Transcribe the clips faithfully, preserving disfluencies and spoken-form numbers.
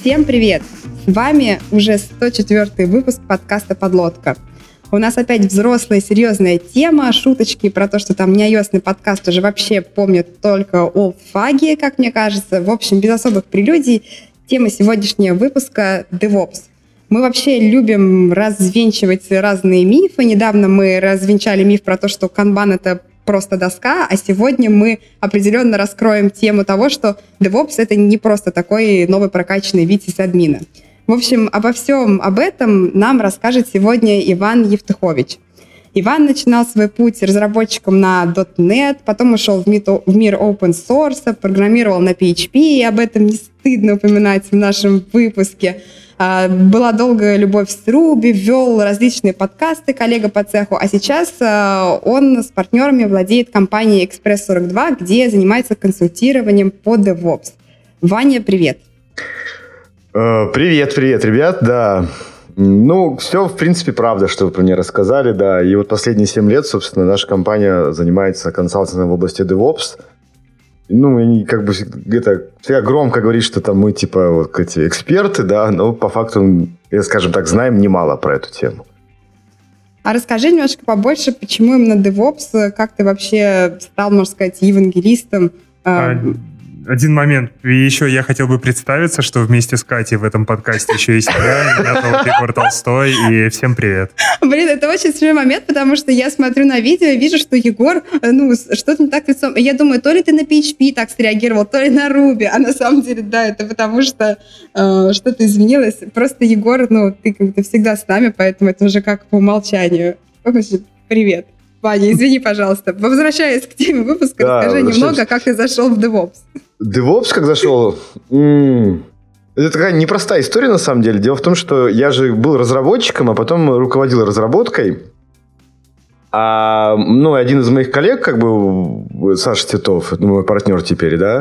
Всем привет! С вами уже сто четвёртый выпуск подкаста «Подлодка». У нас опять взрослая серьезная тема, шуточки про то, что там неайосный подкаст уже вообще помнят только олдфаги, как мне кажется. В общем, без особых прелюдий, тема сегодняшнего выпуска — DevOps. Мы вообще любим развенчивать разные мифы. Недавно мы развенчали миф про то, что канбан — это просто доска, а сегодня мы определенно раскроем тему того, что DevOps — это не просто такой новый прокачанный вид сисадмина. В общем, обо всем об этом нам расскажет сегодня Иван Евтухович. Иван начинал свой путь разработчиком на дот нет, потом ушел в мир open source, программировал на пи эйч пи, и об этом не стыдно упоминать в нашем выпуске. Была долгая любовь с Ruby, вел различные подкасты, коллега по цеху, а сейчас он с партнерами владеет компанией экспресс сорок два, где занимается консультированием по DevOps. Ваня, привет! Привет, привет, ребят, да. Ну, все, в принципе, правда, что вы про меня рассказали, да. И вот последние семь лет, собственно, наша компания занимается консалтингом в области DevOps. Ну, и как бы это всегда громко говорить, что там мы типа вот эти эксперты, да, но по факту, я, скажем так, знаем немало про эту тему. А расскажи немножко побольше, почему именно DevOps, как ты вообще стал, можно сказать, евангелистом? А, один момент. И еще я хотел бы представиться, что вместе с Катей в этом подкасте еще есть я, меня зовут Егор Толстой, и всем привет. Блин, это очень смешной момент, потому что я смотрю на видео и вижу, что Егор, ну, что-то не так лицом. Я думаю, то ли ты на пи эйч пи так среагировал, то ли на Ruby, а на самом деле, да, это потому что э, что-то изменилось. Просто, Егор, ну, ты как-то всегда с нами, поэтому это уже как по умолчанию. Привет. Ваня, извини, пожалуйста. Возвращаясь к теме выпуска, да, расскажи немного, как ты зашел в DevOps. DevOps как зашел? М-м- это такая непростая история, на самом деле. Дело в том, что я же был разработчиком, а потом руководил разработкой. А, ну, один из моих коллег, как бы, Саша Титов, мой партнер теперь, да,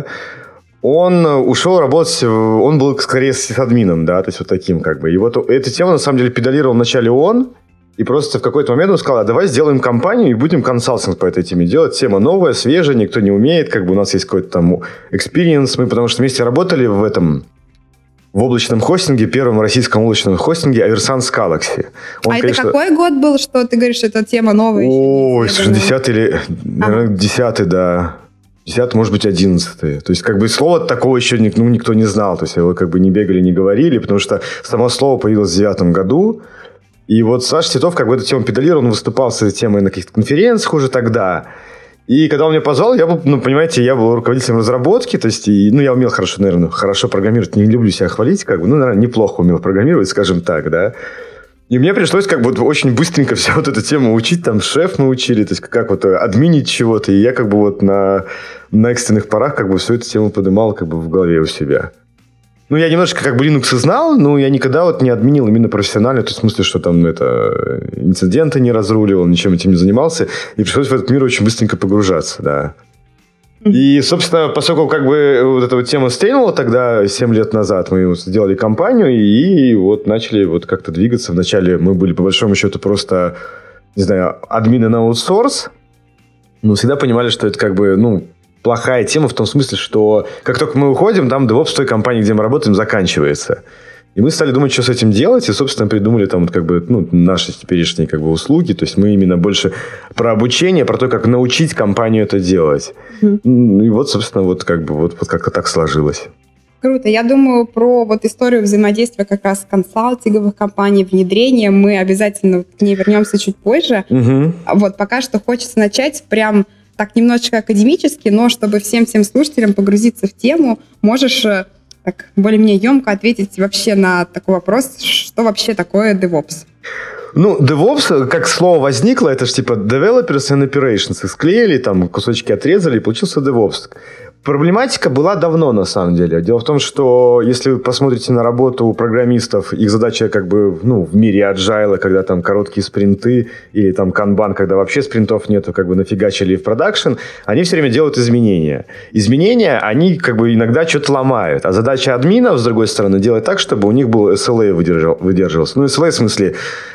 он ушел работать, он был скорее сисадмином, да, то есть вот таким, как бы. И вот эту тему, на самом деле, педалировал вначале он. И просто в какой-то момент он сказал, а давай сделаем компанию и будем консалтинг по этой теме делать. Тема новая, свежая, никто не умеет, как бы у нас есть какой-то там экспириенс. Мы потому что вместе работали в этом, в облачном хостинге, первом российском облачном хостинге Aversense Galaxy. Он, а конечно... это какой год был, что ты говоришь, что эта тема новая? Ой, десятый или, наверное, десятый, да. Десятый, может быть, одиннадцатый. То есть, как бы, слова такого еще ну, никто не знал. То есть, его как бы не бегали, не говорили, потому что само слово появилось в девятом году. И вот Саша Титов как бы эту тему педалировал, он выступал с этой темой на каких-то конференциях уже тогда. И когда он меня позвал, я был, ну, понимаете, я был руководителем разработки, то есть, и, ну, я умел хорошо, наверное, хорошо программировать, не люблю себя хвалить, как бы, ну, наверное, неплохо умел программировать, скажем так, да. И мне пришлось как бы вот очень быстренько всю вот эту тему учить, там, шеф мы учили, то есть, как вот админить чего-то, и я как бы вот на, на экстренных порах как бы всю эту тему поднимал как бы в голове у себя. Ну, я немножечко как бы Linux знал, но я никогда вот не админил именно профессионально, то есть в смысле, что там это инциденты не разруливал, ничем этим не занимался, и пришлось в этот мир очень быстренько погружаться, да. И, собственно, поскольку как бы вот эта вот тема стрельнула тогда, семь лет назад, мы сделали компанию, и вот начали вот как-то двигаться. Вначале мы были, по большому счету, просто, не знаю, админы на аутсорс, но всегда понимали, что это как бы, ну, плохая тема в том смысле, что как только мы уходим, там DevOps в той компании, где мы работаем, заканчивается. И мы стали думать, что с этим делать, и, собственно, придумали там вот как бы, ну, наши теперешние как бы услуги. То есть мы именно больше про обучение, про то, как научить компанию это делать. Mm-hmm. И вот, собственно, вот как бы вот, вот как-то так сложилось. Круто. Я думаю, про вот историю взаимодействия как раз консалтинговых компаний, внедрения мы обязательно к ней вернемся чуть позже. Mm-hmm. Вот пока что хочется начать прям так немножечко академически, но чтобы всем-всем слушателям погрузиться в тему, можешь так более-менее емко ответить вообще на такой вопрос, что вообще такое DevOps? Ну, DevOps, как слово возникло, это же типа Developers and Operations. Их склеили, там кусочки отрезали, и получился DevOps. Проблематика была давно, на самом деле. Дело в том, что если вы посмотрите на работу программистов, их задача как бы, ну, в мире agile, когда там короткие спринты, или там канбан, когда вообще спринтов нету, как бы нафигачили в продакшн, они все время делают изменения. Изменения, они как бы иногда что-то ломают. А задача админов, с другой стороны, делать так, чтобы у них был эс эл эй выдержал, выдерживался. Ну, эс эл эй в смысле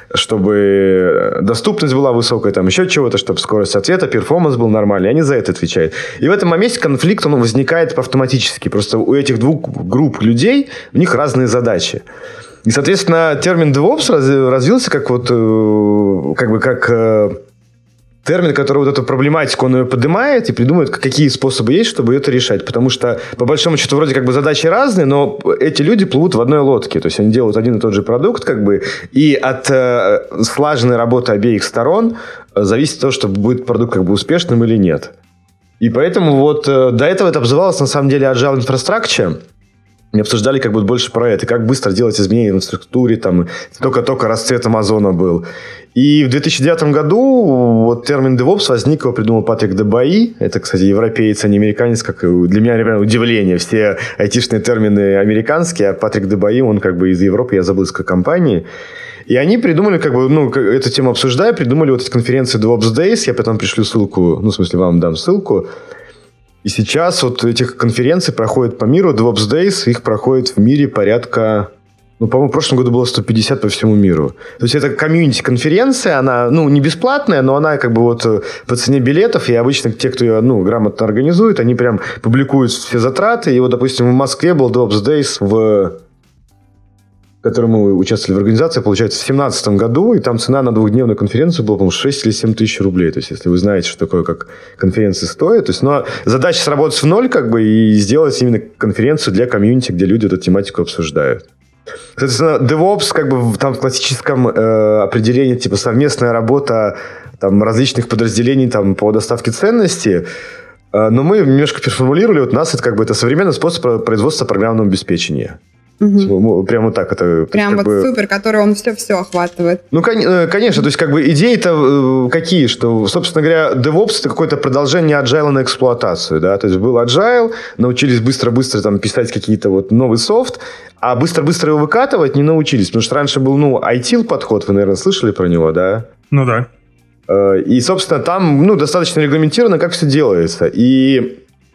чтобы доступность была высокая, там еще чего-то, чтобы скорость ответа, перформанс был нормальный. Они за это отвечают. И в этом моменте конфликт, он возникает автоматически. Просто у этих двух групп людей, у них разные задачи. И, соответственно, термин DevOps развился как вот, как бы, как термин, который вот эту проблематику, он ее поднимает и придумывает, какие способы есть, чтобы это решать. Потому что, по большому счету, вроде как бы задачи разные, но эти люди плывут в одной лодке. То есть, они делают один и тот же продукт, как бы, и от э, слаженной работы обеих сторон зависит то, что будет продукт как бы успешным или нет. И поэтому вот э, до этого это обзывалось, на самом деле, Agile Infrastructure. Мы обсуждали как бы больше про это, как быстро делать изменения в инфраструктуре, там, только-только расцвет Амазона был. И в две тысячи девятом году вот термин DevOps возник, его придумал Патрик Дебаи. Это, кстати, европеец, а не американец, как для меня, например, удивление. Все айтишные термины американские, а Патрик Дебаи, он как бы из Европы, я забыл, из какой компании. И они придумали, как бы, ну, эту тему обсуждая, придумали вот эти конференции DevOps Days. Я потом пришлю ссылку, ну, в смысле, вам дам ссылку. И сейчас вот этих конференций проходит по миру, DevOps Days, их проходит в мире порядка, ну, по-моему, в прошлом году было сто пятьдесят по всему миру. То есть это комьюнити-конференция, она, ну, не бесплатная, но она как бы вот по цене билетов, и обычно те, кто ее, ну, грамотно организует, они прям публикуют все затраты. И вот, допустим, в Москве был DevOps Days, в котором мы участвовали в организации, получается, в две тысячи семнадцатом году, и там цена на двухдневную конференцию была, по-моему, шесть или семь тысяч рублей. То есть, если вы знаете, что такое, как конференции стоят. То есть, но задача сработать в ноль, как бы, и сделать именно конференцию для комьюнити, где люди эту тематику обсуждают. Соответственно, DevOps, как бы, там в классическом э, определении, типа, совместная работа там, различных подразделений там, по доставке ценностей. Э, но мы немножко переформулировали, вот у нас это, как бы, это современный способ производства программного обеспечения. Угу. Прямо вот так это... Прям вот бы... супер, который он все-все охватывает. Ну, конечно, то есть как бы идеи-то какие, что, собственно говоря, DevOps — это какое-то продолжение Agile на эксплуатацию, да, то есть был Agile, научились быстро-быстро там писать какие-то вот новый софт, а быстро-быстро его выкатывать не научились, потому что раньше был, ну, ай ти эл-подход, вы, наверное, слышали про него, да? Ну, да. И, собственно, там, ну, достаточно регламентировано, как все делается, и...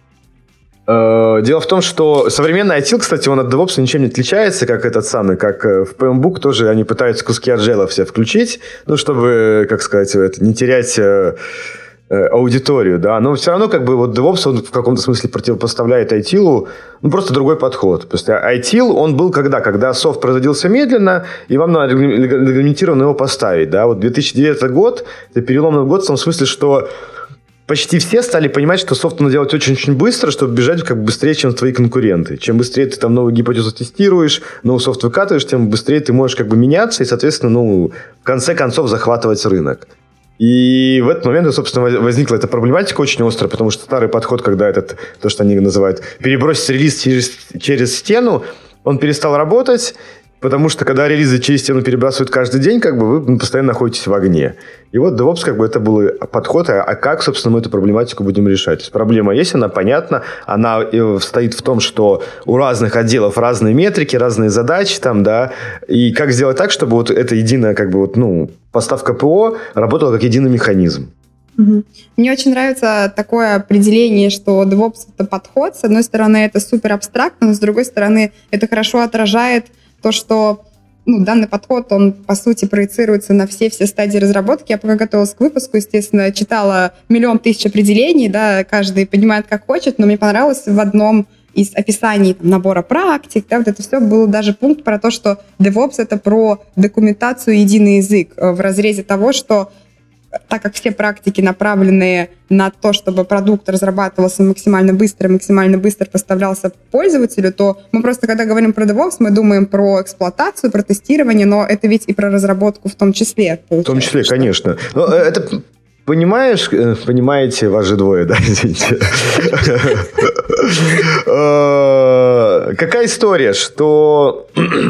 Дело в том, что современный ай ти эл, кстати, он от DevOps ничем не отличается, как этот самый, как в пи эм Book тоже они пытаются куски Agile все включить, ну, чтобы, как сказать, это, не терять э, э, аудиторию, да, но все равно, как бы, вот DevOps, он в каком-то смысле противопоставляет ай ти эл, ну, просто другой подход. То есть ай ти эл, он был когда? Когда софт производился медленно, и вам надо регламентированно его поставить, да, вот две тысячи девятый год, это переломный год в том смысле, что почти все стали понимать, что софт надо делать очень-очень быстро, чтобы бежать как бы быстрее, чем твои конкуренты. Чем быстрее ты там новую гипотезу тестируешь, новый софт выкатываешь, тем быстрее ты можешь как бы меняться и, соответственно, ну, в конце концов захватывать рынок. И в этот момент, собственно, возникла эта проблематика очень острая, потому что старый подход, когда этот, то, что они называют, перебросить релиз через, через стену, он перестал работать, потому что, когда релизы через стену перебрасывают каждый день, как бы вы постоянно находитесь в огне. И вот DevOps, как бы, это был подход, а как, собственно, мы эту проблематику будем решать? То есть проблема есть, она понятна, она стоит в том, что у разных отделов разные метрики, разные задачи, там, да, и как сделать так, чтобы вот эта единая, как бы, вот, ну, поставка ПО работала как единый механизм. Угу. Мне очень нравится такое определение, что DevOps — это подход. С одной стороны, это супер абстрактно, но с другой стороны, это хорошо отражает то, что, ну, данный подход, он, по сути, проецируется на все-все стадии разработки. Я пока готовилась к выпуску, естественно, читала миллион тысяч определений, да, каждый понимает, как хочет, но мне понравилось в одном из описаний там, набора практик, да, вот это все был даже пункт про то, что DevOps — это про документацию, единый язык, в разрезе того, что так как все практики направлены на то, чтобы продукт разрабатывался максимально быстро, максимально быстро поставлялся пользователю, то мы просто, когда говорим про DevOps, мы думаем про эксплуатацию, про тестирование, но это ведь и про разработку в том числе. В том числе, что... конечно. Но это, понимаешь, понимаете, вас же двое, да, извините. Какая история, что...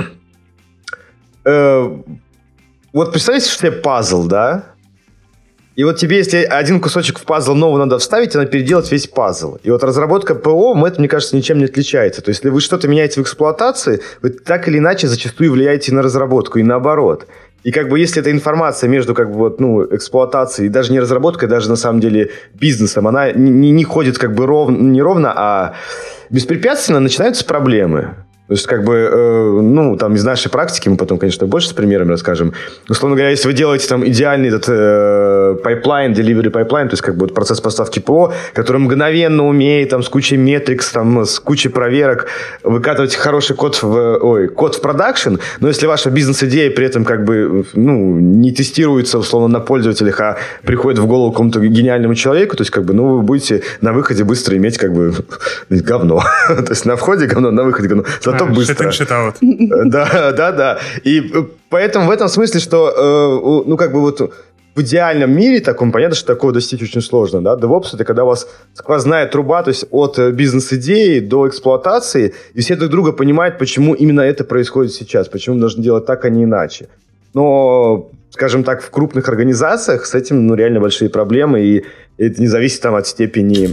Вот представьте себе пазл, да? И вот тебе, если один кусочек в пазл новый надо вставить, надо переделать весь пазл. И вот разработка ПО, это, мне кажется, ничем не отличается. То есть, если вы что-то меняете в эксплуатации, вы так или иначе зачастую влияете на разработку, и наоборот. И как бы если эта информация между как бы вот, ну, эксплуатацией, даже не разработкой, даже на самом деле бизнесом, она не, не ходит как бы ровно, не ровно, а беспрепятственно, начинаются проблемы. То есть, как бы, э, ну, там, из нашей практики, мы потом, конечно, больше с примерами расскажем. Условно говоря, если вы делаете там идеальный этот э, пайплайн, delivery пайплайн, то есть, как бы, вот процесс поставки ПО, который мгновенно умеет, там, с кучей метрикс, там, с кучей проверок выкатывать хороший код в, ой, код в продакшн, но если ваша бизнес-идея при этом, как бы, ну, не тестируется, условно, на пользователях, а приходит в голову какому-то гениальному человеку, то есть, как бы, ну, вы будете на выходе быстро иметь, как бы, говно. То есть, на входе говно, на выходе говно. Зато а, быстро. Shit-in, да, да, да. И поэтому в этом смысле, что, ну, как бы вот в идеальном мире таком, понятно, что такого достичь очень сложно, да. DevOps — это когда у вас сквозная труба, то есть от бизнес-идеи до эксплуатации, и все друг друга понимают, почему именно это происходит сейчас, почему мы должны делать так, а не иначе. Но, скажем так, в крупных организациях с этим, ну, реально большие проблемы, и это не зависит там от степени,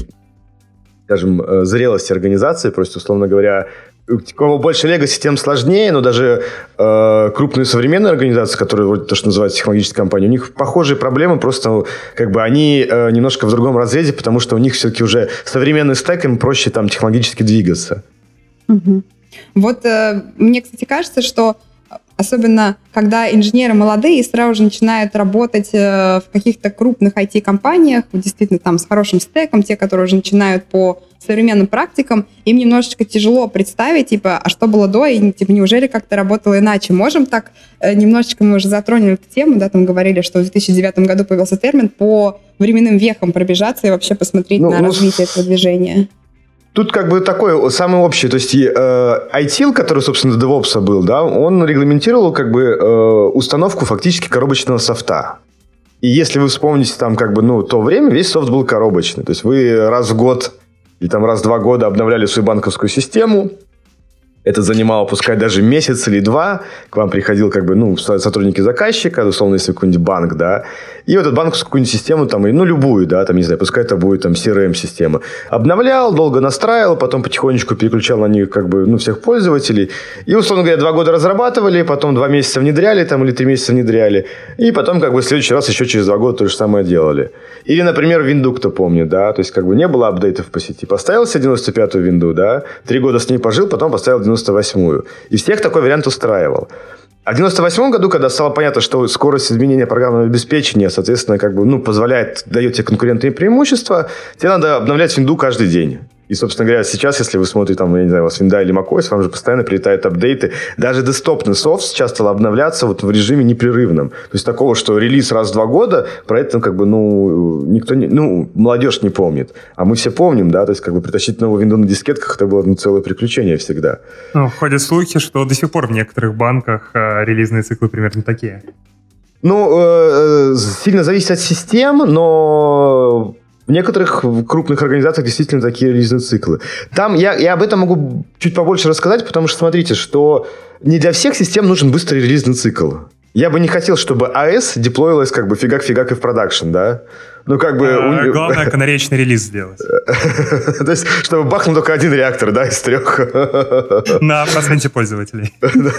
скажем, зрелости организации, просто, условно говоря, у кого больше легаси, тем сложнее, но даже э, крупные современные организации, которые вроде то, что называется технологические компании, у них похожие проблемы, просто как бы они э, немножко в другом разрезе, потому что у них все-таки уже современный стек, им проще там технологически двигаться. Угу. Вот э, мне, кстати, кажется, что особенно когда инженеры молодые и сразу же начинают работать э, в каких-то крупных ай ти-компаниях, действительно там с хорошим стеком, те, которые уже начинают по современным практикам, им немножечко тяжело представить, типа, а что было до, и типа, неужели как-то работало иначе? Можем так, э, немножечко мы уже затронули эту тему, да, там говорили, что в две тысячи девятом году появился термин по временным вехам пробежаться и вообще посмотреть ну, на ну, развитие этого движения. Тут как бы такое самое общее, то есть э, ай ти эл, который, собственно, DevOps был, да, он регламентировал как бы э, установку фактически коробочного софта. И если вы вспомните там как бы, ну, то время, весь софт был коробочный. То есть вы раз в год или там раз в два года обновляли свою банковскую систему. Это занимало, пускай даже месяц или два. К вам приходил как бы, ну, сотрудники заказчика, условно, если какой-нибудь банк, да. И вот эту банковскую какую-нибудь систему, там, ну, любую, да, там, не знаю, пускай это будет там си ар эм-система. Обновлял, долго настраивал, потом потихонечку переключал на них как бы, ну, всех пользователей. И, условно говоря, два года разрабатывали, потом два месяца внедряли, там, или три месяца внедряли. И потом, как бы, в следующий раз еще через два года то же самое делали. Или, например, винду, кто помнит, да, то есть, как бы, не было апдейтов по сети. Поставил себе девяносто пятую винду, да, три года с ней пожил, потом поставил девяносто восьмую. И всех такой вариант устраивал. А в девяносто восьмом году, когда стало понятно, что скорость изменения программного обеспечения, соответственно, как бы, ну, позволяет, дает тебе конкурентные преимущества, тебе надо обновлять винду каждый день. И, собственно говоря, сейчас, если вы смотрите, там, я не знаю, у вас винда или macOS, вам же постоянно прилетают апдейты. Даже десктопный софт сейчас стал обновляться вот в режиме непрерывном. То есть, такого, что релиз раз в два года, про это, как бы, ну, никто не... Ну, молодежь не помнит. А мы все помним, да, то есть, как бы, притащить новую винду на дискетках, это было, ну, целое приключение всегда. Ну, ходят слухи, что до сих пор в некоторых банках э, релизные циклы примерно такие. Ну, э, сильно зависит от систем, но... В некоторых крупных организациях действительно такие релизные циклы. Там я, я об этом могу чуть побольше рассказать, потому что, смотрите, что не для всех систем нужен быстрый релизный цикл. Я бы не хотел, чтобы эй эс деплоилась как бы фигак-фигак и в продакшн, да? Ну, как бы... А, у... Главное, канаречный релиз сделать. То есть, чтобы бахнул только один реактор, да, из трех. На проценте пользователей.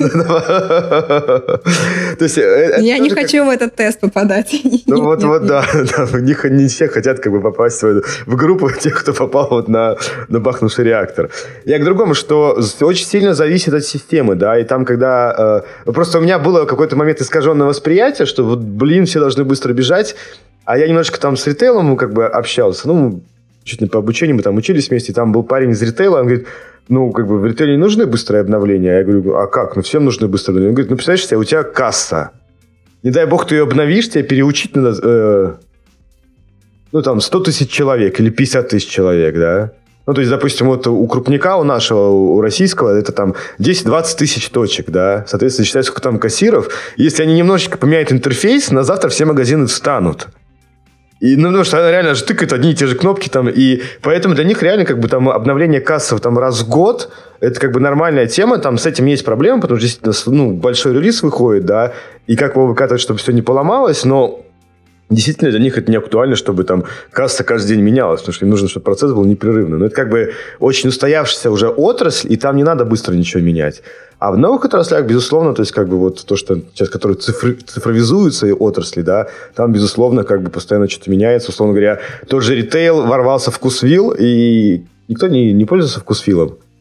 То есть... Я не хочу в этот тест попадать. Ну, вот, вот, да. Не все хотят как бы попасть в группу тех, кто попал вот на бахнувший реактор. Я к другому, что очень сильно зависит от системы, да, и там, когда... Просто у меня было какой-то момент искаженное восприятие, что вот, блин, все должны быстро бежать. А я немножко там с ритейлом как бы общался. Ну, чуть не по обучению мы там учились вместе. И там был парень из ритейла. Он говорит, ну, как бы в ритейле не нужны быстрые обновления. Я говорю, а как? Ну, всем нужны быстрые обновления. Он говорит, ну, представляешь себе, у тебя касса. Не дай бог, ты ее обновишь, тебе переучить надо, э, ну, там, сто тысяч человек или пятьдесят тысяч человек, да? Ну, то есть, допустим, вот у крупника, у нашего, у российского, это там десять-двадцать тысяч точек, да? Соответственно, считай, сколько там кассиров. Если они немножечко поменяют интерфейс, на завтра все магазины встанут. И, ну, потому что она реально же тыкает одни и те же кнопки там, и поэтому для них реально как бы там обновление кассов там раз в год, это как бы нормальная тема, там с этим есть проблемы, потому что действительно, ну, большой релиз выходит, да, и как его выкатывать, чтобы все не поломалось, но действительно для них это не актуально, чтобы там касса каждый день менялась, потому что им нужно, чтобы процесс был непрерывный. Но это как бы очень устоявшаяся уже отрасль, и там не надо быстро ничего менять. А в новых отраслях, безусловно, то есть как бы вот то, что сейчас, которые цифры, цифровизуются и отрасли, да, там, безусловно, как бы постоянно что-то меняется. Условно говоря, тот же ритейл ворвался в вкусвилл, и никто не, не пользуется вкусвиллом.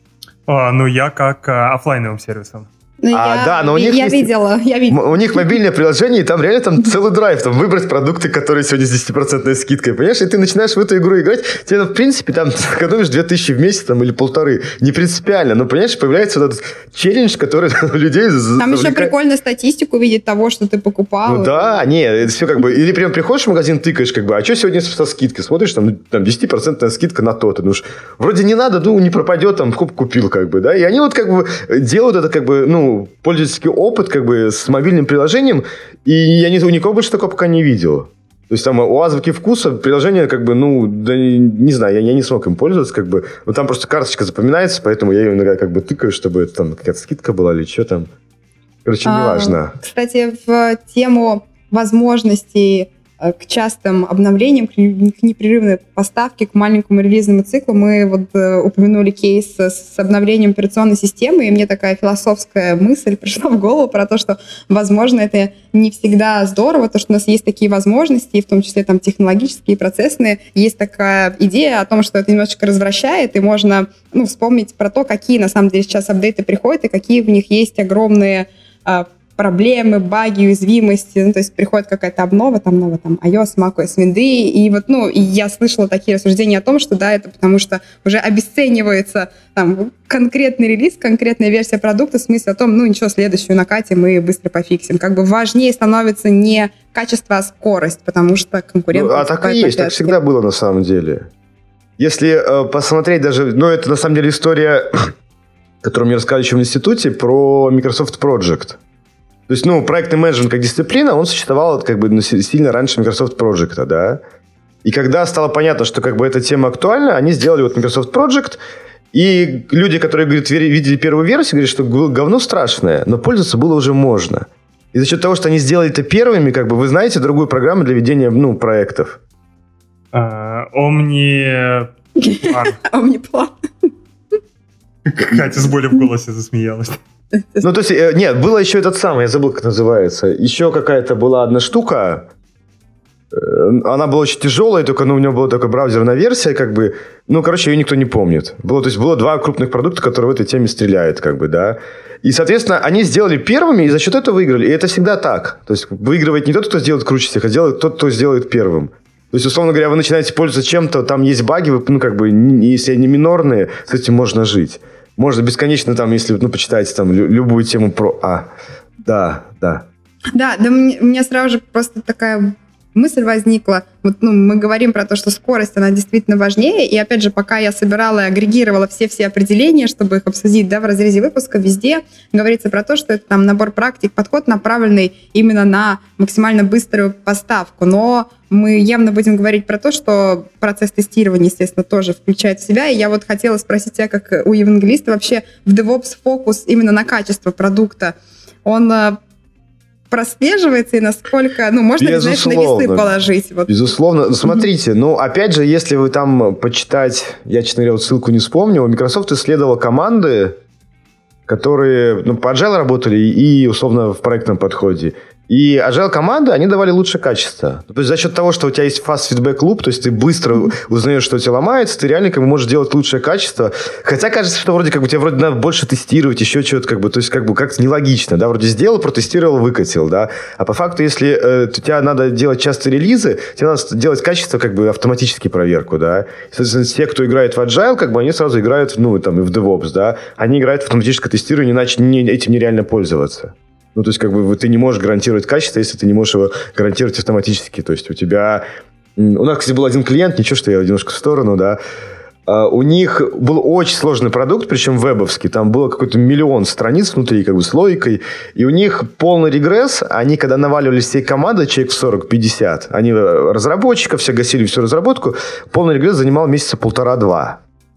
А, ну, я как а, оффлайновым сервисом. Ну, а, я, да, но у них я есть, видела, я видела. У них мобильное приложение, и там реально там целый драйв, там выбрать продукты, которые сегодня с десять процентов скидкой, понимаешь? И ты начинаешь в эту игру играть, тебе, в принципе, там сэкономишь две тысячи в месяц там, или полторы. Не принципиально, но, понимаешь, появляется вот этот челлендж, который людей Там завлекает. еще прикольно статистику видеть того, что ты покупал. Ну да, не, это все как бы... Или прям приходишь в магазин, тыкаешь, как бы, а что сегодня со скидкой? Смотришь, там, там десять процентов скидка на то-то. Ну уж вроде не надо, ну не пропадет, там, хоп, купил, как бы, да. И они вот как бы делают это, как бы, ну, пользовательский опыт, как бы, с мобильным приложением, и я ни, у никого больше такого пока не видел. То есть там у Азбуки вкуса приложение, как бы, ну, да, не знаю, я, я не смог им пользоваться, как бы, но там просто карточка запоминается, поэтому я ее иногда как бы тыкаю, чтобы это там какая-то скидка была или что там. Короче, неважно. А, кстати, в тему возможностей к частым обновлениям, к непрерывной поставке, к маленькому релизному циклу, мы вот э, упомянули кейс с обновлением операционной системы, и мне такая философская мысль пришла в голову про то, что, возможно, это не всегда здорово, то, что у нас есть такие возможности, в том числе там технологические и процессные. Есть такая идея о том, что это немножечко развращает, и можно, ну, вспомнить про то, какие на самом деле сейчас апдейты приходят, и какие в них есть огромные э, проблемы, баги, уязвимости, ну, то есть приходит какая-то обнова, там новая там iOS, macOS, Windows, и вот, ну, и я слышала такие рассуждения о том, что, да, это потому что уже обесценивается там конкретный релиз, конкретная версия продукта, в смысле о том, ну, ничего, следующую накатим и быстро пофиксим. Как бы важнее становится не качество, а скорость, потому что конкуренция... Ну, а так и есть, так всегда было на самом деле. Если э, посмотреть даже, ну, это на самом деле история, которую мне рассказали еще в институте, про Microsoft Project. То есть, ну, проектный менеджмент как дисциплина, он существовал как бы ну, сильно раньше Microsoft Project, да. И когда стало понятно, что как бы эта тема актуальна, они сделали вот Microsoft Project, и люди, которые, говорят, видели первую версию, говорят, что говно страшное, но пользоваться было уже можно. И за счет того, что они сделали это первыми, как бы, вы знаете другую программу для ведения, ну, проектов? Omni... Omniplan. Катя с болью в голосе засмеялась. Ну, то есть, нет, было еще этот самый, я забыл, как называется. Еще какая-то была одна штука. Она была очень тяжелая, только ну, у нее была только браузерная версия, как бы. Ну, короче, ее никто не помнит. Было, то есть, было два крупных продукта, которые в этой теме стреляют, как бы, да. И, соответственно, они сделали первыми, и за счет этого выиграли. И это всегда так. То есть, выигрывает не тот, кто сделает круче всех, а делает тот, кто сделает первым. То есть, условно говоря, вы начинаете пользоваться чем-то, там есть баги, вы, ну, как бы, если они минорные, с этим можно жить. Можно бесконечно там, если, ну, почитаете там любую тему про... А, да, да. Да, да, мне, у меня сразу же просто такая мысль возникла. Вот, ну, мы говорим про то, что скорость, она действительно важнее. И, опять же, пока я собирала и агрегировала все-все определения, чтобы их обсудить, да, в разрезе выпуска, везде говорится про то, что это там набор практик, подход, направленный именно на максимально быструю поставку. Но мы явно будем говорить про то, что процесс тестирования, естественно, тоже включает в себя. И я вот хотела спросить тебя, как у евангелиста, вообще в DevOps фокус именно на качество продукта, он прослеживается и насколько, ну, можно ли, знаешь, на весы положить? Вот. Безусловно. Смотрите, ну, опять же, если вы там почитать, я, честно говоря, вот ссылку не вспомнил, Microsoft исследовала команды, которые, ну, по Agile работали и, условно, в проектном подходе. И Agile команды, они давали лучшее качество. То есть за счет того, что у тебя есть fast feedback loop, то есть ты быстро mm-hmm. узнаешь, что у тебя ломается, ты реально как бы можешь делать лучшее качество. Хотя кажется, что вроде как бы тебе вроде надо больше тестировать, еще что-то как бы, то есть как бы как-то нелогично, да, вроде сделал, протестировал, выкатил, да. А по факту, если э, тебе надо делать частые релизы, тебе надо делать качество как бы автоматически проверку, да. Соответственно, те, кто играет в Agile, как бы они сразу играют, ну, там, и в DevOps, да. Они играют в автоматическое тестирование, иначе не, этим нереально пользоваться. Ну, то есть, как бы, ты не можешь гарантировать качество, если ты не можешь его гарантировать автоматически. То есть, у тебя... У нас, кстати, был один клиент, ничего, что я немножко в сторону, да. У них был очень сложный продукт, причем вебовский. Там было какой-то миллион страниц внутри, как бы, с логикой. И у них полный регресс. Они, когда наваливались всей командой, человек сорок-пятьдесят, они разработчиков, все гасили всю разработку, полный регресс занимал месяца полтора-два.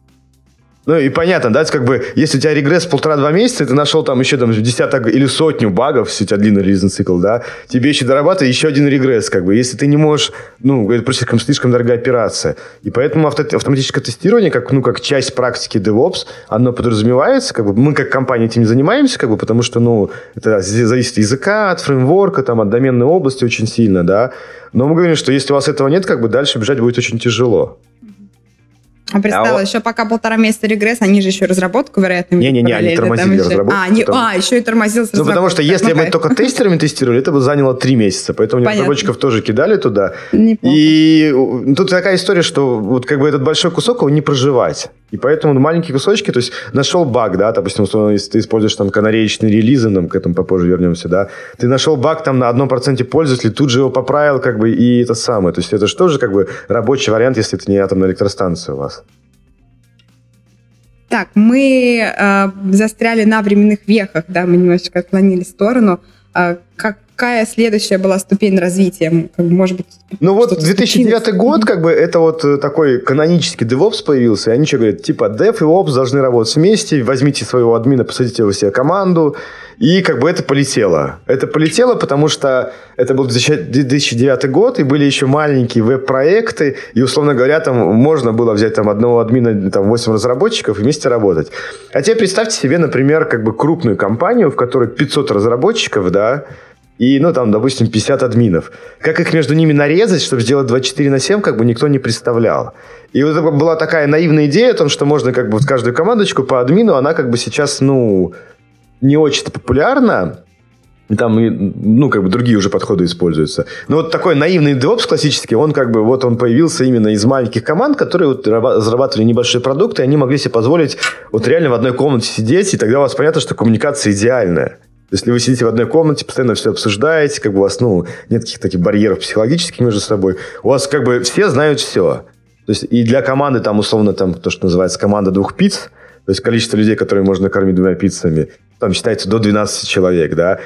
Ну и понятно, да, как бы, если у тебя регресс полтора-два месяца, и ты нашел там еще там десяток или сотню багов, если у тебя длинный релизный цикл, да, тебе еще дорабатывать еще один регресс, как бы, если ты не можешь, ну, это просто слишком дорогая операция. И поэтому авто, автоматическое тестирование, как, ну, как часть практики DevOps, оно подразумевается, как бы, мы как компания этим не занимаемся, как бы, потому что, ну, это зависит от языка, от фреймворка, там, от доменной области очень сильно, да, но мы говорим, что если у вас этого нет, как бы, дальше бежать будет очень тяжело. А представила, а еще пока полтора месяца регресс, они же еще разработку, вероятно, Не-не-не, они тормозили разработку. А, они, а, еще и тормозилась разработка. Ну, потому что если okay. мы только тестерами тестировали, это бы заняло три месяца. Поэтому Понятно. разработчиков тоже кидали туда. Неплохо. И тут такая история, что вот как бы этот большой кусок, его не проживать. И поэтому маленькие кусочки, то есть нашел баг, да, допустим, условно, если ты используешь там канареечные релизы, нам к этому попозже вернемся, да, ты нашел баг там на одном проценте пользователей, тут же его поправил, как бы, и это самое. То есть это же тоже как бы рабочий вариант, если это не атомная электростанция у вас. Так, мы э, застряли на временных вехах, да, мы немножечко отклонились в сторону. Э, какая следующая была ступень развития? Может быть, ну вот две тысячи девятый год, как бы, это вот такой канонический DevOps появился, и они что говорят, типа, Dev и Ops должны работать вместе, возьмите своего админа, посадите его в себе команду, и как бы это полетело. Это полетело, потому что это был две тысячи девятый год, и были еще маленькие веб-проекты, и, условно говоря, там можно было взять там одного админа, там восемь разработчиков и вместе работать. А теперь представьте себе, например, как бы крупную компанию, в которой пятьсот разработчиков, да, и, ну, там, допустим, пятьдесят админов. Как их между ними нарезать, чтобы сделать двадцать четыре на семь, как бы никто не представлял. И вот это была такая наивная идея о том, что можно как бы в каждую командочку по админу, она как бы сейчас, ну, не очень-то популярна. И там, ну, как бы другие уже подходы используются. Но вот такой наивный DevOps классический, он как бы, вот он появился именно из маленьких команд, которые вот разрабатывали небольшие продукты, и они могли себе позволить вот реально в одной комнате сидеть, и тогда у вас понятно, что коммуникация идеальная. Если вы сидите в одной комнате, постоянно все обсуждаете, как бы у вас, ну, нет каких-то таких барьеров психологических между собой, у вас как бы все знают все. То есть и для команды там условно там то, что называется команда двух пиц, то есть количество людей, которые можно кормить двумя пиццами, там считается до двенадцати человек, да.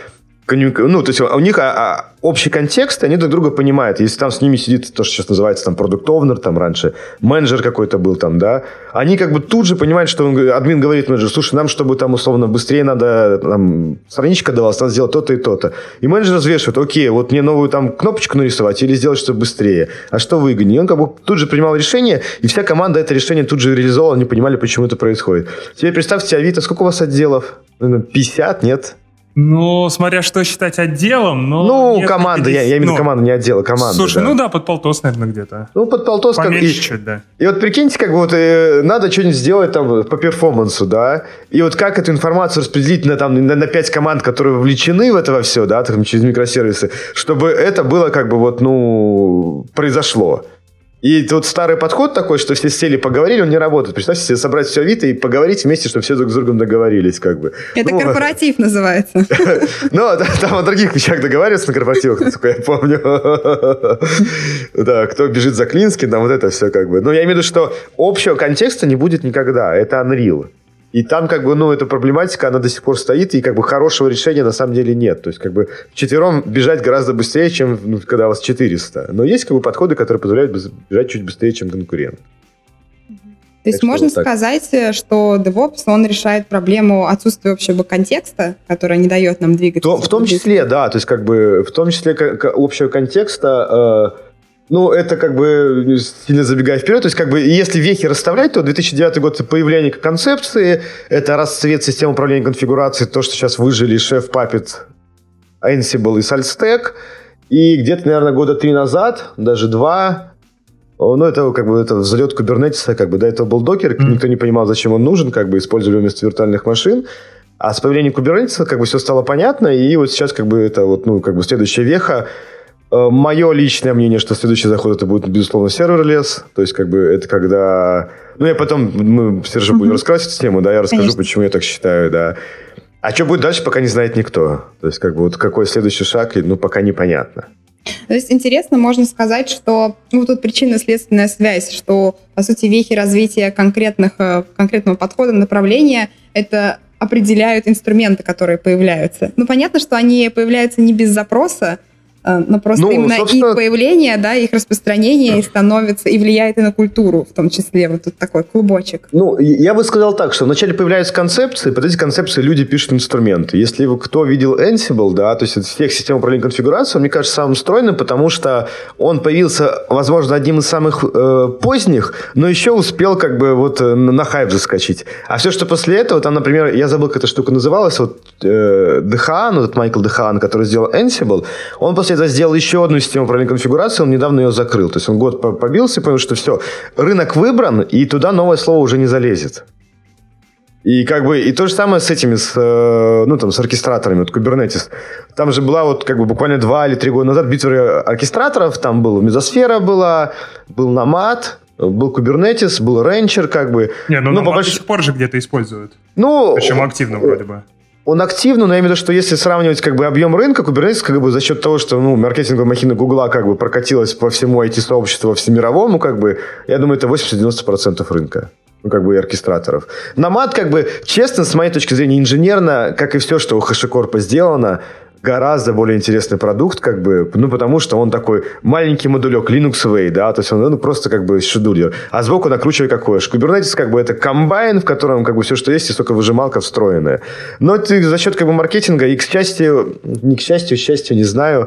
Ну, то есть у них а, а, общий контекст, они друг друга понимают. Если там с ними сидит то, что сейчас называется там продукт-овнер, там раньше менеджер какой-то был там, да, они как бы тут же понимают, что он, админ говорит менеджеру, слушай, нам, чтобы там условно быстрее надо, там, страничка давалась, надо сделать то-то и то-то. И менеджер развешивает, окей, вот мне новую там кнопочку нарисовать или сделать, чтобы быстрее. А что выгоднее? И он как бы тут же принимал решение, и вся команда это решение тут же реализовала, не понимали, почему это происходит. Теперь представьте, Авито, сколько у вас отделов? пятьдесят, нет? Ну, смотря что считать отделом, но... Ну, команда, я, я имею в виду ну, команду, не отдела, команда. Слушай, да. ну да, под полтос, наверное, где-то. Ну, под полтос. Поменьше как, чуть, да. И вот прикиньте, как бы вот э, надо что-нибудь сделать там по перформансу, да, и вот как эту информацию распределить на, там, на, на пять команд, которые вовлечены в это во все, да, там, через микросервисы, чтобы это было как бы вот, ну, произошло. И тут старый подход такой, что все сели, поговорили, он не работает. Представьте себе, собрать все Авито и поговорить вместе, чтобы все друг с другом договорились, как бы. Это ну, корпоратив называется. Ну, там о других вещах договариваются на корпоративах, насколько я помню. Да, кто бежит за Клинским, там вот это все как бы. Но я имею в виду, что общего контекста не будет никогда. Это Unreal. И там, как бы, ну, эта проблематика, она до сих пор стоит, и, как бы, хорошего решения на самом деле нет. То есть, как бы, вчетвером бежать гораздо быстрее, чем ну, когда у вас четыреста. Но есть, как бы, подходы, которые позволяют бежать чуть быстрее, чем конкурент. То есть, так можно вот сказать, что DevOps, он решает проблему отсутствия общего контекста, которая не дает нам двигаться. То, в том числе, да, то есть, как бы, в том числе общего контекста... Э, Ну, это как бы сильно забегая вперед. То есть, как бы, если вехи расставлять, то две тысячи девятый год – появление концепции, это расцвет системы управления конфигурацией, то, что сейчас выжили Chef, Puppet, Ansible и SaltStack. И где-то, наверное, года три назад, даже два, ну, это как бы это взлет кубернетиса, как бы до этого был докер, mm-hmm. никто не понимал, зачем он нужен, как бы использовали его вместо виртуальных машин. А с появлением кубернетиса как бы все стало понятно, и вот сейчас как бы это вот, ну, как бы следующая веха. Мое личное мнение, что следующий заход это будет, безусловно, серверлесс. То есть, как бы, это когда... Ну, я потом, мы с Сержем будем рассказывать эту тему, да, я расскажу, Конечно. Почему я так считаю, да. А что будет дальше, пока не знает никто. То есть, как бы, вот какой следующий шаг, ну, пока непонятно. То есть, интересно, можно сказать, что, ну, тут причинно-следственная связь, что, по сути, вехи развития конкретных, конкретного подхода, направления, это определяют инструменты, которые появляются. Ну, понятно, что они появляются не без запроса, но просто ну, именно собственно... их появление, да, их распространение и становится, и влияет и на культуру, в том числе. Вот тут такой клубочек. Ну, я бы сказал так, что вначале появляются концепции, под эти концепции люди пишут инструменты. Если кто видел Ansible, да, то есть из всех систем управления конфигурацией, он, мне кажется, самым стройным, потому что он появился, возможно, одним из самых э, поздних, но еще успел как бы вот на хайп заскочить. А все, что после этого, там, например, я забыл, как эта штука называлась, вот э, Дехан, вот этот Майкл Дехан, который сделал Ansible, он, по после этого сделал еще одну систему управления конфигурацией, он недавно ее закрыл. То есть он год побился и понял, что все, рынок выбран, и туда новое слово уже не залезет. И как бы и то же самое с этими, с, ну, там, с оркестраторами, вот Kubernetes. Там же была вот как бы буквально два или три года назад битва оркестраторов, там была Мезосфера была, был Nomad, был Kubernetes, был Rancher, как бы. Не, ну, ну Nomad больш... до сих пор же где-то используют. Ну, причем активно вроде бы. Он активно, но я имею в виду, что если сравнивать как бы объем рынка, Kubernetes как бы за счет того, что ну, маркетинговая махина Гугла как бы прокатилась по всему ай ти-сообществу, всемировому, как бы, я думаю, это восемьдесят-девяносто процентов рынка. Ну, как бы и оркестраторов. Nomad, как бы, честно, с моей точки зрения, инженерно, как и все, что у HashiCorp сделано, гораздо более интересный продукт, как бы, ну, потому что он такой маленький модулек, Linux-way, да, то есть он ну, просто как бы шедулер. А сбоку накручивай как хочешь. Kubernetes, как бы, это комбайн, в котором, как бы, все, что есть, и соковыжималка встроенная. Но ты за счет, как бы, маркетинга, и, к счастью, не к счастью, к счастью, не знаю,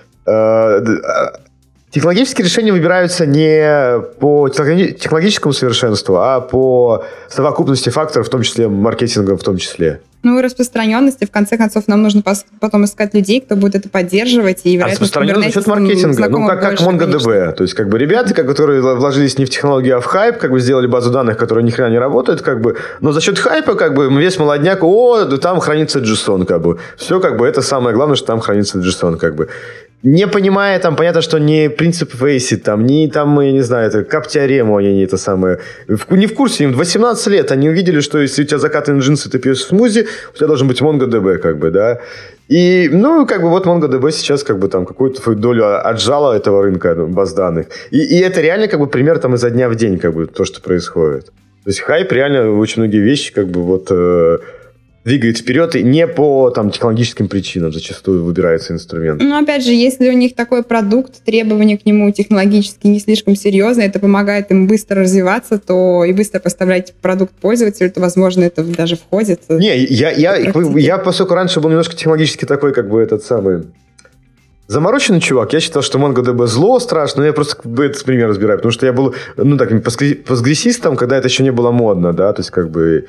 э- технологические решения выбираются не по технологическому совершенству, а по совокупности факторов, в том числе маркетинга, в том числе. Ну и распространенности. В конце концов, нам нужно потом искать людей, кто будет это поддерживать. И, вероятно, а распространенность за счет маркетинга. Ну, как, как MongoDB. Конечно. То есть, как бы, ребята, которые вложились не в технологию, а в хайп, как бы, сделали базу данных, которая ни хрена не работает, как бы, но за счет хайпа, как бы, весь молодняк, о, да там хранится JSON, как бы. Все, как бы, это самое главное, что там хранится JSON, как бы. Не понимая, там, понятно, что не принцип Фейси, там, не, там, я не знаю, это кап-теорему, они не это самое. Не в курсе, им восемнадцать лет, они увидели, что если у тебя закатаны джинсы, ты пьешь смузи, у тебя должен быть MongoDB, как бы, да. И, ну, как бы, вот MongoDB сейчас, как бы, там, какую-то долю отжала этого рынка баз данных. И, и это реально, как бы, пример, там, изо дня в день, как бы, то, что происходит. То есть, хайп реально очень многие вещи, как бы, вот... Э- двигает вперед, и не по там, технологическим причинам зачастую выбирается инструмент. Ну, опять же, если у них такой продукт, требования к нему технологически не слишком серьезные, это помогает им быстро развиваться, то и быстро поставлять продукт пользователю, то, возможно, это даже входит. Не, я, я, я, я, поскольку раньше был немножко технологически такой, как бы, этот самый... замороченный чувак. Я считал, что MongoDB зло страшно, но я просто как бы, этот пример разбираю, потому что я был, ну, таким постгрессистом, когда это еще не было модно, да, то есть, как бы...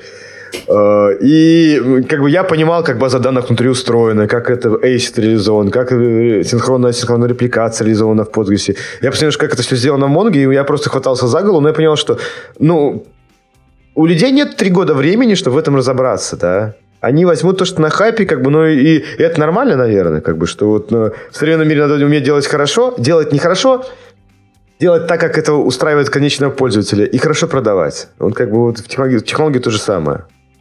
И как бы я понимал, как база данных внутри устроена, как это эйсид реализован, как синхронная, синхронная репликация реализована в Postgres. Я посмотрел, как это все сделано в Mongo, и я просто хватался за голову, но я понял, что ну, у людей нет три года времени, чтобы в этом разобраться, да. Они возьмут то, что на хайпе, как бы, ну и, и это нормально, наверное, как бы, что вот ну, в современном мире надо уметь делать хорошо, делать нехорошо, делать так, как это устраивает конечного пользователя, и хорошо продавать. Он как бы вот в технологии, в технологии то же самое.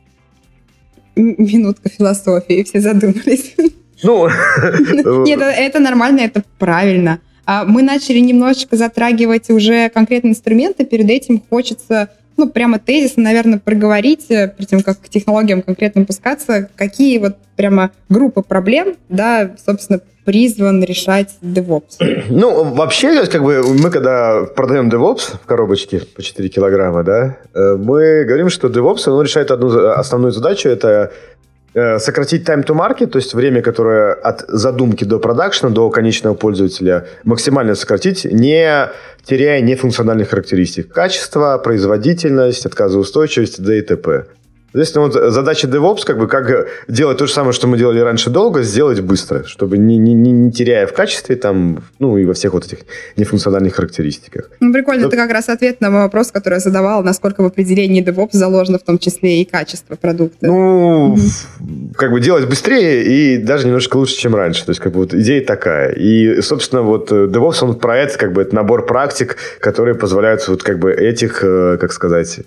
Минутка философии, все задумались. Ну, нет, это нормально, это правильно. Мы начали немножечко затрагивать уже конкретные инструменты, перед этим хочется, ну, прямо тезисно, наверное, проговорить, перед тем, как к технологиям конкретно пускаться, какие вот прямо группы проблем, да, собственно, призван решать DevOps. Ну, вообще, как бы, мы когда продаем DevOps в коробочке по четыре килограмма, да, мы говорим, что DevOps, он решает одну основную задачу, это сократить time to market, то есть время, которое от задумки до продакшена, до конечного пользователя, максимально сократить, не теряя нефункциональных характеристик. Качество, производительность, отказоустойчивость, т.д. и т.п. Соответственно, вот задача DevOps, как бы, как делать то же самое, что мы делали раньше долго, сделать быстро, чтобы не, не, не теряя в качестве, там, ну, и во всех вот этих нефункциональных характеристиках. Ну, прикольно, Но... это как раз ответ на мой вопрос, который я задавала, насколько в определении DevOps заложено в том числе и качество продукта. Ну, mm-hmm. как бы делать быстрее и даже немножко лучше, чем раньше. То есть, как бы, вот идея такая. И, собственно, вот DevOps, он про это, как бы, это набор практик, которые позволяют вот, как бы, этих, как сказать...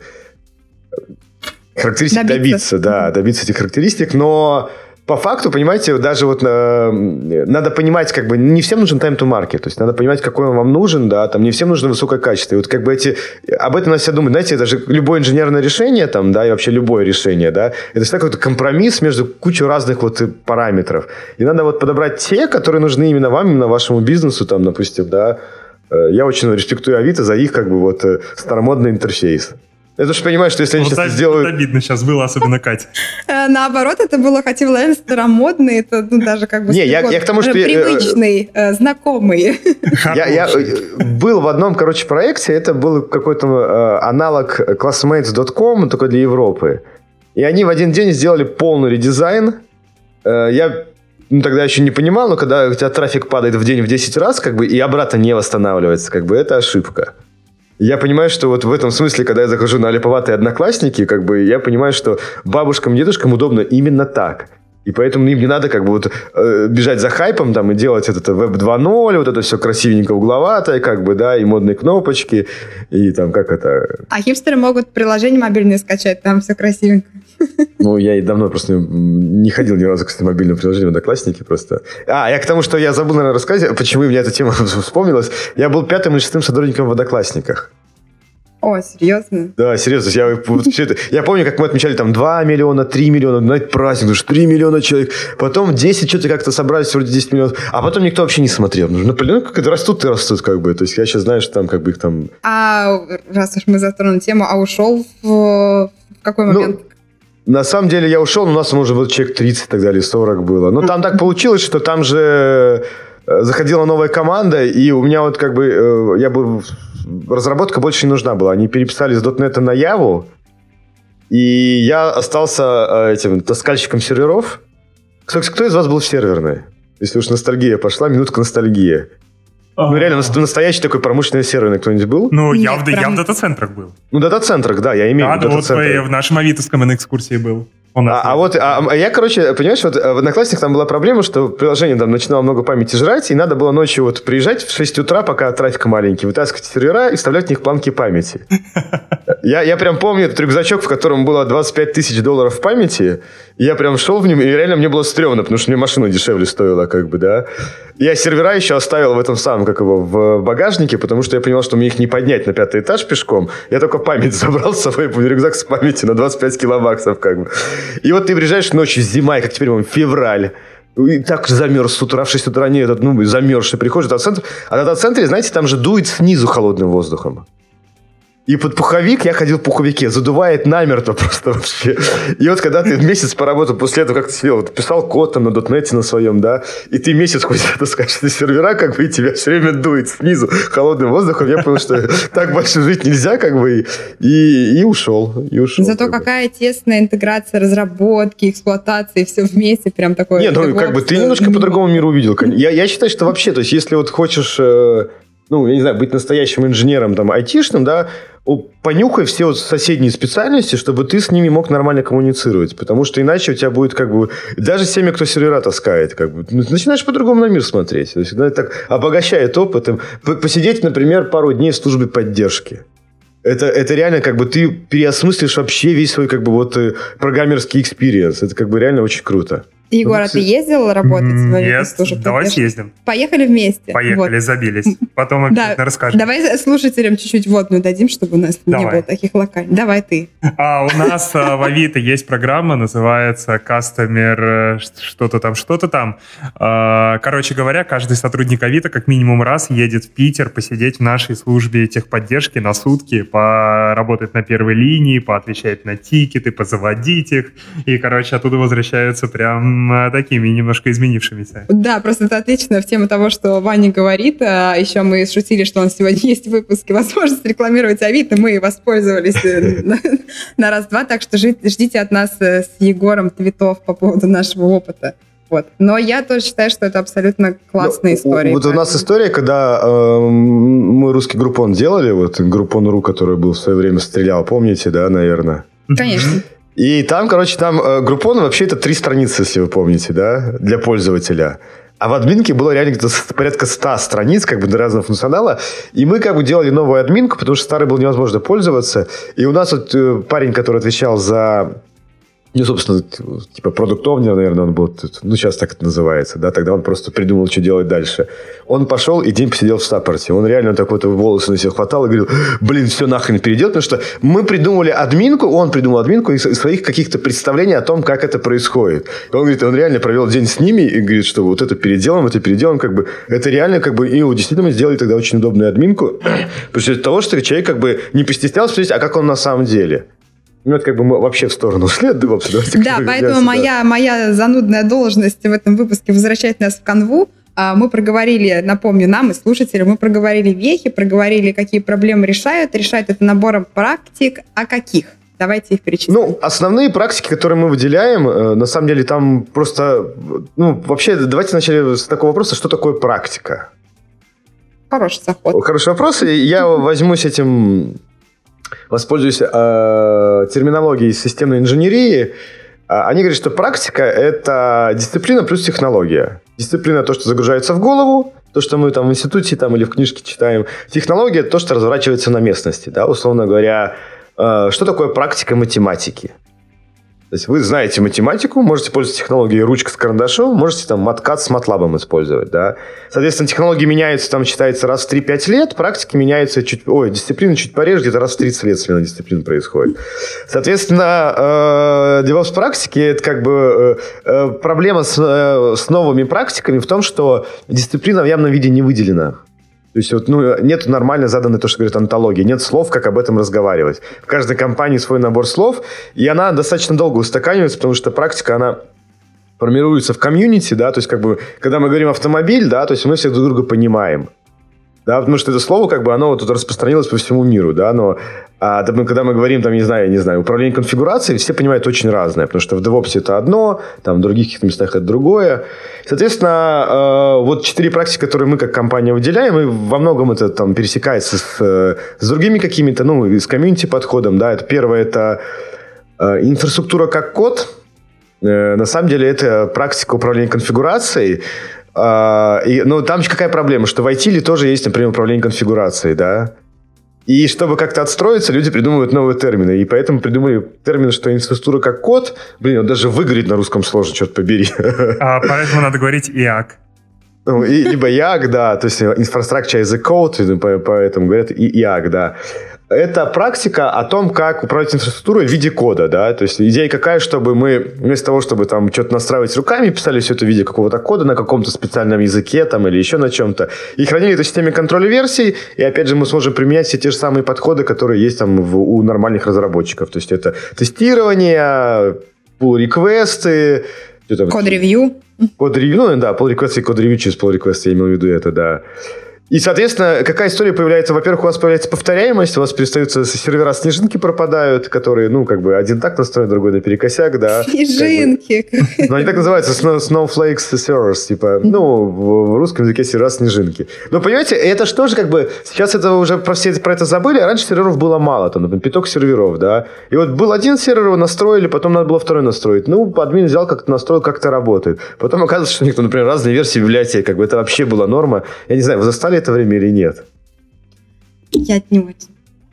характеристик добиться. добиться, да, добиться этих характеристик, но по факту, понимаете, даже вот э, надо понимать, как бы, не всем нужен time to market, то есть надо понимать, какой он вам нужен, да, там не всем нужно высокое качество, и вот как бы эти, об этом надо все думать, знаете, даже любое инженерное решение, там, да, и вообще любое решение, да, это всегда какой-то компромисс между кучей разных вот параметров, и надо вот подобрать те, которые нужны именно вам, именно вашему бизнесу, там, допустим, да, я очень респектую Авито за их, как бы, вот, старомодный интерфейс. Это же понимаешь, что если они вот сейчас это сделают... обидно сейчас было, особенно Катя. Наоборот, это было, хотя бы, старомодный, это ну, даже как бы... Не, я, я к тому, что... Привычный, знакомый. Я, я был в одном, короче, проекте, это был какой-то аналог classmates точка ком, только для Европы. И они в один день сделали полный редизайн. Я ну, тогда еще не понимал, но когда у тебя трафик падает в день в десять раз, как бы, и обратно не восстанавливается, как бы, это ошибка. Я понимаю, что вот в этом смысле, когда я захожу на липоватые Одноклассники, как бы, я понимаю, что бабушкам, дедушкам удобно именно так. И поэтому им не надо как бы вот э, бежать за хайпом там и делать это веб два ноль, вот это все красивенько угловатое, как бы, да, и модные кнопочки, и там как это... А хипстеры могут приложение мобильное скачать, там все красивенько. Ну, я и давно просто не ходил ни разу к мобильному приложению в Одноклассники просто. А, я к тому, что я забыл, наверное, рассказать, почему у меня эта тема вспомнилась. Я был пятым или шестым сотрудником в Одноклассниках. О, серьезно? Да, серьезно. Я, я помню, как мы отмечали там два миллиона, три миллиона, на этот праздник, уж три миллиона человек. Потом десять, что-то как-то собрались, вроде десять миллионов. А потом никто вообще не смотрел. Ну, ну как это растут и растут, как бы. То есть я сейчас знаю, что там как бы их там... А раз уж мы затронули тему, а ушел в, в какой момент? Ну, на самом деле я ушел, у нас, может, вот человек тридцать и так далее, сорок было. Но там так получилось, что там же заходила новая команда, и у меня вот как бы... Я бы... Разработка больше не нужна была. Они переписали с .дот нет на Яву, и я остался этим таскальщиком серверов. Кстати, кто из вас был в серверной? Если уж ностальгия пошла, минутка ностальгии. Ну, реально, настоящий такой промышленный серверный кто-нибудь был? Ну, я в, я в дата-центрах был. Ну, дата-центрах, да, я имею в виду дата-центры. Да, вот в нашем авитовском на экскурсии был. А, а вот а, а я, короче, понимаешь, вот в Одноклассниках там была проблема, что приложение там начинало много памяти жрать, и надо было ночью вот приезжать в шесть утра, пока трафик маленький, вытаскивать сервера и вставлять в них планки памяти. Я, я прям помню этот рюкзачок, в котором было двадцать пять тысяч долларов памяти, и я прям шел в нем, и реально мне было стрёмно, потому что мне машина дешевле стоила, как бы, да. Я сервера еще оставил в этом самом, как его, в багажнике, потому что я понимал, что мне их не поднять на пятый этаж пешком. Я только память забрал с собой, рюкзак с памятью на двадцать пять килобаксов, как бы. И вот ты приезжаешь ночью, зима, как теперь, февраль, и так замерз с утра, в шесть утра, не, этот, ну, замерзший, приходишь в дата-центр, а на дата-центре, знаете, там же дует снизу холодным воздухом. И под пуховик, я ходил в пуховике, задувает намертво просто вообще. И вот когда ты месяц поработал, после этого как ты сидел, вот, писал код там на .дот нет на своем, да, и ты месяц ходишь, таскаешь на сервера, как бы, и тебя все время дует снизу холодным воздухом, я понял, что так больше жить нельзя, как бы, и, и ушел, и ушел. Зато какая бы. Тесная интеграция разработки, эксплуатации, все вместе, прям такое. Нет, ну, как бы, ты немножко по-другому мир увидел. Я, я считаю, что вообще, то есть, если вот хочешь... ну, я не знаю, быть настоящим инженером, там, айтишным, да, понюхай все вот соседние специальности, чтобы ты с ними мог нормально коммуницировать, потому что иначе у тебя будет, как бы, даже с теми, кто сервера таскает, как бы, начинаешь по-другому на мир смотреть, то есть, да, так обогащает опытом. Посидеть, например, пару дней в службе поддержки. Это, это реально, как бы, ты переосмыслишь вообще весь свой, как бы, вот, программерский экспириенс. Это, как бы, реально очень круто. Егор, а ты ездил работать в Нет, давай съездим. Поехали вместе. Поехали, вот. Забились. Потом обязательно да, расскажем. Давай слушателям чуть-чуть вводную дадим, чтобы у нас давай. Не было таких локальных. Давай ты. А у нас в Авито есть программа, называется Customer что-то там, что-то там. Короче говоря, каждый сотрудник Авито как минимум раз едет в Питер посидеть в нашей службе техподдержки на сутки, поработать на первой линии, поотвечать на тикеты, позаводить их. И, короче, оттуда возвращаются прям такими немножко изменившимися. Да, просто это отлично в тему того, что Ваня говорит. А еще мы шутили, что у нас сегодня есть в выпуске возможность рекламировать Авито. Мы воспользовались на раз-два. Так что ждите от нас с Егором твитов по поводу нашего опыта. Вот. Но я тоже считаю, что это абсолютно классная ну, история. Вот поэтому... у нас история, когда э, мы русский группон делали, вот группон.ру, который был в свое время стрелял, помните, да, наверное? Конечно. И там, короче, там э, группон вообще это три страницы, если вы помните, да, для пользователя. А в админке было реально где-то порядка ста страниц, как бы, для разного функционала. И мы как бы делали новую админку, потому что старой было невозможно пользоваться. И у нас вот э, парень, который отвечал за... Ну, собственно, типа продуктовнер, наверное, он был, ну, сейчас так это называется, да, тогда он просто придумал, что делать дальше. Он пошел и день посидел в саппорте. Он реально так вот волосы на себя хватал и говорил, блин, все нахрен перейдет, потому что мы придумали админку, он придумал админку из своих каких-то представлений о том, как это происходит. И он говорит, он реально провел день с ними и говорит, что вот это переделаем, это переделаем, как бы, это реально, как бы, и действительно мы сделали тогда очень удобную админку, потому что из-за того, что человек, как бы, не постеснялся спросить, а как он на самом деле. Ну, это как бы мы вообще в сторону ушли от DevOps. Да, поэтому моя, моя занудная должность в этом выпуске возвращать нас в канву. Мы проговорили, напомню нам и слушателям, мы проговорили вехи, проговорили, какие проблемы решают. Решают это набором практик. А каких? Давайте их перечислим. Ну, основные практики, которые мы выделяем, на самом деле там просто... Ну, вообще, давайте начали с такого вопроса, что такое практика? Хороший заход. Хороший вопрос. Я возьмусь этим... Воспользуюсь э, терминологией системной инженерии. Они говорят, что практика – это дисциплина плюс технология. Дисциплина – то, что загружается в голову, то, что мы там в институте там, или в книжке читаем. Технология – то, что разворачивается на местности. Да? Условно говоря, э, что такое практика математики? То есть вы знаете математику, можете пользоваться технологией ручка с карандашом, можете там маткад с матлабом использовать, да. Соответственно, технологии меняются, там считается раз в три-пять лет, практики меняются чуть, ой, дисциплина чуть пореже, где-то раз в тридцать лет смена дисциплин происходит. Соответственно, э, DevOps практики это как бы э, проблема с, э, с новыми практиками в том, что дисциплина в явном виде не выделена. То есть вот, ну, нет нормально заданной, то, что говорит онтология, нет слов, как об этом разговаривать. В каждой компании свой набор слов, и она достаточно долго устаканивается, потому что практика, она формируется в комьюнити, да, то есть как бы, когда мы говорим автомобиль, да, то есть мы все друг друга понимаем. Да, потому что это слово, как бы, оно вот тут распространилось по всему миру, да, но а, когда мы говорим, там, не знаю, не знаю, управление конфигурацией, все понимают очень разное, потому что в DevOps это одно, там, в других каких-то местах это другое. Соответственно, э, вот четыре практики, которые мы как компания выделяем, и во многом это там пересекается с, с другими какими-то, ну, с комьюнити-подходом, да, это первое, это э, инфраструктура как код, э, на самом деле это практика управления конфигурацией. Uh, и, ну, там же какая проблема, что в ай ти тоже есть, например, управление конфигурацией, да? И чтобы как-то отстроиться, люди придумывают новые термины. И поэтому придумали термин, что инфраструктура как код. Блин, он даже выговорить на русском сложно, черт побери. А поэтому надо говорить ай эй си. Ну, и, либо ай эй си, да, то есть Infrastructure as a Code, поэтому говорят и ай эй си, да. Это практика о том, как управлять инфраструктурой в виде кода, да, то есть идея какая, чтобы мы вместо того, чтобы там что-то настраивать руками, писали все это в виде какого-то кода на каком-то специальном языке там или еще на чем-то, и хранили это в системе контроля версий, и опять же мы сможем применять все те же самые подходы, которые есть там в, у нормальных разработчиков, то есть это тестирование, pull-реквесты, код-ревью. Код-ревью, ну да, pull-реквесты и код-ревью через pull-реквесты, я имел в виду это, да. И, соответственно, какая история появляется? Во-первых, у вас появляется повторяемость, у вас перестаются сервера снежинки пропадают, которые, ну, как бы, один так настроен, другой наперекосяк, да. Снежинки. Как бы, ну, они так называются, snowflakes servers, типа, ну, в, в русском языке сервера снежинки. Но, понимаете, это что же, как бы, сейчас это уже про, все про это забыли, а раньше серверов было мало, там, например, пяток серверов, да. И вот был один сервер, его настроили, потом надо было второй настроить. Ну, админ взял, как-то настроил, как это работает. Потом оказывается, что у них, например, разные версии библиотек, как бы, это вообще была норма. Я не знаю, вы застали это время или нет? Я не очень.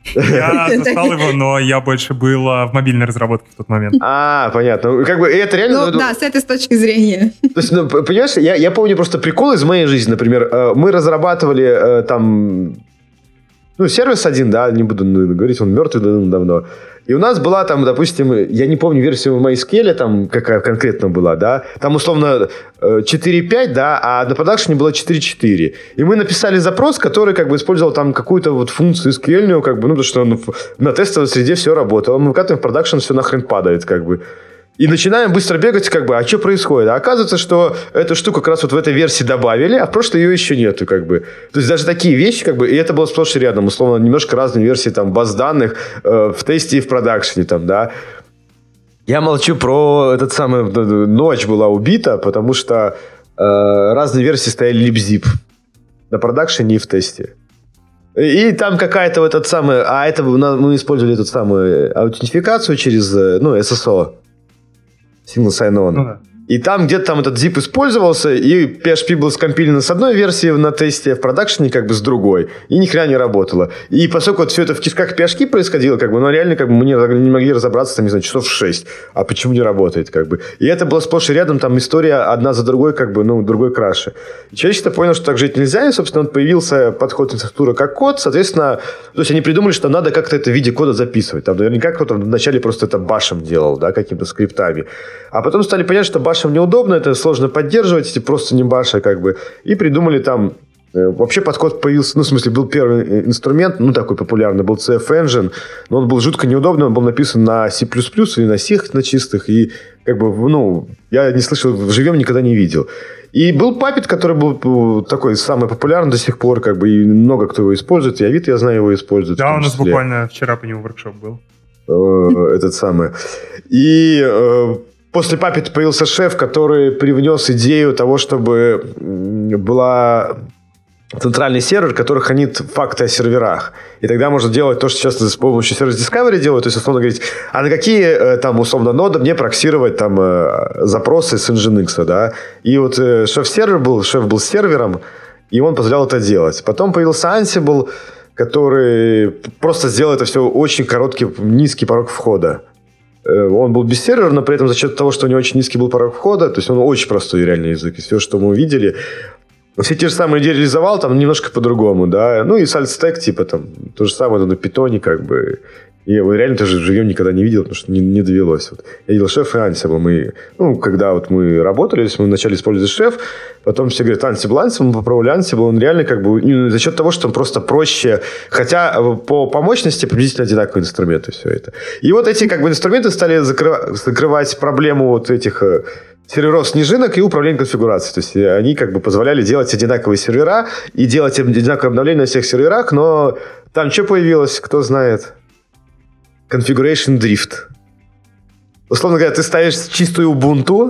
Я застал его, но я больше был в мобильной разработке в тот момент. А, понятно. Как бы это реально... Ну, да, с этой с точки зрения. То есть, ну, понимаешь, я, я помню просто прикол из моей жизни, например. Мы разрабатывали там... Ну, сервис один, да, не буду говорить, он мертвый давно. И у нас была там, допустим, я не помню версию в MySQL, там какая конкретно была, да, там условно четыре пять, да, а на продакшене было четыре четыре. И мы написали запрос, который как бы использовал там какую-то вот функцию эс кью эль, как бы, ну, потому что он на тестовой среде все работало. Мы выкатываем в продакшен, все нахрен падает, как бы. И начинаем быстро бегать, как бы, а что происходит? А оказывается, что эту штуку как раз вот в этой версии добавили, а в прошлой ее еще нету, как бы. То есть даже такие вещи, как бы, и это было сплошь и рядом, условно, немножко разные версии там баз данных э, в тесте и в продакшене, там, да. Я молчу про этот самый, ночь была убита, потому что э, разные версии стояли libzip на продакшене и в тесте. И там какая-то вот этот самый, а это мы использовали эту самую аутентификацию через, ну, эс эс о. Single sign-on. Ну, да. И там где-то там этот zip использовался, и пи эйч пи был скомпилен с одной версии на тесте, а в продакшене как бы с другой. И ни хрена не работало. И поскольку вот все это в кишках пи эйч пи происходило, как бы, ну реально как бы мы не, не могли разобраться, там, не знаю, часов шесть. А почему не работает, как бы. И это было сплошь и рядом, там история одна за другой, как бы, ну, другой краше. И человечество понял, что так жить нельзя, и, собственно, вот появился подход инфраструктура как код, соответственно, то есть они придумали, что надо как-то это в виде кода записывать. Там наверняка кто-то вначале просто это башем делал, да, какими-то скриптами. А потом стали понять, что башем неудобно, это сложно поддерживать, эти просто не баша, как бы. И придумали там... Э, вообще подход появился... Ну, в смысле, был первый инструмент, ну, такой популярный, был си эф Engine, но он был жутко неудобный, он был написан на C++ или на C, на чистых, и как бы, ну, я не слышал, вживем никогда не видел. И был Puppet, который был такой самый популярный до сих пор, как бы, и много кто его использует, и Авито, я знаю, его использует. Да, у нас буквально вчера по нему воркшоп был. этот самый. И после Puppet появился шеф, который привнес идею того, чтобы была центральный сервер, который хранит факты о серверах. И тогда можно делать то, что сейчас с помощью Service Discovery делают, то есть, условно говорить, а на какие, там, условно, ноды мне проксировать там запросы с Nginx, да. И вот шеф-сервер был, шеф был сервером, и он позволял это делать. Потом появился Ansible, который просто сделал это все очень короткий, низкий порог входа. Он был без сервера, но при этом за счет того, что у него очень низкий был порог входа, то есть он очень простой реальный язык. И все, что мы увидели, все те же самые идеи реализовал, там немножко по-другому, да. Ну и SaltStack, типа там, то же самое, но на питоне, как бы. И я его реально тоже живьем никогда не видел, потому что не, не довелось. Вот. Я видел шеф и Ansible. Мы, ну, когда вот мы работали, мы вначале использовали шеф, потом все говорят Ansible, Ansible, мы попробовали Ansible, он реально как бы, за счет того, что он просто проще, хотя по, по мощности приблизительно одинаковые инструменты, все это. И вот эти как бы инструменты стали закрывать, закрывать проблему вот этих серверов снежинок и управления конфигурацией. То есть они как бы позволяли делать одинаковые сервера и делать одинаковые обновления на всех серверах, но там что появилось, кто знает? Configuration Drift. Условно говоря, ты ставишь чистую Ubuntu,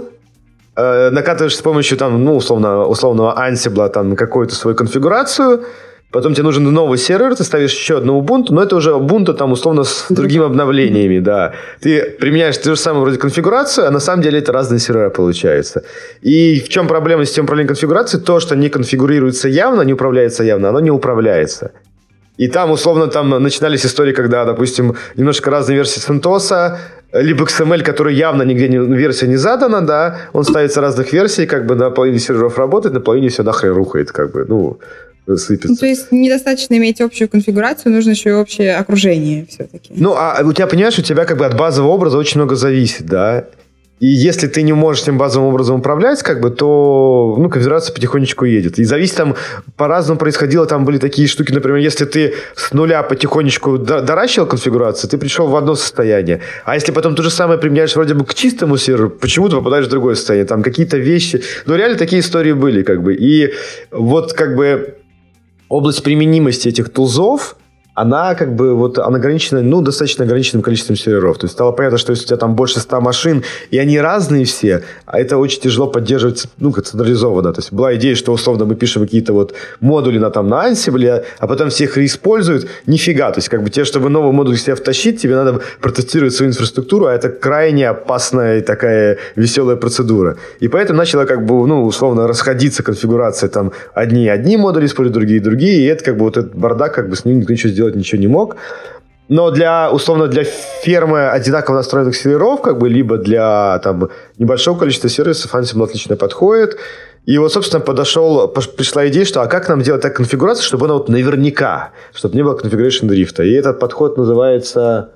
э, накатываешь с помощью там, ну, условно, условного Ansible там, какую-то свою конфигурацию, потом тебе нужен новый сервер, ты ставишь еще одну Ubuntu, но это уже Ubuntu там, условно, с другими обновлениями, да. Ты применяешь ту же самую вроде конфигурацию, а на самом деле это разные сервера получаются. И в чем проблема с системой управления конфигурацией? То, что не конфигурируется явно, не управляется явно, оно не управляется. И там, условно, там начинались истории, когда, допустим, немножко разные версии CentOS, либо икс эм эль, который явно нигде не, версия не задана, да, он ставится разных версий, как бы на половине серверов работает, на половине все нахрен рухает, как бы, ну, сыпется. Ну, то есть недостаточно иметь общую конфигурацию, нужно еще и общее окружение все-таки. Ну, а у тебя, понимаешь, у тебя как бы от базового образа очень много зависит, да. И если ты не можешь этим базовым образом управлять, как бы, то, ну, конфигурация потихонечку едет. И зависит там, по-разному происходило, там были такие штуки, например, если ты с нуля потихонечку доращивал конфигурацию, ты пришел в одно состояние. А если потом то же самое применяешь вроде бы к чистому серверу, почему-то попадаешь в другое состояние. Там какие-то вещи. Ну, реально такие истории были, как бы. И вот, как бы, область применимости этих тулзов, она как бы вот она ограничена, ну, достаточно ограниченным количеством серверов. То есть стало понятно, что если у тебя там больше ста машин, и они разные все, а это очень тяжело поддерживать, ну, как централизованно. То есть была идея, что условно мы пишем какие-то вот модули на, там, на Ansible, а потом все их реиспользуют. Нифига. То есть как бы тебе, чтобы новый модуль себе втащить, тебе надо протестировать свою инфраструктуру, а это крайне опасная и такая веселая процедура. И поэтому начала как бы, ну, условно расходиться конфигурация. Там одни одни модули используют, другие другие, и это как бы вот этот бардак, как бы с ним никто ничего сделать ничего не мог. Но для, условно, для фермы одинаково настроенных серверов, как бы, либо для там, небольшого количества сервисов Ansible отлично подходит. И вот, собственно, подошел, пришла идея, что а как нам делать так конфигурацию, чтобы она вот наверняка, чтобы не было configuration дрифта. И этот подход называется,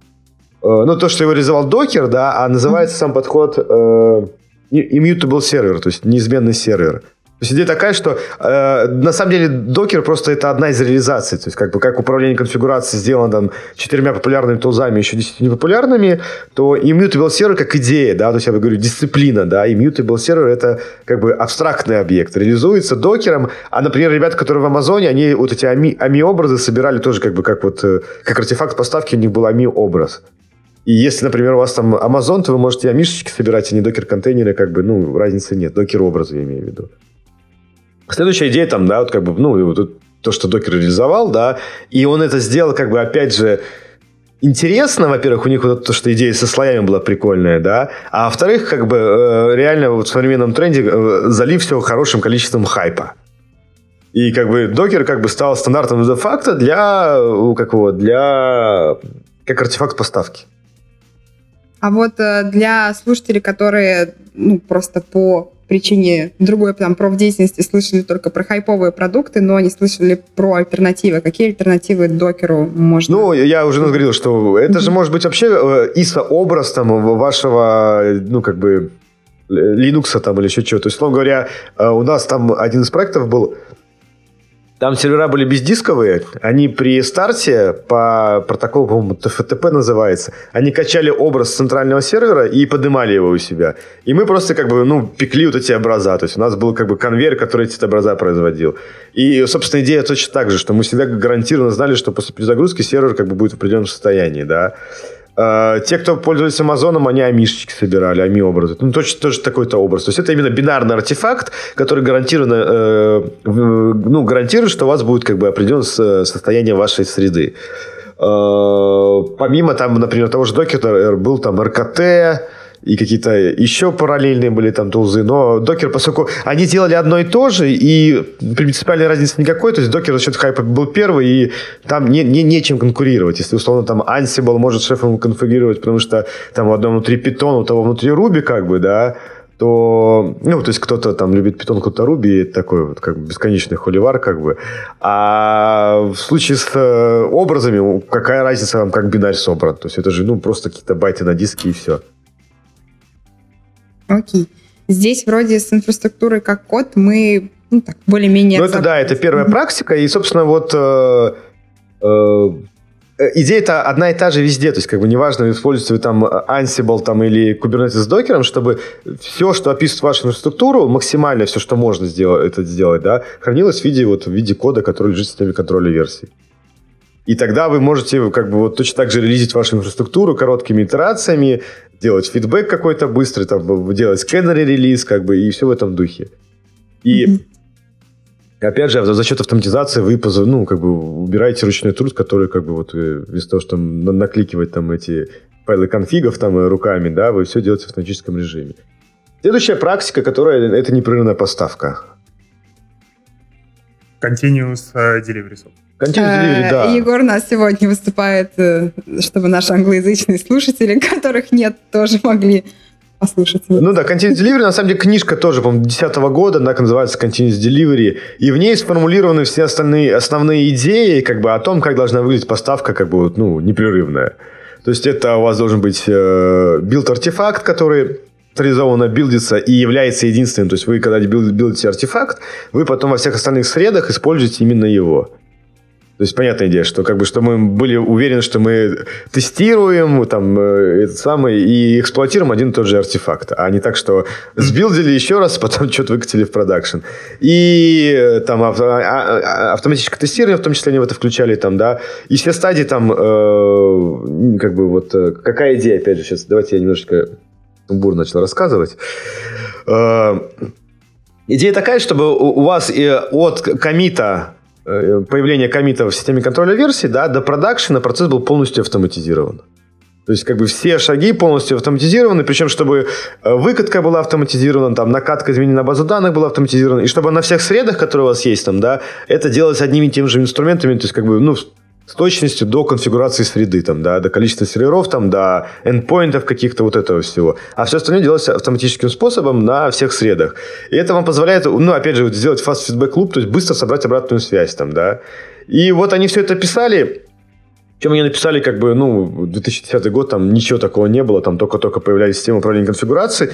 э, ну, то, что его реализовал Docker, да, а называется сам подход э, immutable сервер, то есть неизменный сервер. То есть идея такая, что э, на самом деле Docker просто это одна из реализаций. То есть как бы как управление конфигурацией сделано там четырьмя популярными тулзами, еще десятью непопулярными, то immutable сервер как идея, да, то есть я бы говорю дисциплина, да, immutable сервер это как бы абстрактный объект, реализуется докером, а, например, ребята, которые в Амазоне, они вот эти ами-образы собирали тоже как бы как вот как артефакт поставки, у них был ами-образ. И если, например, у вас там Amazon, то вы можете амишечки собирать, а не докер-контейнеры, как бы, ну, разницы нет, докер-образы я имею в виду. Следующая идея там, да, вот как бы, ну, вот то, что Docker реализовал, да, и он это сделал, как бы, опять же, интересно, во-первых, у них вот то, что идея со слоями была прикольная, да, а во-вторых, как бы, реально вот в современном тренде залив все хорошим количеством хайпа. И, как бы, Docker, как бы, стал стандартом де-факто для, как его, для, как артефакт поставки. А вот для слушателей, которые, ну, просто по причине другой там профдеятельности слышали только про хайповые продукты, но не слышали про альтернативы. Какие альтернативы докеру можно? Ну, я уже говорил, что это mm-hmm. же может быть вообще ай эс о-образ там вашего, ну, как бы, Linux там или еще чего. То есть, условно говоря, у нас там один из проектов был, там сервера были бездисковые, они при старте по протоколу, по-моему, ти эф ти пи называется, они качали образ центрального сервера и поднимали его у себя. И мы просто как бы, ну, пекли вот эти образа. То есть у нас был как бы конвейер, который эти образа производил. И, собственно, идея точно так же, что мы всегда гарантированно знали, что после перезагрузки сервер как бы будет в определенном состоянии, да. Uh, те, кто пользовались Амазоном, они амишечки собирали, ами-образы. Ну, точно тоже такой-то образ. То есть это именно бинарный артефакт, который гарантированно, э, ну, гарантирует, что у вас будет как бы определенное состояние вашей среды. Uh, помимо там, например, того же докера был там эр ка тэ, и какие-то еще параллельные были там тулзы, но докер, поскольку они делали одно и то же, и принципиальной разницы никакой, то есть докер за счет хайпа был первый, и там не, не, нечем конкурировать. Если, условно, там Ansible может шефом конфигурировать, потому что там у одного внутри Python, у того внутри Ruby, как бы, да, то, ну, то есть кто-то там любит Python, кто-то Ruby, такой вот как бы бесконечный холивар, как бы. А в случае с э, образами, какая разница вам, как бинарь собран? То есть это же, ну, просто какие-то байты на диске и все. Окей. Здесь вроде с инфраструктурой как код мы ну, так, более-менее... Ну, это да, это первая mm-hmm. практика. И, собственно, вот э, э, идея-то одна и та же везде. То есть, как бы неважно, используете вы там Ansible там, или Kubernetes с докером, чтобы все, что описывает вашу инфраструктуру, максимально все, что можно сделать, это сделать, да, хранилось в виде, вот, в виде кода, который лежит в системе контроля версий. И тогда вы можете как бы вот точно так же релизить вашу инфраструктуру короткими итерациями, делать фидбэк какой-то быстрый, там, делать скэнеры релиз, как бы, и все в этом духе. И mm-hmm. опять же, за счет автоматизации вы ну, как бы убираете ручной труд, который как бы вот вместо того, чтобы накликивать там эти файлы конфигов там руками, да, вы все делаете в автоматическом режиме. Следующая практика, которая это непрерывная поставка. Continuous uh, delivery. Continuous delivery, да. Егор у нас сегодня выступает, чтобы наши англоязычные слушатели, которых нет, тоже могли послушать. Ну да, Continuous Delivery, на самом деле, книжка тоже, по-моему, две тысячи десятого года, она называется Continuous Delivery, и в ней сформулированы все остальные основные идеи, как бы, о том, как должна выглядеть поставка, как бы, ну, непрерывная. То есть это у вас должен быть э, билд-артефакт, который централизованно билдится и является единственным. То есть вы, когда билдите артефакт, вы потом во всех остальных средах используете именно его. То есть, понятная идея, что, как бы, что мы были уверены, что мы тестируем там, этот самый, и эксплуатируем один и тот же артефакт, а не так, что сбилдили еще раз, потом что-то выкатили в продакшн. И там автоматическое тестирование, в том числе они в это включали, там, да, и все стадии там, э, как бы, вот, какая идея, опять же, сейчас, давайте я немножечко сумбурно начал рассказывать. Э, идея такая, чтобы у вас от коммита появление коммита в системе контроля версий, да, до продакшена процесс был полностью автоматизирован. То есть, как бы, все шаги полностью автоматизированы, причем, чтобы выкатка была автоматизирована, там, накатка изменений на базу данных была автоматизирована, и чтобы на всех средах, которые у вас есть, там, да, это делалось одними и теми же инструментами, то есть, как бы, ну, с точностью до конфигурации среды, там, да, до количества серверов, там, до эндпоинтов каких-то, вот этого всего. А все остальное делается автоматическим способом на всех средах. И это вам позволяет, ну, опять же, вот, сделать fast feedback loop, то есть быстро собрать обратную связь, там, да. И вот они все это писали, чем они написали, как бы, ну, две тысячи десятый год, там ничего такого не было, там только-только появлялись системы управления конфигурацией.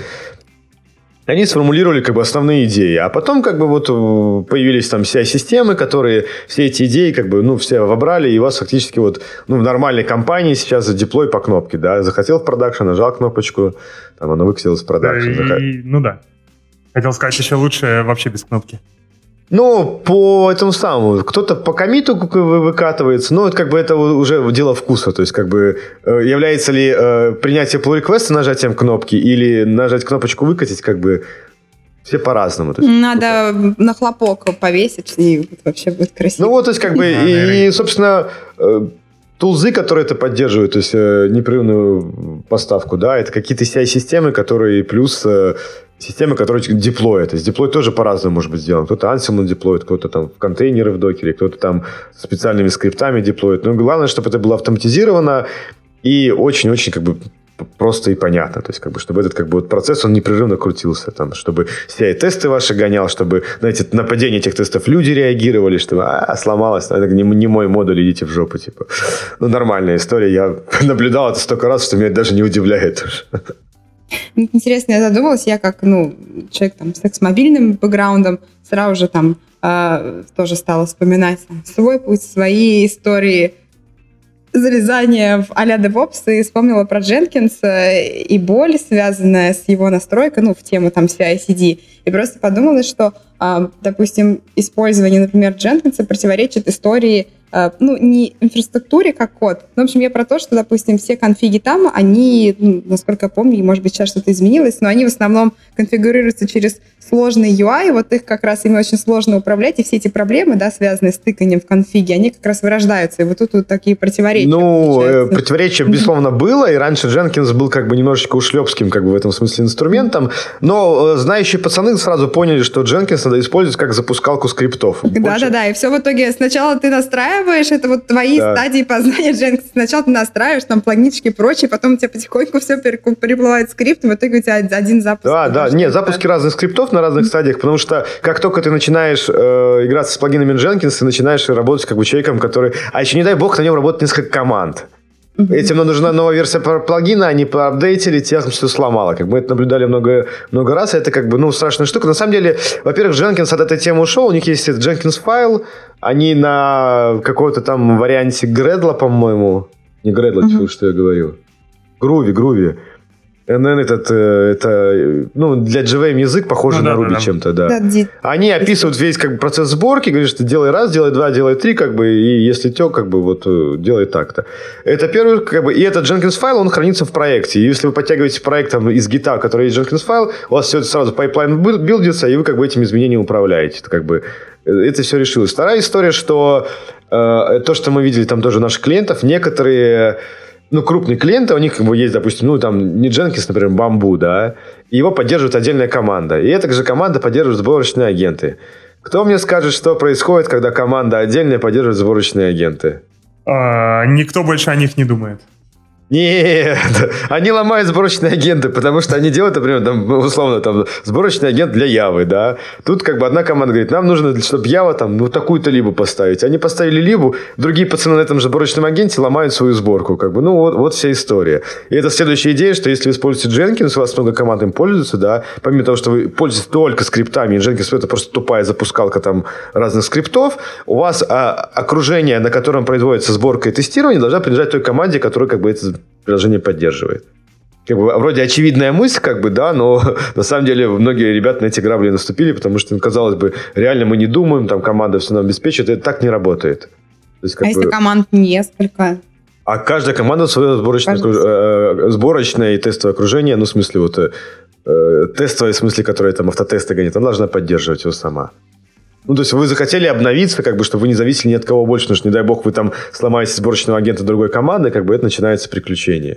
Они сформулировали, как бы, основные идеи, а потом, как бы, вот появились там си ай-системы, которые все эти идеи, как бы, ну, все вобрали, и у вас фактически вот, ну, в нормальной компании сейчас деплой по кнопке, да, захотел в продакшн, нажал кнопочку, там оно выкатилось в продакшн. Да, и, ну да. Хотел сказать, еще лучше вообще без кнопки. Ну, по этому самому. Кто-то по коммиту выкатывается, но это, как бы, это уже дело вкуса. То есть, как бы, является ли э, принятие pull request нажатием кнопки или нажать кнопочку выкатить, как бы, все по-разному. То есть, надо вот на хлопок повесить, и вообще будет красиво. Ну, вот, то есть, как бы, да, и, и, собственно, э, тулзы, которые это поддерживают, то есть, э, непрерывную поставку, да, это какие-то си ай-системы, которые плюс... Э, системы, которые деплоят. То есть деплой тоже по-разному может быть сделан. Кто-то Ansible деплоит, кто-то там в контейнеры в докере, кто-то там специальными скриптами деплоит. Но главное, чтобы это было автоматизировано и очень-очень, как бы, просто и понятно. То есть, как бы, чтобы этот, как бы, вот процесс, он непрерывно крутился. Там, чтобы си ай-тесты ваши гонял, чтобы на эти нападения этих тестов люди реагировали, чтобы а, сломалось, это не, не мой модуль, идите в жопу. Типа. Ну, нормальная история. Я наблюдал это столько раз, что меня это даже не удивляет уже. Интересно, я задумалась, я как, ну, человек там с экс-мобильным бэкграундом сразу же там э, тоже стала вспоминать там, свой путь, свои истории залезания в а-ля DevOps и вспомнила про Дженкинса и боль, связанная с его настройкой, ну, в тему там си ай си ди. И просто подумала, что, э, допустим, использование, например, Дженкинса противоречит истории ну, не инфраструктуре как код. Но, в общем, я про то, что, допустим, все конфиги там, они, ну, насколько я помню, может быть, сейчас что-то изменилось, но они в основном конфигурируются через сложный ю ай, вот их как раз ими очень сложно управлять, и все эти проблемы, да, связанные с тыканием в конфиге, они как раз вырождаются, и вот тут вот такие противоречия. Ну, э, противоречия, безусловно, было, и раньше Jenkins был как бы немножечко ушлепским как бы в этом смысле инструментом, но э, знающие пацаны сразу поняли, что Jenkins надо использовать как запускалку скриптов. Да-да-да, и все в итоге сначала ты настраиваешь, это вот твои да. стадии познания Jenkins, сначала ты настраиваешь там плагинчики и прочее, потом у тебя потихоньку все переплывает скрипт, и в итоге у тебя один запуск. Да, да, нет, запуски разных скриптов на разных стадиях, потому что как только ты начинаешь э, играться с плагинами Jenkins, ты начинаешь работать как бы человеком, который... А еще, не дай бог, на нем работает несколько команд. Mm-hmm. Этим нужна новая версия плагина, они поапдейтили, техно все сломало. Как мы это наблюдали много, много раз, это как бы, ну, страшная штука. На самом деле, во-первых, Jenkins от этой темы ушел, у них есть этот Jenkins файл, они на каком-то там варианте Gradle, по-моему, не Gradle, mm-hmm. что я говорю, Groovy, Groovy. эн эн этот, это, ну, для джей ви эм язык похож ну, на да, Ruby да, чем-то, да. да. Они описывают весь как бы, процесс сборки, говорят, что делай раз, делай два, делай три, как бы, и если тё, как бы, вот, делай так-то. Это первый, как бы, и этот Jenkins файл, он хранится в проекте. И если вы подтягиваете проект там, из гита, который есть Jenkins файл, у вас все это сразу пайплайн билдится, и вы как бы этими изменениями управляете. Это как бы, это все решилось. Вторая история, что э, то, что мы видели там тоже у наших клиентов, некоторые... Ну, крупные клиенты, у них как бы, есть, допустим, ну, там, не Jenkins, например, Bamboo, да, и его поддерживает отдельная команда. И эта же команда поддерживает сборочные агенты. Кто мне скажет, что происходит, когда команда отдельная поддерживает сборочные агенты? А, никто больше о них не думает. Нет, они ломают сборочные агенты, потому что они делают, например, там, условно, там, сборочный агент для Явы, да. Тут как бы одна команда говорит, нам нужно, чтобы Ява там, ну, такую-то либу поставить. Они поставили либу, другие пацаны на этом же сборочном агенте ломают свою сборку, как бы, ну, вот, вот вся история. И это следующая идея, что если вы используете Jenkins, у вас много команд им пользуются, да, помимо того, что вы пользуетесь только скриптами, и Jenkins это просто тупая запускалка там разных скриптов, у вас а, окружение, на котором производится сборка и тестирование, должна принадлежать той команде, которая как бы это приложение поддерживает. Как бы, вроде очевидная мысль, как бы, да, но на самом деле многие ребята на эти грабли наступили, потому что, казалось бы, реально мы не думаем, там команда все нам обеспечит, это так не работает. То есть, как а бы... если команд несколько? А каждая команда свое сборочное, окруж... э, сборочное и тестовое окружение, ну, в смысле, вот э, тестовое, в смысле, которое там автотесты гонит, она должна поддерживать его сама. Ну, то есть вы захотели обновиться, как бы, чтобы вы не зависели ни от кого больше, потому что, не дай бог, вы там сломаете сборочного агента другой команды, как бы это начинается приключение.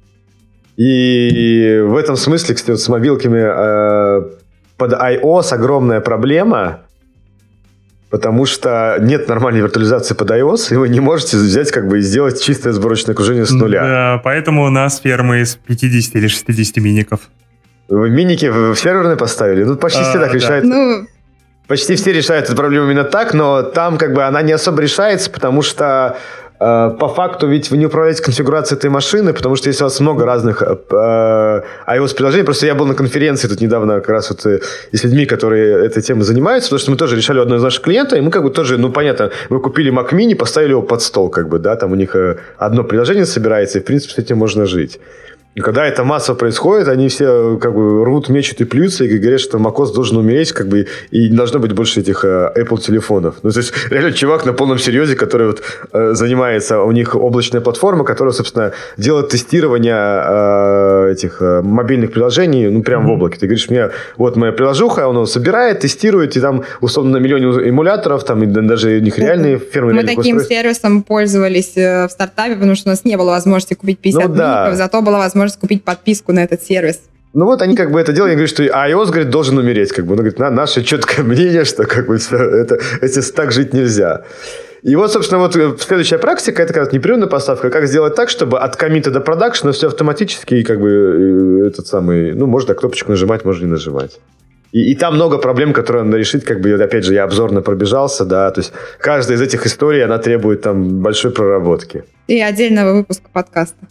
И в этом смысле, кстати, вот с мобилками э, под iOS огромная проблема, потому что нет нормальной виртуализации под iOS, и вы не можете взять, как бы, и сделать чистое сборочное окружение с нуля. Да, поэтому у нас фермы из пятидесяти или шестидесяти миников. Вы миники в серверные поставили? Ну, почти а, все так да. решают. Ну... Почти все решают эту проблему именно так, но там как бы она не особо решается, потому что э, по факту ведь вы не управляете конфигурацией этой машины, потому что если у вас много разных э, iOS-приложений, просто я был на конференции тут недавно как раз вот э, и с людьми, которые этой темой занимаются, потому что мы тоже решали у одного из наших клиентов, и мы как бы тоже, ну понятно, мы купили Mac Mini, поставили его под стол, как бы, да, там у них э, одно приложение собирается, и в принципе с этим можно жить. И когда это массово происходит, они все как бы рвут, мечут и плюются, и говорят, что macOS должен умереть, как бы, и не должно быть больше этих э, Apple телефонов. Ну, то есть, реально чувак на полном серьезе, который вот, э, занимается, у них облачная платформа, которая, собственно, делает тестирование э, этих э, мобильных приложений, ну, прямо mm-hmm. в облаке. Ты говоришь, мне, вот моя приложуха, он его собирает, тестирует, и там, условно, на миллионе эмуляторов, там, и даже у них реальные mm-hmm. фермы. Мы таким устройств. сервисом пользовались в стартапе, потому что у нас не было возможности купить пятьдесят ну, да. миников, зато была возможность купить подписку на этот сервис. Ну вот они как бы это делают, они говорят, что iOS, говорит, должен умереть. Как бы. Он говорит, на, наше четкое мнение, что как бы все это, это так жить нельзя. И вот, собственно, вот следующая практика, это как раз непрерывная поставка, как сделать так, чтобы от коммита до продакшена все автоматически, и как бы этот самый, ну, можно кнопочку нажимать, можно не нажимать. И, и там много проблем, которые надо решить, как бы, опять же, я обзорно пробежался, да, то есть каждая из этих историй, она требует там большой проработки. И отдельного выпуска подкаста.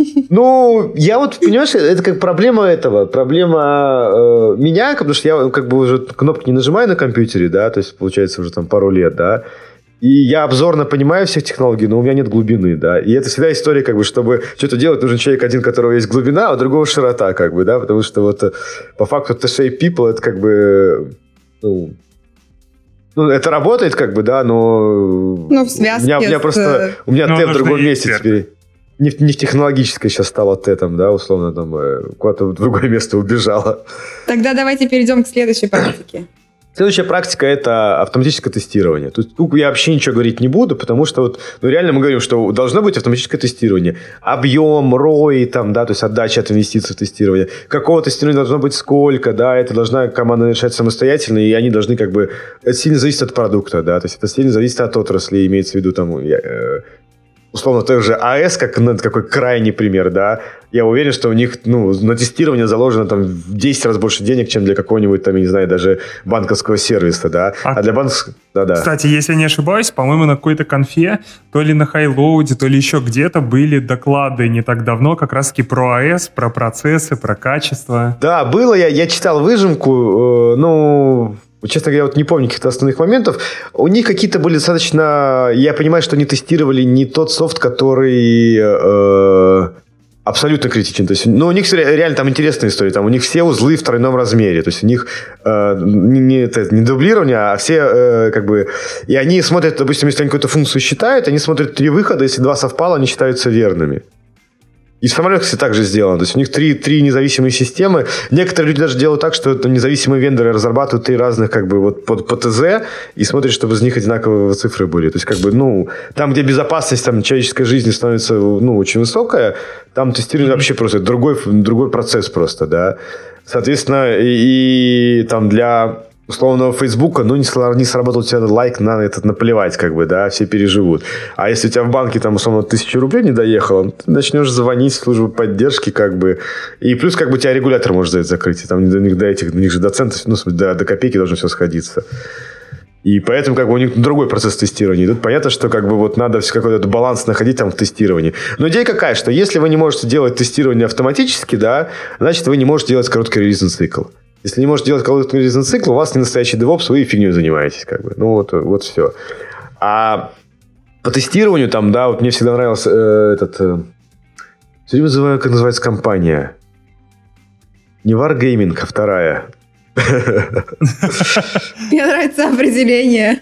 Ну, я вот, понимаешь, это как проблема этого, проблема э, меня, потому что я как бы уже кнопки не нажимаю на компьютере, да, то есть, получается, уже там пару лет, да, и я обзорно понимаю всех технологий, но у меня нет глубины, да, и это всегда история, как бы, чтобы что-то делать, нужен человек один, у которого есть глубина, а у другого широта, как бы, да, потому что вот по факту to shape people, это как бы, ну... Ну, это работает, как бы, да, но... Ну, в связке У меня, у меня с... просто... У меня ну, Т в другом месте эксперт. теперь. Не в, не в технологической сейчас стало Т, там, да, условно, там, куда-то в другое место убежала. Тогда давайте перейдем к следующей практике. Следующая практика – это автоматическое тестирование. Тут, тут я вообще ничего говорить не буду, потому что вот, ну, реально мы говорим, что должно быть автоматическое тестирование. Объем, рой, там, да, то есть отдача от инвестиций в тестирование. Какого тестирования должно быть сколько, да, это должна команда решать самостоятельно, и они должны как бы… Это сильно зависит от продукта, да, то есть это сильно зависит от отрасли, имеется в виду там… Э, условно, тот же АЭС, как ну, какой крайний пример, да, я уверен, что у них, ну, на тестирование заложено там в десять раз больше денег, чем для какого-нибудь там, я не знаю, даже банковского сервиса, да, а, а для банковского, да-да. Кстати, если я не ошибаюсь, по-моему, на какой-то конфе, то ли на хайлоуде, то ли еще где-то были доклады не так давно как раз-таки про АЭС, про процессы, про качество. Да, было, я, я читал выжимку, э, ну... Честно говоря, вот не помню каких-то основных моментов. У них какие-то были достаточно... Я понимаю, что они тестировали не тот софт, который э, абсолютно критичен. То есть, ну, у них реально там интересная история. Там у них все узлы в тройном размере. То есть у них э, не, это, не дублирование, а все э, как бы... И они смотрят, допустим, если они какую-то функцию считают, они смотрят три выхода, если два совпало, они считаются верными. И в самолетах все так же сделано. То есть у них три, три независимые системы. Некоторые люди даже делают так, что там независимые вендоры разрабатывают три разных как бы вот по, по ТЗ и смотрят, чтобы из них одинаковые цифры были. То есть как бы, ну, там, где безопасность там, человеческой жизни становится, ну, очень высокая, там тестирование вообще просто другой, другой процесс просто, да. Соответственно, и, и там для... условного Фейсбука, ну, не, не сработал у тебя лайк, на этот наплевать, как бы, да, все переживут. А если у тебя в банке, там, условно, тысяча рублей не доехало, ты начнешь звонить в службу поддержки, как бы, и плюс, как бы, тебя регулятор может за это закрыть, и там до них, до этих, до них же до центов, ну, до, до копейки должно все сходиться. И поэтому, как бы, у них другой процесс тестирования. И тут понятно, что, как бы, вот надо какой-то баланс находить там в тестировании. Но идея какая, что если вы не можете делать тестирование автоматически, да, значит, вы не можете делать короткий релизный цикл. Если не можете делать короткий релизный цикл, у вас не настоящий DevOps, вы фигней занимаетесь, как бы. Ну, вот, вот все. А по тестированию там, да, вот мне всегда нравился э, этот... Э, все время называю, как называется компания. Не Wargaming, а вторая. Мне нравится определение.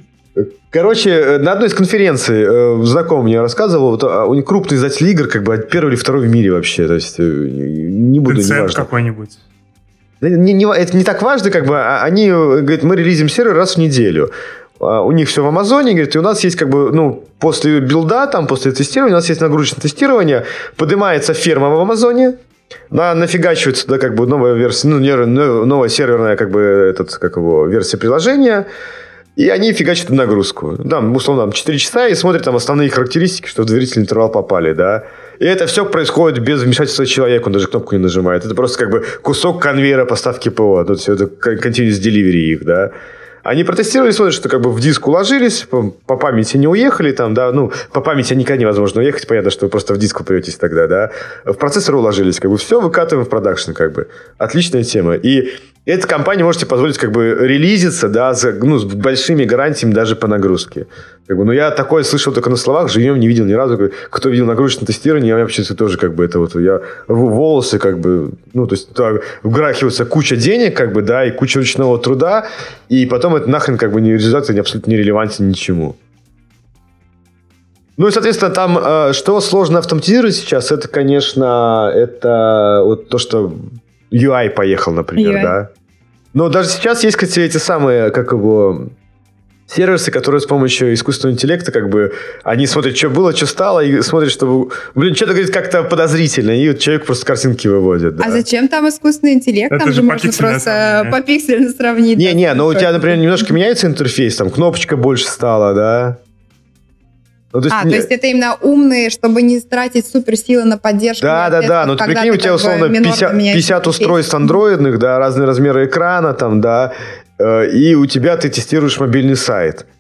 Короче, на одной из конференций э, знакомый мне рассказывал, вот, а, у них крупный издатель игр, как бы первый или второй в мире вообще. То есть, э, не буду, не важно. Какой-нибудь. Не, не, это не так важно, как бы, они, говорят, мы релизим сервер раз в неделю. У них все в Амазоне, говорит, и у нас есть, как бы, ну, после билда, там, после тестирования, у нас есть нагрузочное тестирование, поднимается ферма в Амазоне, на, нафигачивается туда, как бы, новая версия, ну, новая серверная, как бы, этот, как его, версия приложения, и они фигачат нагрузку. Там, условно, там, четыре часа, и смотрят там основные характеристики, что в доверительный интервал попали, да. И это все происходит без вмешательства человека, он даже кнопку не нажимает. Это просто как бы кусок конвейера поставки ПО. Тут все это continuous delivery их, да. Они протестировали, смотрят, что как бы в диск уложились, по, по памяти не уехали, там, да, ну, по памяти никогда невозможно уехать, понятно, что вы просто в диск упретесь тогда, да. В процессор уложились, как бы все выкатываем в продакшн, как бы. Отличная тема. И эта компания можете позволить как бы релизиться, да, за, ну, с большими гарантиями даже по нагрузке. Как бы, ну, я такое слышал только на словах, живьем не видел ни разу. Кто видел нагрузочное тестирование, я вообще тоже как бы это вот, я волосы как бы, ну, то есть туда вграхивается куча денег, как бы, да, и куча ручного труда, и потом это нахрен как бы не результат, не абсолютно не релевантен ничему. Ну и, соответственно, там, э, что сложно автоматизировать сейчас, это, конечно, это вот то, что ю ай поехал, например, ю ай. Да. Но даже сейчас есть, кстати, эти самые, как его, сервисы, которые с помощью искусственного интеллекта, как бы, они смотрят, что было, что стало, и смотрят, чтобы, блин, что-то говорит как-то подозрительно, и вот человек просто картинки выводит. Да. А зачем там искусственный интеллект? Это там же можно просто сравнение. Попиксельно сравнить. Не-не, но у тебя, например, немножко меняется интерфейс, там кнопочка больше стала, да. Ну, то есть, а, не... то есть это именно умные, чтобы не тратить суперсилы на поддержку. Да, да, да. Ну, ты прикинь, у тебя условно пятьдесят, пятьдесят устройств андроидных, да, разные размеры экрана, там, да, э, и у тебя ты тестируешь мобильный сайт.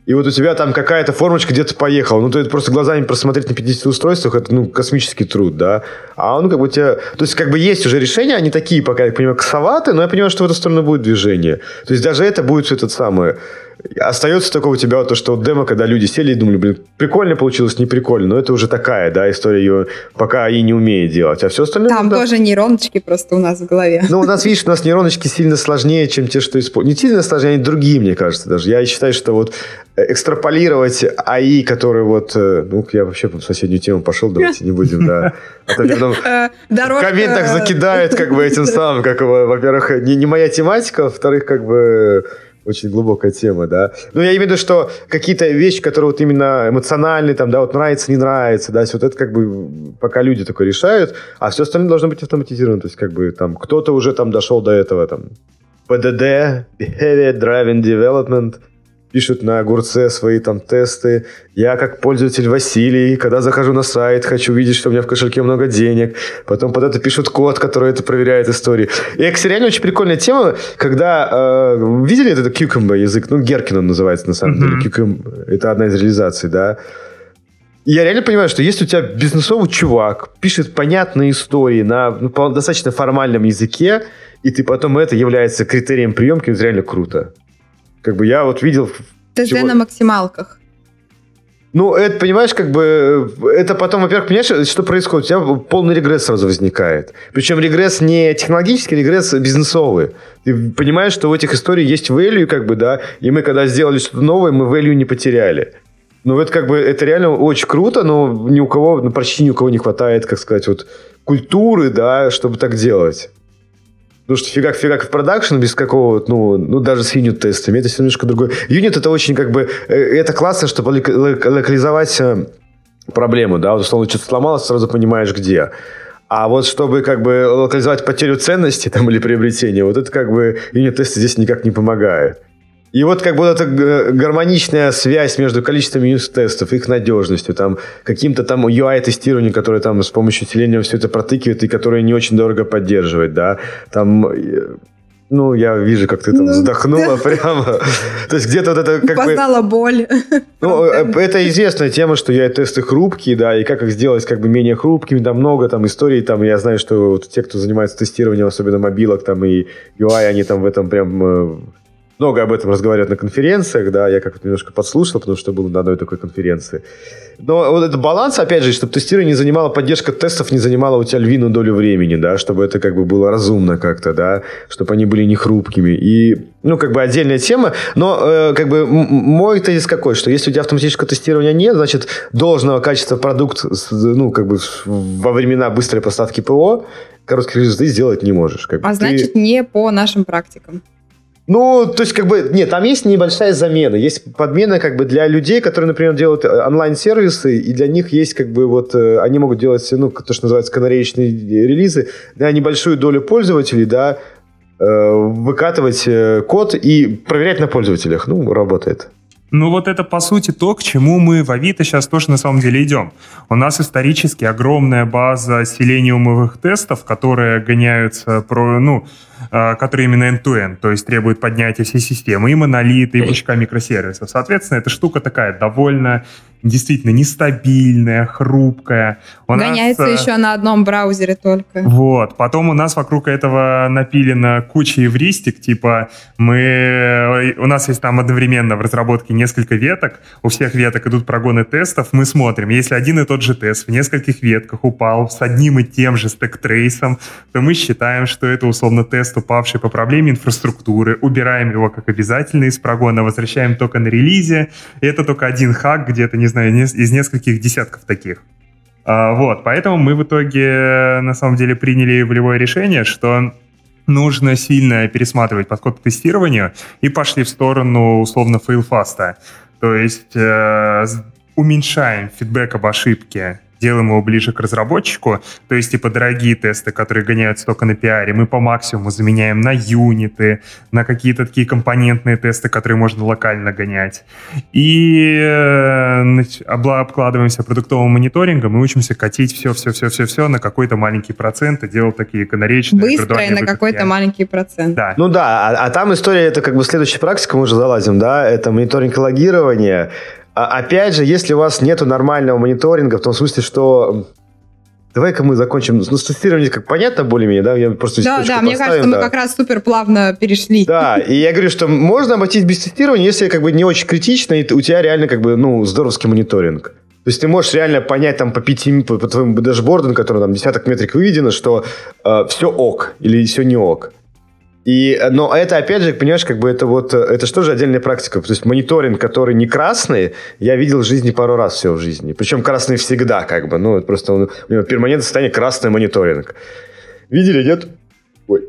и вот у тебя там какая-то формочка где-то поехала. Ну, то это просто глазами просмотреть на пятидесяти устройствах, это, ну, космический труд, да. А он как бы у тебя... То есть, как бы есть уже решения, они такие, пока я понимаю, косоватые, но я понимаю, что в эту сторону будет движение. То есть, даже это будет все это самое... Остается только у тебя вот то, что вот демо, когда люди сели и думали, блин, прикольно получилось, не прикольно, но это уже такая, да, история, ее пока и не умеет делать, а все остальное... Там да, тоже нейроночки просто у нас в голове. Ну, у нас, видишь, у нас нейроночки сильно сложнее, чем те, что используют. Не сильно сложнее, они другие, мне кажется, даже. Я считаю, что вот экстраполировать эй ай, который вот... Ну, я вообще в соседнюю тему пошел, давайте не будем, да. А то потом в комментах закидают, как бы, этим самым, как, во-первых, не моя тематика, во-вторых, как бы... Очень глубокая тема, да. Ну, я имею в виду, что какие-то вещи, которые вот именно эмоциональные, там, да, вот нравится, не нравится, да, вот это как бы пока люди такое решают, а все остальное должно быть автоматизировано. То есть, как бы там кто-то уже там дошел до этого, там, пи ди ди, Behavior Driven Development, пишут на огурце свои там тесты. Я, как пользователь Василий, когда захожу на сайт, хочу видеть, что у меня в кошельке много денег. Потом под это пишут код, который это проверяет истории. И это реально очень прикольная тема, когда... Э, видели этот Cucumber язык? Ну, Геркин он называется, на самом mm-hmm. деле. Cucumber. Это одна из реализаций, да. И я реально понимаю, что если у тебя бизнесовый чувак пишет понятные истории на ну, достаточно формальном языке, и ты потом это является критерием приемки, это реально круто. Как бы я вот видел... ТЗ на максималках. Ну, это, понимаешь, как бы... Это потом, во-первых, понимаешь, что происходит? У тебя полный регресс сразу возникает. Причем регресс не технологический, регресс бизнесовый. Ты понимаешь, что у этих историй есть value, как бы, да, и мы, когда сделали что-то новое, мы value не потеряли. Ну, это как бы... Это реально очень круто, но ни у кого, ну, почти ни у кого не хватает, как сказать, вот культуры, да, чтобы так делать. Потому что фигак-фигак в продакшн без какого-то, ну, ну, даже с юнит-тестами, это все немножко другое. Юнит это очень как бы, это классно, чтобы локализовать проблему, да, вот условно что-то сломалось, сразу понимаешь где. А вот чтобы как бы локализовать потерю ценности там или приобретения, вот это как бы юнит-тесты здесь никак не помогают. И вот как бы эта гармоничная связь между количеством юнит-тестов, их надежностью, там, каким-то там ю ай-тестированием, которое там с помощью Selenium все это протыкивает и которое не очень дорого поддерживает, да, там... Ну, я вижу, как ты там ну, вздохнула да. прямо. То есть где-то вот это как Познала бы... боль. Ну, это известная тема, что ю ай-тесты хрупкие, да, и как их сделать как бы менее хрупкими, там много там историй, там, я знаю, что вот те, кто занимается тестированием, особенно мобилок, там, и ю ай, они там в этом прям... Много об этом разговаривают на конференциях, да, я как-то немножко подслушал, потому что был на одной такой конференции. Но вот этот баланс, опять же, чтобы тестирование не занимало, поддержка тестов не занимала у тебя львиную долю времени, да, чтобы это как бы было разумно как-то, да, чтобы они были не хрупкими. И, ну, как бы отдельная тема, но э, как бы мой тезис какой, что если у тебя автоматического тестирования нет, значит, должного качества продукт, ну, как бы во времена быстрой поставки ПО, коротких релизов ты сделать не можешь. Как бы. А значит, ты... не по нашим практикам. Ну, то есть, как бы, нет, там есть небольшая замена. Есть подмена, как бы, для людей, которые, например, делают онлайн-сервисы, и для них есть, как бы, вот, они могут делать, ну, то, что называется, канареечные релизы, на небольшую долю пользователей, да, выкатывать код и проверять на пользователях. Ну, работает. Ну вот это, по сути, то, к чему мы в Авито сейчас тоже на самом деле идем. У нас исторически огромная база селениумовых тестов, которые гоняются, про, ну, которые именно end-to-end, то есть требуют поднятия всей системы, и монолиты, и пучка микросервисов. Соответственно, эта штука такая довольно, действительно, нестабильная, хрупкая. У Гоняется нас, еще на одном браузере только. Вот. Потом у нас вокруг этого напилена куча эвристик, типа мы... У нас есть там одновременно в разработке несколько веток, у всех веток идут прогоны тестов, мы смотрим, если один и тот же тест в нескольких ветках упал с одним и тем же стэк-трейсом, то мы считаем, что это условно тест, упавший по проблеме инфраструктуры, убираем его как обязательный из прогона, возвращаем только на релизе, и это только один хак где-то, не знаю, из нескольких десятков таких. А, вот, поэтому мы в итоге на самом деле приняли волевое решение, что нужно сильно пересматривать подход к тестированию и пошли в сторону условно фейл-фаста. То есть э, уменьшаем фидбэк об ошибке делаем его ближе к разработчику. То есть, типа, дорогие тесты, которые гоняются только на пиаре, мы по максимуму заменяем на юниты, на какие-то такие компонентные тесты, которые можно локально гонять. И э, обкладываемся продуктовым мониторингом и учимся катить все-все-все-все-все на какой-то маленький процент и делать такие канаречные... Быстро и на какой-то маленький процент. Да. Ну да, а, а там история, это как бы следующая практика, мы уже залазим, да, это мониторинг и логирование. А, опять же, если у вас нету нормального мониторинга, в том смысле, что... Давай-ка мы закончим. Ну, с тестированием как понятно более-менее, да? Я просто да, да, мне кажется, да. мы как раз супер плавно перешли. Да, и я говорю, что можно обойтись без тестирования, если как бы не очень критично, и у тебя реально как бы, ну, здоровский мониторинг. То есть ты можешь реально понять там по пяти, по, по твоему дашборду, на котором там десяток метрик выведено, что э, все ок или все не ок. И, но это, опять же, понимаешь, как бы это вот, это что же отдельная практика. То есть мониторинг, который не красный, я видел в жизни пару раз все в жизни. Причем красный всегда, как бы. Ну, это просто он, у него перманентное состояние красный мониторинг. Видели, нет? Ой.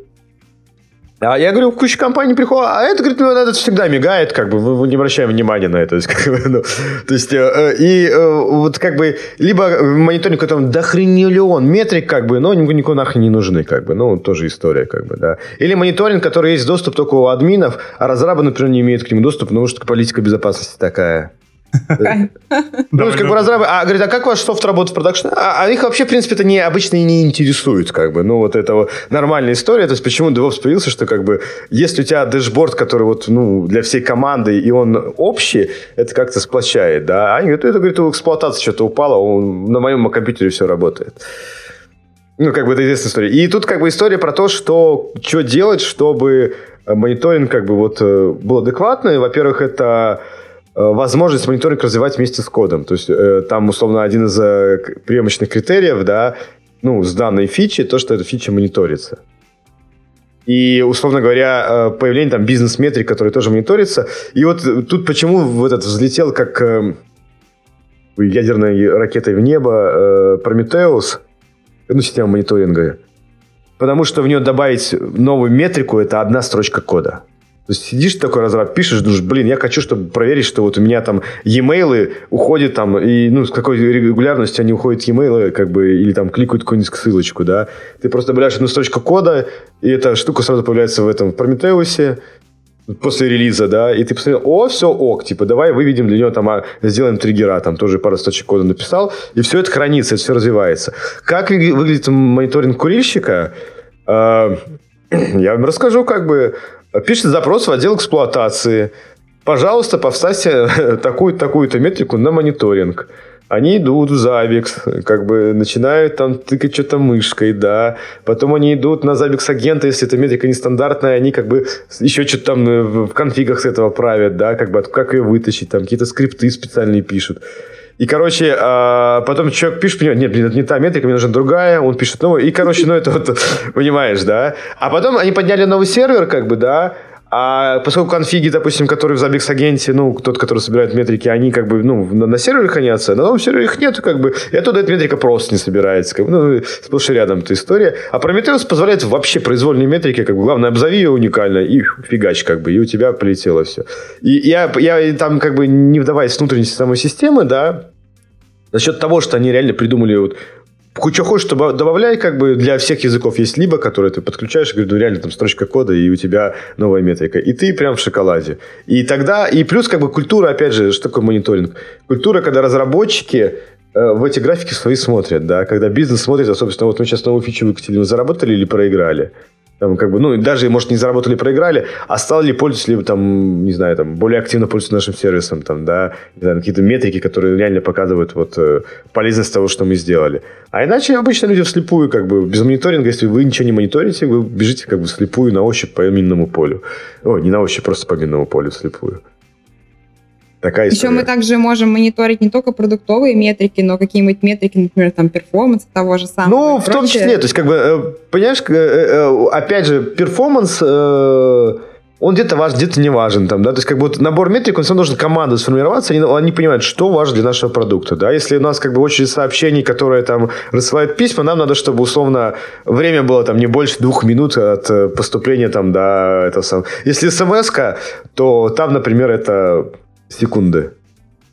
А я говорю, куча компаний приходит, а это, говорит, ну, это всегда мигает, как бы, мы не обращаем внимания на это. То есть, как бы, ну, то есть э, и э, вот как бы, либо мониторинг, которым дохрениллион метрик, как бы, но никому нахрен не нужны, как бы, ну, тоже история, как бы, да. Или мониторинг, который есть доступ только у админов, а разрабы, например, не имеют к нему доступа, потому что политика безопасности такая. Ну, как бы разрабы, а говорит, а как ваш софт работает в продакшене? А, а их вообще, в принципе, это не, обычно и не интересует, как бы. Ну, вот это вот нормальная история. То есть, почему DevOps появился, что, как бы, если у тебя дэшборд, который вот, ну, для всей команды, и он общий, это как-то сплощает, да. А они говорят, это, говорит, у эксплуатации что-то упало, он, на моем компьютере все работает. Ну, как бы, это известная история. И тут, как бы, история про то, что, что делать, чтобы мониторинг, как бы, вот, был адекватный. Во-первых, это... возможность мониторинг развивать вместе с кодом. То есть, э, там, условно, один из э, преимущественных критериев, да, ну, с данной фичи, то, что эта фича мониторится. И, условно говоря, э, появление там бизнес-метрик, которые тоже мониторятся. И вот тут почему в этот взлетел как э, ядерной ракетой в небо э, Прометеус, ну, система мониторинга. Потому что в нее добавить новую метрику – это одна строчка кода. То есть сидишь такой разраб, пишешь, думаешь, блин, я хочу, чтобы проверить, что вот у меня там e-mail уходят там, и ну, с какой регулярностью они уходят e-mail, как бы, или там кликают какую-нибудь ссылочку, да. Ты просто добавляешь одну строчку кода, и эта штука сразу появляется в этом в Прометеусе после релиза, да, и ты посмотрел, о, все ок, типа, давай выведем для него там, а, сделаем триггера, там тоже пару строчек кода написал, и все это хранится, это все развивается. Как выглядит мониторинг курильщика? Я вам расскажу, как бы. Пишет запрос в отдел эксплуатации. Пожалуйста, поставьте такую-то, такую-то метрику на мониторинг. Они идут в Zabbix, как бы начинают там тыкать что-то мышкой, да. Потом они идут на Zabbix агента, если эта метрика нестандартная, они как бы еще что-то там в конфигах с этого правят, да, как бы как ее вытащить, там какие-то скрипты специальные пишут. И, короче, а потом человек пишет, понимает, нет, блин, это не та метрика, мне нужна другая, он пишет новую, и, короче, ну, это вот, понимаешь, да. А потом они подняли новый сервер, как бы, да, а поскольку конфиги, допустим, которые в Zabbix-агенте, ну, тот, который собирает метрики, они, как бы, ну, на, на сервере хранятся, на новом сервере их нет, как бы, и оттуда эта метрика просто не собирается, как бы, ну, сплошь и рядом эта история. А Prometheus позволяет вообще произвольные метрики, как бы, главное, обзови ее уникально, и фигач, как бы, и у тебя полетело все. И я, я там, как бы, не вдаваясь в внутренности самой системы, да, за счет того, что они реально придумали вот что хочешь, что добавляй, как бы для всех языков есть либо, которые ты подключаешь, и говоришь, ну реально там строчка кода, и у тебя новая метрика. И ты прям в шоколаде. И тогда, и плюс как бы культура, опять же, что такое мониторинг? Культура, когда разработчики э, в эти графики свои смотрят, да, когда бизнес смотрит, особенно вот мы сейчас новую фичу выкатили, мы заработали или проиграли. Там, как бы, ну, даже, может, не заработали, проиграли, а стал ли пользователи, там, не знаю, там, более активно пользоваться нашим сервисом, там, да, не знаю, какие-то метрики, которые реально показывают вот полезность того, что мы сделали. А иначе обычно люди вслепую, как бы, без мониторинга, если вы ничего не мониторите, вы бежите, как бы, вслепую на ощупь по минному полю. Ой, не на ощупь, просто по минному полю вслепую. Такая история. Еще мы также можем мониторить не только продуктовые метрики, но какие-нибудь метрики, например, там, перформанс того же самого. Ну, в том числе, то есть, как бы, понимаешь, опять же, перформанс, он где-то важен, где-то не важен, там, да, то есть, как бы, вот набор метрик, он сам должен команду сформироваться, они, они понимают, что важно для нашего продукта, да, если у нас, как бы, очередь сообщений, которые, там, рассылают письма, нам надо, чтобы, условно, время было, там, не больше двух минут от поступления, там, до этого самого. Если смс-ка, то там, например, это секунды.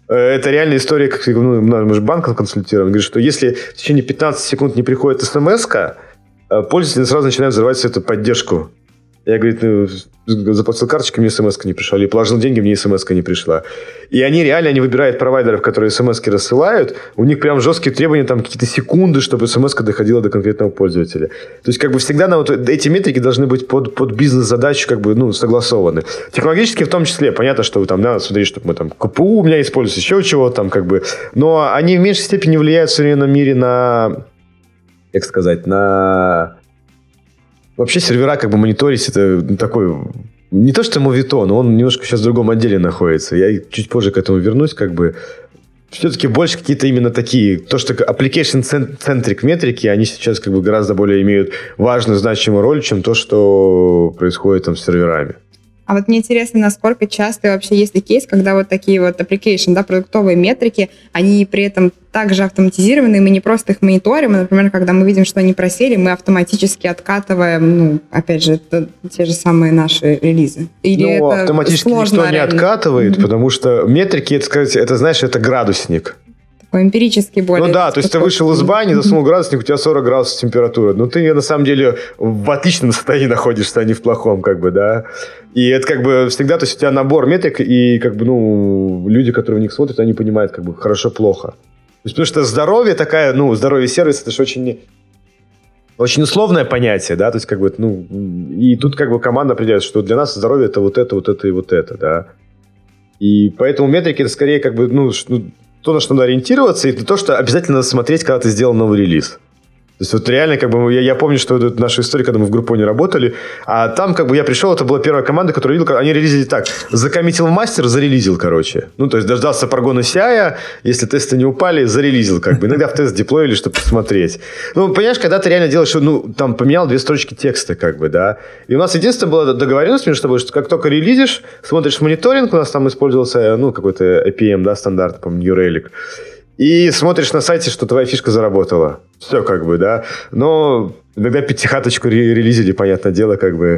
Это реальная история, как ну, мы же банком консультируем. Говорит, что если в течение пятнадцати секунд не приходит смс-ка, пользователь сразу начинает взрывать эту поддержку. Я, говорит, ну, заплатил карточкой, мне смс-ка не пришла. Или положил деньги, мне смс-ка не пришла. И они реально, они выбирают провайдеров, которые смс-ки рассылают. У них прям жесткие требования, там какие-то секунды, чтобы смс-ка доходила до конкретного пользователя. То есть, как бы всегда на вот эти метрики должны быть под, под бизнес-задачу, как бы, ну, согласованы. Технологически в том числе. Понятно, что вы там, да, смотрите, чтобы мы там КПУ у меня используется, еще чего-то там, как бы. Но они в меньшей степени влияют в современном мире на, как сказать, на... Вообще сервера как бы мониторить, это такой... Не то, что мовитон, он немножко сейчас в другом отделе находится. Я чуть позже к этому вернусь, как бы. Все-таки больше какие-то именно такие... То, что application-centric метрики, они сейчас как бы гораздо более имеют важную, значимую роль, чем то, что происходит там с серверами. А вот мне интересно, насколько часто вообще есть ли кейс, когда вот такие вот application, да, продуктовые метрики, они при этом также автоматизированы, и мы не просто их мониторим, а, например, когда мы видим, что они просели, мы автоматически откатываем, ну, опять же, это те же самые наши релизы. Или ну, это автоматически сложно, никто реально? не откатывает, mm-hmm. потому что метрики, это, сказать, это, знаешь, это градусник. Эмпирически более. Ну да, то есть ты вышел из бани, засунул градусник, у тебя сорок градусов температура. Но ты на самом деле в отличном состоянии находишься, а не в плохом, как бы, да. И это как бы всегда, то есть у тебя набор метрик, и как бы, ну, люди, которые в них смотрят, они понимают, как бы, хорошо-плохо. То есть, потому что здоровье такая, ну, здоровье сервиса, это же очень... Очень условное понятие, да, то есть, как бы, ну, и тут, как бы, команда определяет, что для нас здоровье это вот это, вот это и вот это, да. И поэтому метрики это скорее, как бы, ну, то, на что надо ориентироваться, и то, что обязательно надо смотреть, когда ты сделал новый релиз. То есть вот реально, как бы, я, я помню, что это наша история, когда мы в Groupon работали, а там, как бы, я пришел, это была первая команда, которую видел, они релизили так, закоммитил мастер, зарелизил, короче. Ну, то есть дождался прогона си ай, если тесты не упали, зарелизил, как бы. Иногда в тест деплоили, чтобы посмотреть. Ну, понимаешь, когда ты реально делаешь, ну, там, поменял две строчки текста, как бы, да. И у нас единственное была договоренность между собой, что как только релизишь, смотришь мониторинг, у нас там использовался, ну, какой-то эй пи эм, да, стандарт, по-моему, New Relic. И смотришь на сайте, что твоя фишка заработала. Все как бы, да. Но иногда пятихаточку релизили, понятное дело, как бы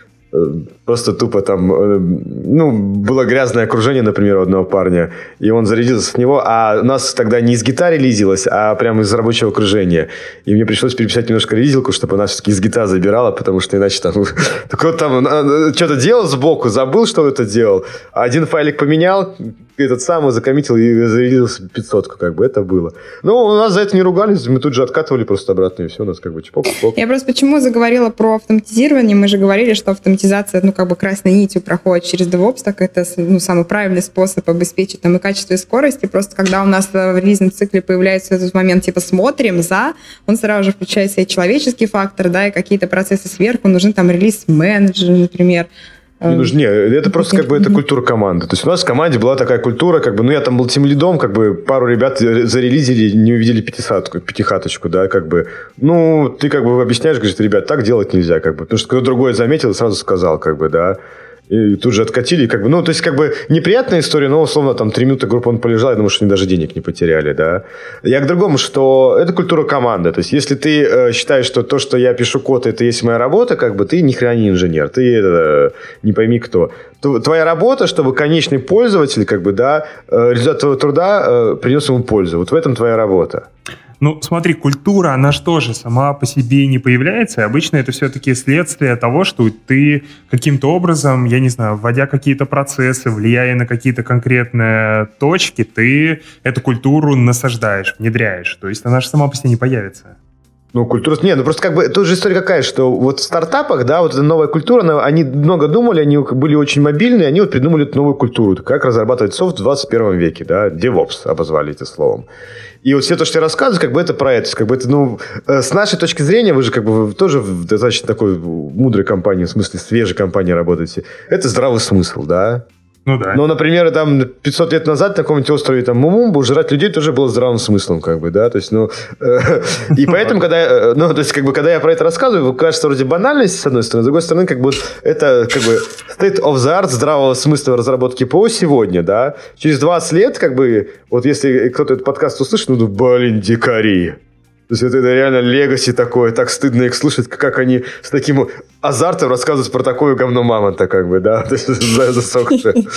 просто тупо там... Ну, было грязное окружение, например, у одного парня, и он зарядился с него, а у нас тогда не из гита релизилось, а прямо из рабочего окружения. И мне пришлось переписать немножко релизилку, чтобы она все-таки из гита забирала, потому что иначе там... Кто-то там что-то делал сбоку, забыл, что это делал, а один файлик поменял, этот самый закоммитил и зарядился пятьсотку, как бы, это было. Ну, у нас за это не ругались, мы тут же откатывали просто обратно, и все, у нас как бы чпок-чпок. Я просто почему заговорила про автоматизирование, мы же говорили, что автоматизация, ну, как бы красной нитью проходит через DevOps, так это, ну, самый правильный способ обеспечить там и качество, и скорость, и просто когда у нас в релизном цикле появляется этот момент, типа, смотрим за, он сразу же включает в себя человеческий фактор, да, и какие-то процессы сверху, нужен там релиз-менеджер, например. Не нужно, нет, это просто как бы это культура команды. То есть у нас в команде была такая культура, как бы, ну я там был тимлидом, как бы пару ребят зарелизили, не увидели пятихаточку, пятихаточку, да, как бы. Ну, ты как бы объясняешь, говоришь, ребят, так делать нельзя, как бы. Потому что кто другой заметил и сразу сказал, как бы, да. И тут же откатили, как бы, ну, то есть, как бы, неприятная история, но, условно, там, три минуты группа он полежал, я думаю, что они даже денег не потеряли, да. Я к другому, что это культура команды, то есть, если ты э, считаешь, что то, что я пишу код, это есть моя работа, как бы, ты ни хрена не инженер, ты э, не пойми кто. Твоя работа, чтобы конечный пользователь, как бы, да, э, результат твоего труда э, принес ему пользу, вот в этом твоя работа. Ну, смотри, культура, она же тоже сама по себе не появляется, и обычно это все-таки следствие того, что ты каким-то образом, я не знаю, вводя какие-то процессы, влияя на какие-то конкретные точки, ты эту культуру насаждаешь, внедряешь, то есть она же сама по себе не появится. Ну, культура... Не, ну просто как бы... Тут же история какая, что вот в стартапах, да, вот эта новая культура, она, они много думали, они были очень мобильные, они вот придумали эту новую культуру, как разрабатывать софт в двадцать первом веке, да, DevOps обозвали этим словом. И вот все то, что я рассказываю, как бы это про это. Как бы это, ну, с нашей точки зрения, вы же как бы тоже в достаточно такой мудрой компании, в смысле свежей компании работаете, это здравый смысл, да. Ну да. Но, например, там пятьсот лет назад на каком-нибудь острове там Мумумбу жрать людей тоже было здравым смыслом, как бы, да, то есть, ну, э, и поэтому, когда я, ну, то есть, как бы, когда я про это рассказываю, кажется вроде банальность, с одной стороны, с другой стороны, как бы, это, как бы, state of the art здравого смысла разработки ПО сегодня, да, через двадцать лет, как бы, вот если кто-то этот подкаст услышит, ну, блин, дикари. То есть это, это реально легаси такое, так стыдно их слушать, как они с таким азартом рассказывают про такое говно мамонта, как бы, да, то есть засохшее.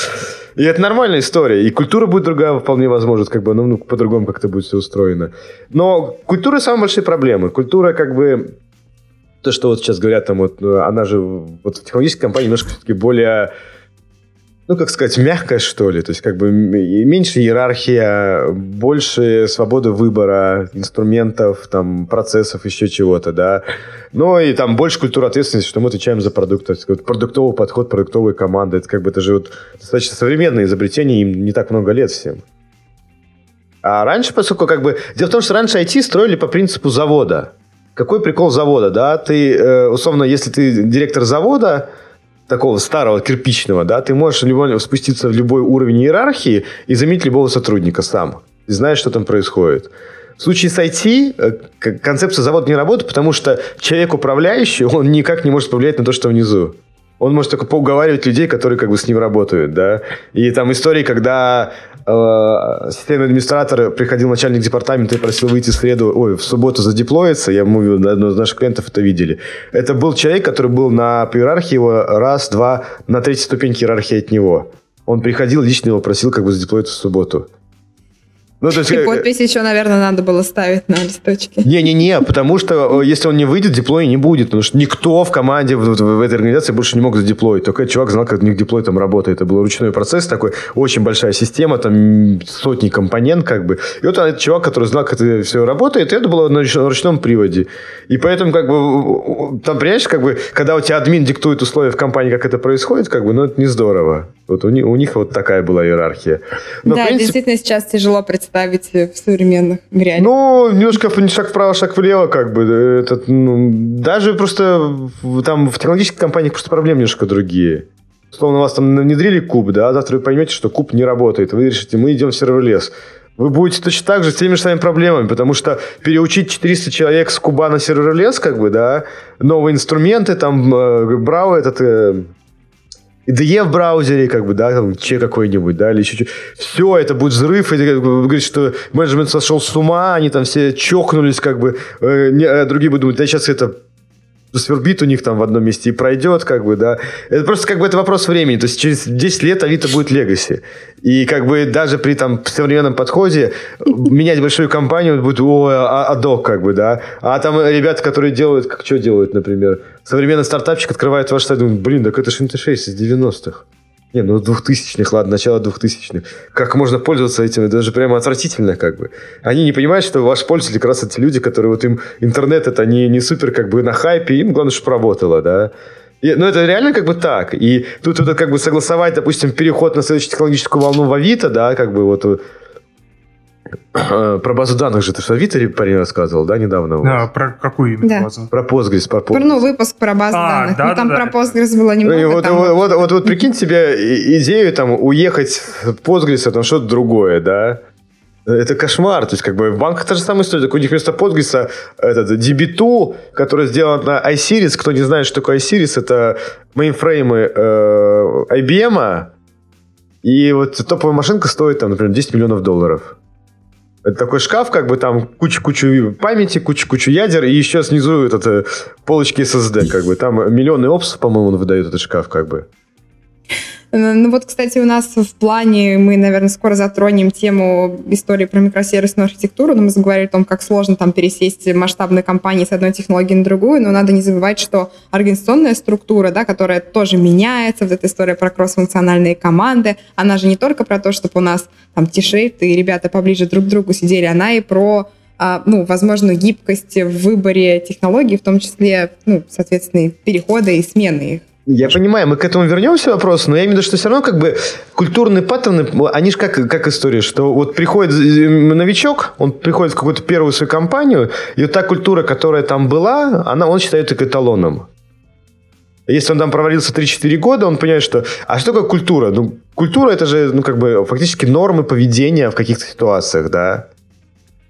И это нормальная история. И культура будет другая, вполне возможно, как бы, ну, по-другому как-то будет все устроено. Но культура самые большие проблемы. Культура, как бы, то, что вот сейчас говорят, там, вот, она же вот в технологической компании немножко все-таки более... Ну, как сказать, мягкая, что ли. То есть, как бы, меньше иерархия, больше свободы выбора, инструментов, там, процессов, еще чего-то, да. Ну, и там больше культура ответственности, что мы отвечаем за продукт. То есть, вот, продуктовый подход, продуктовые команды. Это, как бы, это же вот достаточно современное изобретение, им не так много лет всем. А раньше, поскольку, как бы... Дело в том, что раньше ай ти строили по принципу завода. Какой прикол завода, да? Ты, условно, если ты директор завода... такого старого кирпичного, да, ты можешь любой, спуститься в любой уровень иерархии и заменить любого сотрудника сам. И знаешь, что там происходит. В случае с ай ти концепция завода не работает, потому что человек управляющий, он никак не может повлиять на то, что внизу. Он может только поуговаривать людей, которые как бы с ним работают, да. И там истории, когда э, системный администратор приходил начальник департамента и просил выйти в среду, ой, в субботу задеплоиться, я мы одного из наших клиентов это видели. Это был человек, который был на по иерархии его раз, два, на третьей ступеньке иерархии от него. Он приходил, лично его просил как бы задеплоиться в субботу. Ну, то есть, и подпись еще, наверное, надо было ставить на листочке. Не-не-не, потому что если он не выйдет, деплоя не будет. Потому что никто в команде в, в, в этой организации больше не мог задеплоить. Только этот чувак знал, как у них деплой там работает. Это был ручной процесс такой, очень большая система, там сотни компонент как бы. И вот этот чувак, который знал, как это все работает, и это было на ручном приводе. И поэтому, как бы, там, понимаешь, как бы, когда у тебя админ диктует условия в компании, как это происходит, как бы, ну, это не здорово. Вот у них, у них вот такая была иерархия. Но, да, принципе, действительно, сейчас тяжело представить в современных реалиях. Ну, немножко шаг вправо, шаг влево, как бы. Это, ну, даже просто там в технологических компаниях просто проблемы немножко другие. Условно, у вас там внедрили куб, да, завтра вы поймете, что куб не работает. Вы решите, мы идем в серверлес. Вы будете точно так же с теми же самыми проблемами, потому что переучить четыреста человек с куба на серверлес, как бы, да, новые инструменты, там, э, Браво, этот... Э, и ди и в браузере, как бы, да, там, че какой-нибудь, да, или еще что-то. Все, это будет взрыв. И вы говорите, что менеджмент сошел с ума, они там все чокнулись, как бы. Э, не, а другие будут думать, да, сейчас это свербит у них там в одном месте и пройдет, как бы, да. Это просто, как бы, это вопрос времени. То есть через десять лет Авито будет легаси. И, как бы, даже при там современном подходе менять большую компанию будет, о, адок, как бы, да. А там ребята, которые делают, как что делают, например, современный стартапчик открывает ваш сайт и думает, блин, так это же интерфейс из девяностых. Не, ну двухтысячных, ладно, начало двухтысячных. Как можно пользоваться этим? Это же прямо отвратительно, как бы. Они не понимают, что ваши пользователи как раз эти люди, которые вот им интернет, это не, не супер как бы на хайпе, им главное, чтобы работало, да. И, ну, это реально как бы так. И тут это как бы согласовать, допустим, переход на следующую технологическую волну в Авито, да, как бы вот... Про базу данных же ты в Авито парень рассказывал, да, недавно? Да, про какую именно да. базу? Про Postgres. Про Postgres. Ну, выпуск про базу а, данных. Да, ну, там да, про да. Postgres было немного. Вот, там... вот, вот, вот, вот прикинь себе идею там уехать с Postgres, там что-то другое, да? Это кошмар. То есть, как бы в банках та же самая история. Так у них вместо Postgres этот ди би два, который сделан на iSeries. Кто не знает, что такое iSeries, это мейнфреймы э, ай би эм. И вот топовая машинка стоит, там, например, десять миллионов долларов. Это такой шкаф, как бы там куча-куча памяти, куча-куча ядер, и еще снизу этот, полочки эс эс ди, как бы. Там миллионы опсов, по-моему, он выдает этот шкаф, как бы. Ну вот, кстати, у нас в плане, мы, наверное, скоро затронем тему истории про микросервисную архитектуру, но мы заговорили о том, как сложно там пересесть масштабные компании с одной технологии на другую, но надо не забывать, что организационная структура, да, которая тоже меняется, вот эта история про кроссфункциональные команды, она же не только про то, чтобы у нас там ти-шейпы и ребята поближе друг к другу сидели, она и про ну, возможно, гибкость в выборе технологий, в том числе, ну, соответственно, перехода и смены их. Я понимаю, мы к этому вернемся вопрос, но я имею в виду, что все равно как бы культурные паттерны, они же как, как история, что вот приходит новичок, он приходит в какую-то первую свою компанию, и вот та культура, которая там была, она, он считает их эталоном. Если он там провалился три-четыре года, он понимает, что... А что такое культура? Ну, культура – это же, ну, как бы, фактически нормы поведения в каких-то ситуациях, да?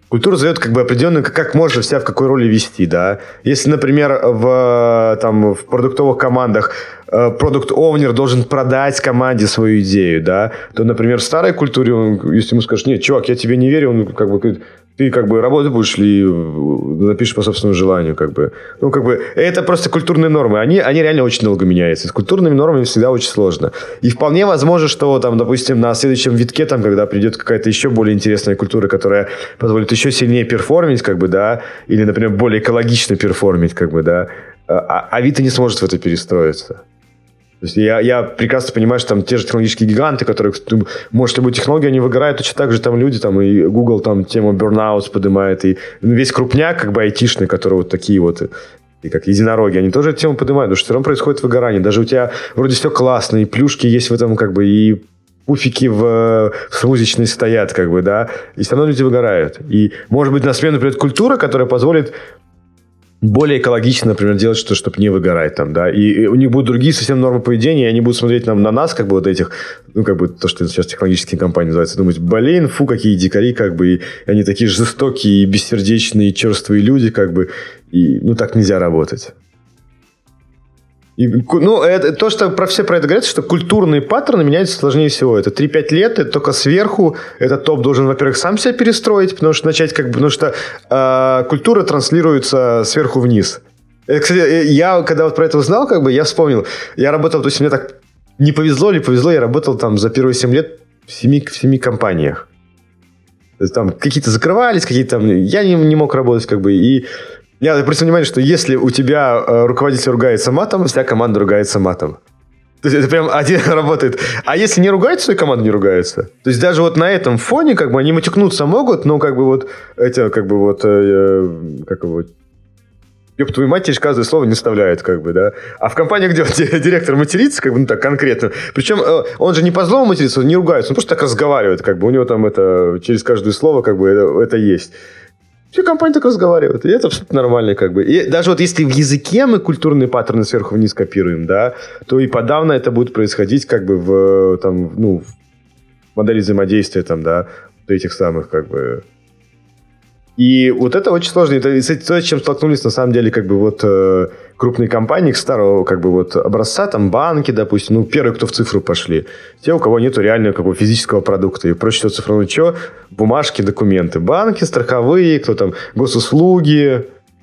Культура задает как бы определенную, как, как можно себя в какой роли вести, да. Если, например, в, там, в продуктовых командах продукт-оунер должен продать команде свою идею, да, то, например, в старой культуре, он, если ему скажешь, нет, чувак, я тебе не верю, он как бы говорит, ты как бы работать будешь или напишешь по собственному желанию, как бы. Ну, как бы, это просто культурные нормы. Они, они реально очень долго меняются. С культурными нормами всегда очень сложно. И вполне возможно, что, там, допустим, на следующем витке, там, когда придет какая-то еще более интересная культура, которая позволит еще сильнее перформить, как бы, да, или, например, более экологично перформить, как бы, да, а Авито не сможет в это перестроиться. То есть я, я прекрасно понимаю, что там те же технологические гиганты, которые, может, любую технологию, они выгорают точно так же, там люди, там, и Google там тему burnout поднимает, и весь крупняк, как бы, айтишный, которые вот такие вот, и как единороги, они тоже эту тему поднимают, потому что все равно происходит выгорание. Даже у тебя вроде все классно, и плюшки есть в этом, как бы, и пуфики в, в смузичной стоят, как бы, да, и все равно люди выгорают. И, может быть, на смену придет культура, которая позволит более экологично, например, делать что-то, чтобы не выгорать там, да, и, и у них будут другие совсем нормы поведения, и они будут смотреть нам, на нас, как бы, вот этих, ну, как бы, то, что сейчас технологические компании называются, думать, блин, фу, какие дикари, как бы, и они такие жестокие, и бессердечные, и черствые люди, как бы, и, ну, так нельзя работать. И, ну, это, то, что про все про это говорят, что культурные паттерны меняются сложнее всего. Это три-пять лет, это только сверху. Этот топ должен, во-первых, сам себя перестроить, потому что начать как бы, потому что э, культура транслируется сверху вниз. Это, кстати, я, когда вот про это узнал, как бы, я вспомнил, я работал, то есть мне так не повезло или повезло, я работал там за первые семь лет в семи, в семи компаниях. То есть, там какие-то закрывались, какие-то там... Я не, не мог работать, как бы, и... Я обратил внимание, что если у тебя э, руководитель ругается матом, вся команда ругается матом. То есть это прям один работает. А если не ругается, то и команда не ругается. То есть даже вот на этом фоне как бы они матюкнуться могут, но как бы вот эти, как бы вот, э, как его, ёб твою мать, тебе же каждое слово не вставляет, как бы, да. А в компании, где директор матерится, как бы, ну так, конкретно. Причем э, он же не по злому матерится, он не ругается, он просто так разговаривает, как бы, у него там это, через каждое слово, как бы, это, это есть. Все компании так разговаривают, и это абсолютно нормально, как бы. И даже вот если в языке мы культурные паттерны сверху вниз копируем, да, то и подавно это будет происходить, как бы, в, там, ну, в модели взаимодействия, там, да, этих самых, как бы. И вот это очень сложно. Это то, с чем столкнулись, на самом деле, как бы, вот э, крупные компании старого, как бы, вот образца, там, банки, допустим, ну, первые, кто в цифру пошли. Те, у кого нету реального, как бы, физического продукта. И проще всего цифровое что? Бумажки, документы. Банки, страховые, кто там, госуслуги.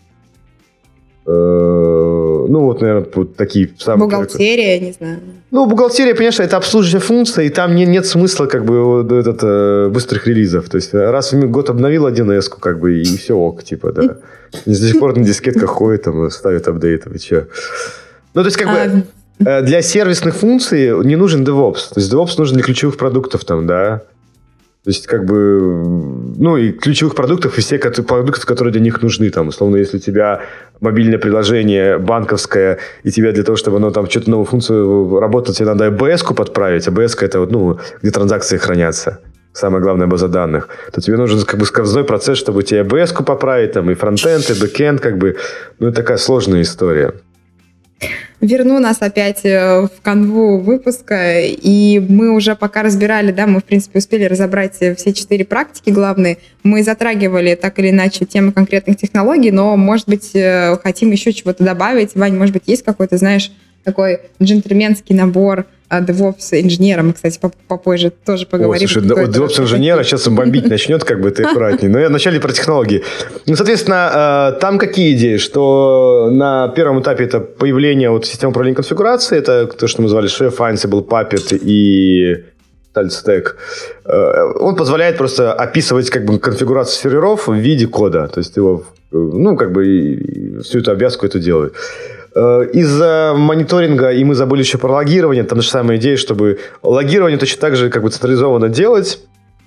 Э, ну, вот, наверное, вот такие самые... Бухгалтерия, не знаю. Ну, бухгалтерия, конечно, это обслуживание функций, и там не, нет смысла, как бы, вот, этот, э, быстрых релизов. То есть, раз в год обновил один эс-ку, как бы, и все ок, типа, да. И до сих пор на дискетках ходит, там, ставит апдейты, и что. Ну, то есть, как бы, э, для сервисных функций не нужен DevOps. То есть, DevOps нужен для ключевых продуктов, там, да. То есть, как бы, ну, и ключевых продуктов, и все продуктов, которые для них нужны. Там, условно, если у тебя мобильное приложение банковское, и тебе для того, чтобы оно там что-то новую функцию работало, тебе надо эй би эс-ку подправить. эй би эс-ка это, вот, ну, где транзакции хранятся. Самая главная база данных. То тебе нужен, как бы, сквозной процесс, чтобы тебе эй би эс-ку поправить, там, и фронтенд, и бэкенд, как бы. Ну, это такая сложная история. Верну нас опять в канву выпуска, и мы уже пока разбирали, да, мы, в принципе, успели разобрать все четыре практики главные. Мы затрагивали так или иначе темы конкретных технологий, но, может быть, хотим еще чего-то добавить. Вань, может быть, есть какой-то, знаешь, такой джентльменский набор DevOps-инженера. Мы, кстати, попозже тоже поговорим. О, слушай, DevOps-инженера сейчас он бомбить начнет, как бы, ты аккуратней. Но я вначале про технологии. Ну, соответственно, там какие идеи? Что на первом этапе это появление вот системы управления конфигурацией, это то, что мы назвали Chef, Ansible, Puppet и SaltStack. Он позволяет просто описывать, как бы, конфигурацию серверов в виде кода. То есть его, ну, как бы, всю эту обвязку это делает. Из-за мониторинга, и мы забыли еще про логирование, там же самая идея, чтобы логирование точно так же, как бы, централизованно делать.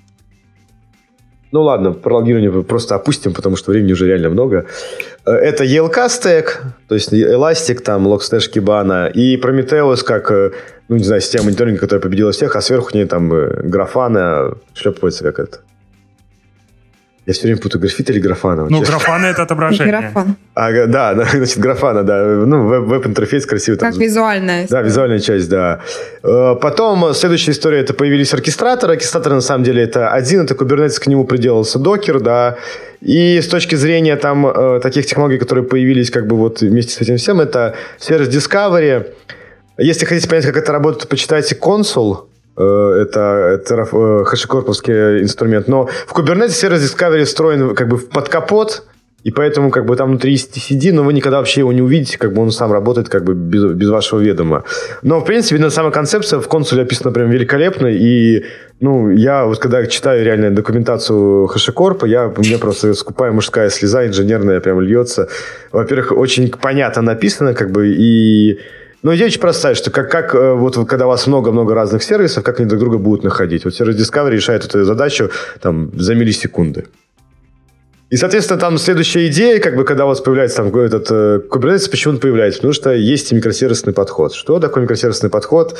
Ну ладно, про логирование просто опустим, потому что времени уже реально много. Это и эл кей стек, то есть Elastic, там, Logstash, Kibana, и Prometheus как, ну не знаю, система мониторинга, которая победила всех, а сверху к ней там Grafana шлепывается как это. Я все время путаю графит или графана. Ну, графана — это отображение. Графан. А, да, значит, графана, да. Ну, веб-интерфейс красивый. Как там, визуальная. Да, визуальная часть, да. Потом следующая история, это появились оркестраторы. Оркестратор, на самом деле, это один, это Kubernetes, к нему приделался докер, да. И с точки зрения там таких технологий, которые появились как бы вот вместе с этим всем, это сервис Discovery. Если хотите понять, как это работает, почитайте консул. Это, это хэшекорповский инструмент. Но в Kubernetes сервис Discovery встроен как бы под капот, и поэтому как бы там внутри есть си ди, но вы никогда вообще его не увидите, как бы он сам работает как бы без, без вашего ведома. Но, в принципе, на сама концепция в консуле описана прям великолепно, и ну, я вот когда читаю реально документацию HashiCorp, я, у меня просто скупая мужская слеза инженерная прям льется. Во-первых, очень понятно написано, как бы, и... Ну, идея очень простая, что как, как вот когда у вас много-много разных сервисов, как они друг друга будут находить. Вот сервис Discovery решает эту задачу там, за миллисекунды. И, соответственно, там следующая идея, как бы, когда у вас появляется там этот э, Kubernetes, почему он появляется? Потому что есть микросервисный подход. Что такое микросервисный подход?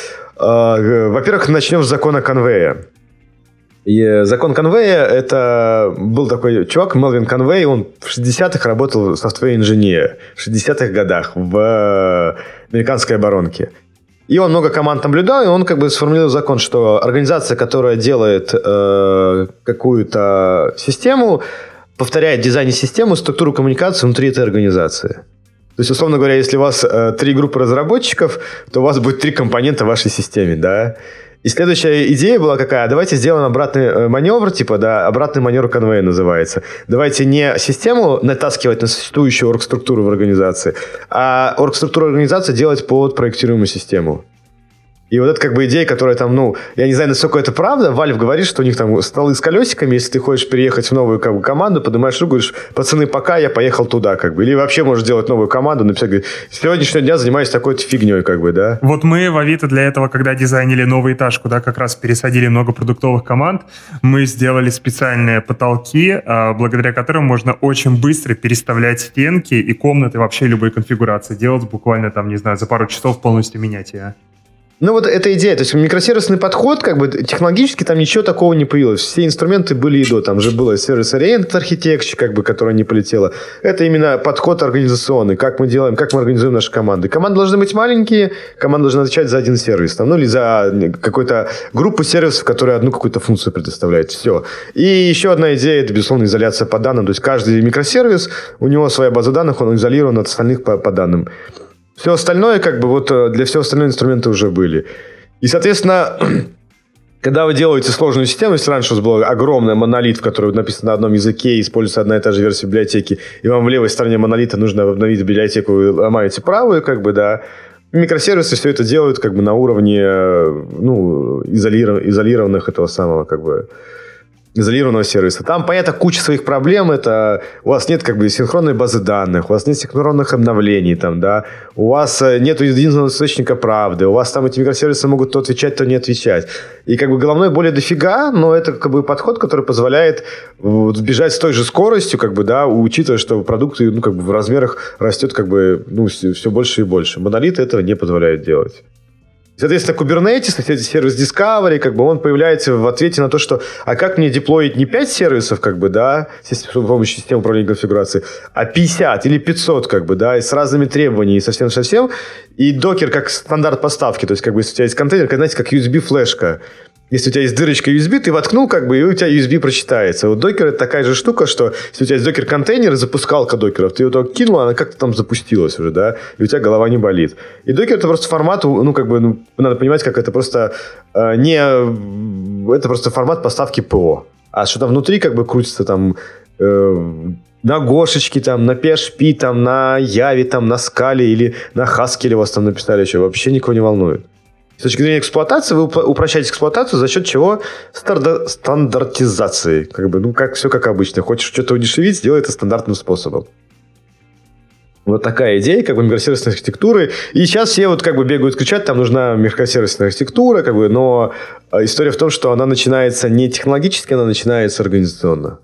Э, во-первых, начнем с закона конвея. И закон конвея, это был такой чувак, Мелвин Конвей, он в шестидесятых работал в софтвер-инженере, в шестидесятых годах в американской оборонке. И он много команд наблюдал, и он как бы сформулировал закон, что организация, которая делает э, какую-то систему, повторяет в дизайне систему структуру коммуникации внутри этой организации. То есть, условно говоря, если у вас э, три группы разработчиков, то у вас будет три компонента в вашей системе, да. И следующая идея была какая? Давайте сделаем обратный маневр, типа, да, обратный маневр конвея называется. Давайте не систему натаскивать на существующую оргструктуру в организации, а оргструктуру организации делать под проектируемую систему. И вот это как бы идея, которая там, ну, я не знаю, насколько это правда. Valve говорит, что у них там столы с колесиками, если ты хочешь переехать в новую как бы, команду, поднимаешь руку, говоришь, пацаны, пока, я поехал туда, как бы. Или вообще можешь делать новую команду, написать, говорит, с сегодняшнего дня занимаюсь такой-то фигней, как бы, да. Вот мы в Авито для этого, когда дизайнили новый этаж, куда как раз пересадили много продуктовых команд, мы сделали специальные потолки, благодаря которым можно очень быстро переставлять стенки и комнаты вообще любой конфигурации, делать буквально там, не знаю, за пару часов полностью менять ее. Ну, вот эта идея, то есть микросервисный подход, как бы технологически там ничего такого не появилось. Все инструменты были и до. Там же было сервис-ориентед архитектура, как бы, которая не полетела. Это именно подход организационный. Как мы делаем, как мы организуем наши команды. Команды должны быть маленькие, команда должна отвечать за один сервис. Там, ну, или за какую-то группу сервисов, которая одну какую-то функцию предоставляет. Все. И еще одна идея, это, безусловно, изоляция по данным. То есть каждый микросервис, у него своя база данных, он изолирован от остальных по, по данным. Все остальное, как бы, вот для всего остального инструменты уже были. И, соответственно, когда вы делаете сложную систему, если раньше у вас был огромный монолит, в котором написано на одном языке, используется одна и та же версия библиотеки, и вам в левой стороне монолита нужно обновить библиотеку, вы ломаете правую, как бы, да. Микросервисы все это делают, как бы, на уровне, ну, изолиров... изолированных этого самого, как бы, изолированного сервиса. Там, понятно, куча своих проблем. Это у вас нет как бы синхронной базы данных, у вас нет синхронных обновлений, там, да, у вас нет единого источника правды, у вас там эти микросервисы могут то отвечать, то не отвечать. И как бы головной боли дофига, но это как бы подход, который позволяет вот, сбежать с той же скоростью, как бы, да, учитывая, что продукт, ну, как бы в размерах растет как бы, ну, все больше и больше. Монолиты этого не позволяют делать. Соответственно, Kubernetes, сервис Discovery, как бы он появляется в ответе на то, что а как мне деплоить не пять сервисов, как бы, да, с помощью системы управления конфигурацией, а пятьдесят или пятьсот, как бы, да, и с разными требованиями, и совсем-совсем. И докер как стандарт поставки, то есть, как бы, если у тебя есть контейнер, как, знаете, как ю эс би-флешка. Если у тебя есть дырочка ю эс би, ты воткнул, как бы, и у тебя ю эс би прочитается. Вот докер — это такая же штука, что если у тебя есть докер-контейнер и запускалка докеров, ты его только кинул, она как-то там запустилась уже, да, и у тебя голова не болит. И докер — это просто формат, ну, как бы, ну, надо понимать, как это просто э, не... Это просто формат поставки ПО. А что там внутри, как бы, крутится там... Э, на Гошечке, там, на пи эйч пи, там, на Яве, там, на Скале или на Haskell у вас там написали еще, вообще никого не волнует. С точки зрения эксплуатации, вы упрощаете эксплуатацию за счет чего? Старда- стандартизации. Как бы, ну, как, все как обычно. Хочешь что-то удешевить, сделай это стандартным способом. Вот такая идея, как бы, микросервисной архитектуры. И сейчас все вот как бы бегают, кричат, там нужна микросервисная архитектура, как бы, но история в том, что она начинается не технологически, она начинается организационно.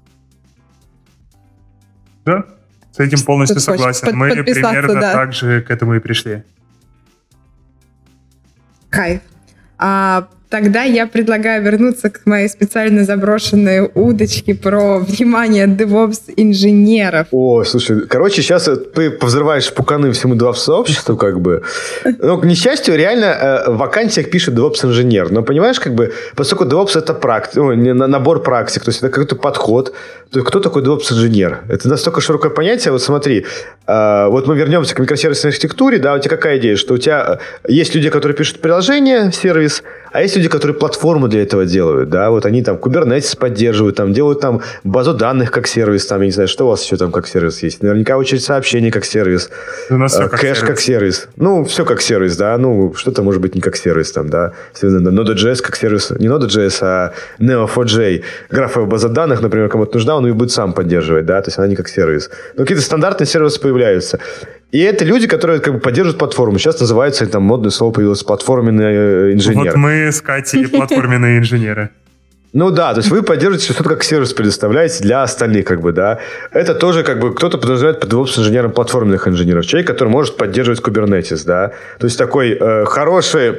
Да, с этим полностью Тут согласен. под, Мы примерно да. так же к этому и пришли. Кайф. А, Тогда я предлагаю вернуться к моей специально заброшенной удочке про внимание DevOps-инженеров. О, слушай, короче, сейчас ты повзрываешь пуканы всему DevOps-сообществу, как бы. Но, к несчастью, реально в вакансиях пишет DevOps-инженер. Но, понимаешь, как бы, поскольку DevOps — это практи... ну, набор практик, то есть это какой-то подход, то есть кто такой DevOps-инженер? Это настолько широкое понятие. Вот смотри, вот мы вернемся к микросервисной архитектуре, да, у тебя какая идея? Что у тебя есть люди, которые пишут приложение, сервис, а есть люди, которые платформу для этого делают, да, вот они там Kubernetes поддерживают, там делают там базу данных как сервис, там, я не знаю, что у вас еще там как сервис есть, наверняка очередь сообщений как сервис, у нас все как кэш сервис. как сервис, ну, все как сервис, да, ну, что-то может быть не как сервис там, да, Node.js как сервис, не Node.js, а нео фор джей, графовая база данных, например, кому-то нужна, он ее будет сам поддерживать, да, то есть она не как сервис, но какие-то стандартные сервисы появляются. И это люди, которые как бы поддерживают платформу. Сейчас называется, там модное слово появилось, платформенный инженер. Вот мы с Катей платформенные инженеры. Ну да, то есть вы поддерживаете что-то как сервис предоставляете для остальных, как бы, да. Это тоже как бы кто-то подразумевает под DevOps-инженером платформенных инженеров. Человек, который может поддерживать Kubernetes, да. То есть такой э, хороший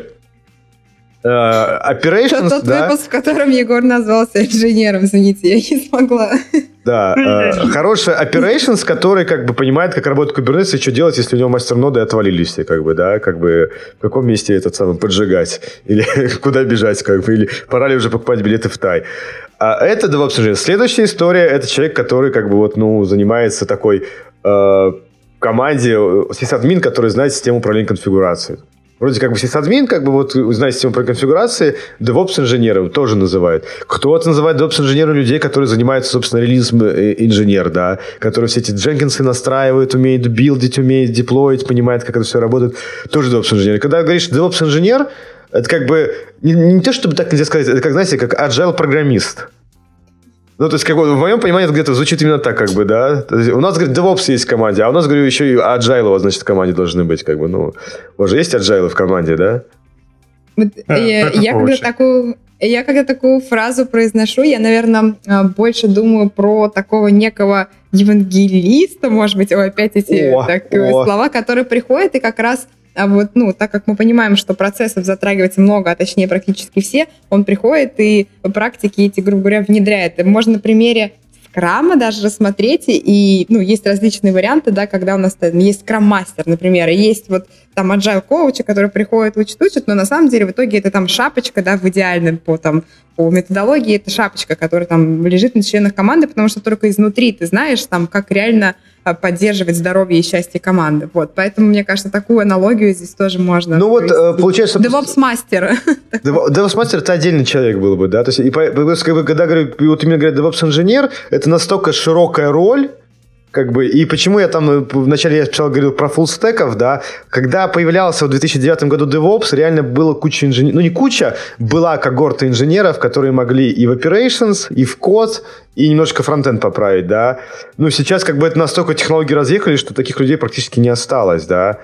э, operations, тот да. выпуск, в котором Егор назвался инженером, извините, я не смогла. Да, э, хороший operations, который как бы понимает, как работает Kubernetes и что делать, если у него мастерноды отвалились все, как бы, да, как бы в каком месте этот самый поджигать, или куда бежать, как бы, или пора ли уже покупать билеты в Тай. А это DevOps инженер. Следующая история, это человек, который как бы вот, ну, занимается такой э, команде, сисадмин, который знает систему управления конфигурацией. Вроде как бы сисадмин, как бы вот знает систему управления конфигурацией, DevOps-инженером тоже называют. Кто-то называет DevOps-инженером людей, которые занимаются, собственно, релизом инженер, да, которые все эти Дженкинсы настраивают, умеют билдить, умеют деплоить, понимает, как это все работает. Тоже DevOps-инженер. Когда говоришь DevOps-инженер, это как бы не, не то, чтобы так нельзя сказать, это как, знаете, как agile-программист. Ну, то есть, как бы, в моем понимании, это где-то звучит именно так, как бы, да. То есть, у нас, говорит, DevOps есть в команде, а у нас, говорю, еще и Agile, у вас, значит, в команде должны быть, как бы, ну, у вас же есть Agile в команде, да? Вот, а, я, я, когда такую, я когда такую фразу произношу, я, наверное, больше думаю про такого некого евангелиста, может быть, ой, опять эти о, так, о. слова, которые приходят и как раз... А вот, ну, так как мы понимаем, что процессов затрагивается много, а точнее практически все, он приходит и практики эти, грубо говоря, внедряет. Можно на примере скрама даже рассмотреть, и, ну, есть различные варианты, да, когда у нас там есть скрам-мастер, например, и есть вот там agile-коучи, которые приходят, учат, учат, но на самом деле в итоге это там шапочка, да, в идеальном по, там, по методологии, это шапочка, которая там лежит на членах команды, потому что только изнутри ты знаешь, там, как реально поддерживать здоровье и счастье команды. Вот. Поэтому, мне кажется, такую аналогию здесь тоже можно... Ну вот, провести. Получается... DevOps-мастер. DevOps-мастер — это отдельный человек был бы, да? То есть, и, как бы, когда говорю, вот именно говорят DevOps-инженер, это настолько широкая роль, как бы, и почему я там вначале я сначала говорил про фуллстеков, да, когда появлялся в две тысячи девятом году DevOps, реально было куча инженеров, ну не куча, была когорта инженеров, которые могли и в operations, и в код, и немножко фронтенд поправить, да. Ну сейчас как бы это настолько технологии разъехали, что таких людей практически не осталось, да.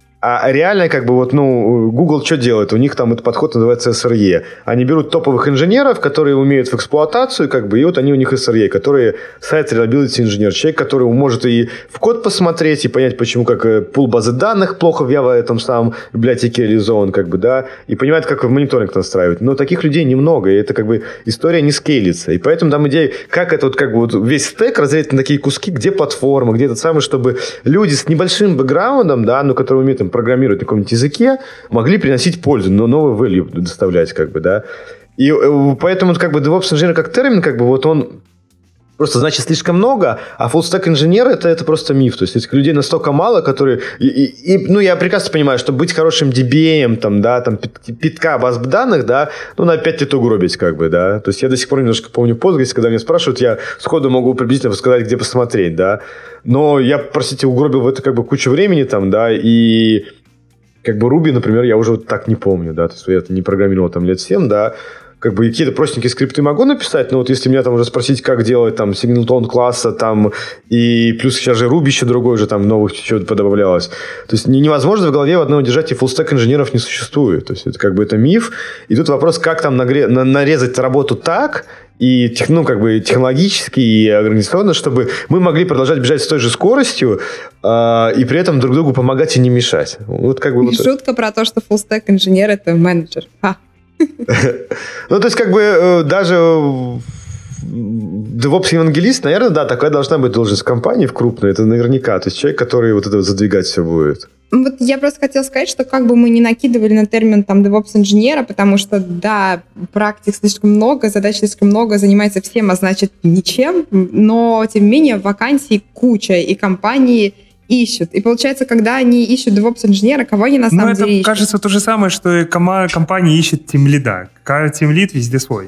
А реально, как бы, вот, ну, Google что делает? У них там этот подход называется эс эр и. Они берут топовых инженеров, которые умеют в эксплуатацию, как бы, и вот они у них эс эр и, которые Site Reliability инженер. Человек, который может и в код посмотреть, и понять, почему, как пул базы данных плохо в Java этом самом библиотеке реализован, как бы, да, и понимает, как в мониторинг настраивать. Но таких людей немного, и это, как бы, история не скейлится. И поэтому там идея, как это вот, как бы, вот весь стек разделить на такие куски, где платформа, где этот самый, чтобы люди с небольшим бэкграундом, да, ну, которые умеют там программировать на каком-нибудь языке, могли приносить пользу, но новый value доставлять, как бы, да. И поэтому, как бы, DevOps-инженер как термин, как бы, вот он просто значит слишком много, а full-stack инженер это, это просто миф. То есть этих людей настолько мало, которые... И, и, и, ну, я прекрасно понимаю, что быть хорошим ди би эй, там, да, там, питка баз данных, да, ну, на опять это угробить, как бы, да. То есть я до сих пор немножко помню Postgres, когда меня спрашивают, я сходу могу приблизительно сказать, где посмотреть, да. Но я, простите, угробил в это, как бы, кучу времени, там, да, и... Как бы Ruby, например, я уже вот так не помню, да, то есть я это не программировал там лет семь, да, как бы какие-то простенькие скрипты могу написать, но вот если меня там уже спросить, как делать там сигнатон класса там, и плюс сейчас же Ruby еще другой же там новых чего-то подобавлялось, то есть невозможно в голове в одной удержать, и фуллстек инженеров не существует, то есть это как бы это миф, и тут вопрос, как там нагре- на- нарезать работу так, и ну, как бы технологически и организационно, чтобы мы могли продолжать бежать с той же скоростью э, и при этом друг другу помогать и не мешать. Вот как бы И вот шутка про то, что фуллстек инженер — это менеджер. Ха. Ну, то есть, как бы, даже DevOps-евангелист, наверное, да, такая должна быть должность в компании, в крупной, это наверняка. То есть, человек, который вот это вот задвигать все будет. Вот я просто хотела сказать, что как бы мы не накидывали на термин там DevOps-инженера, потому что, да, практик слишком много, задач слишком много, занимается всем, а значит ничем, но, тем не менее, вакансий куча, и компании ищут. И получается, когда они ищут DevOps-инженера, кого они на самом ну, деле это, ищут? кажется, то же самое, что и кома- компания ищет тимлида. Тимлид везде свой.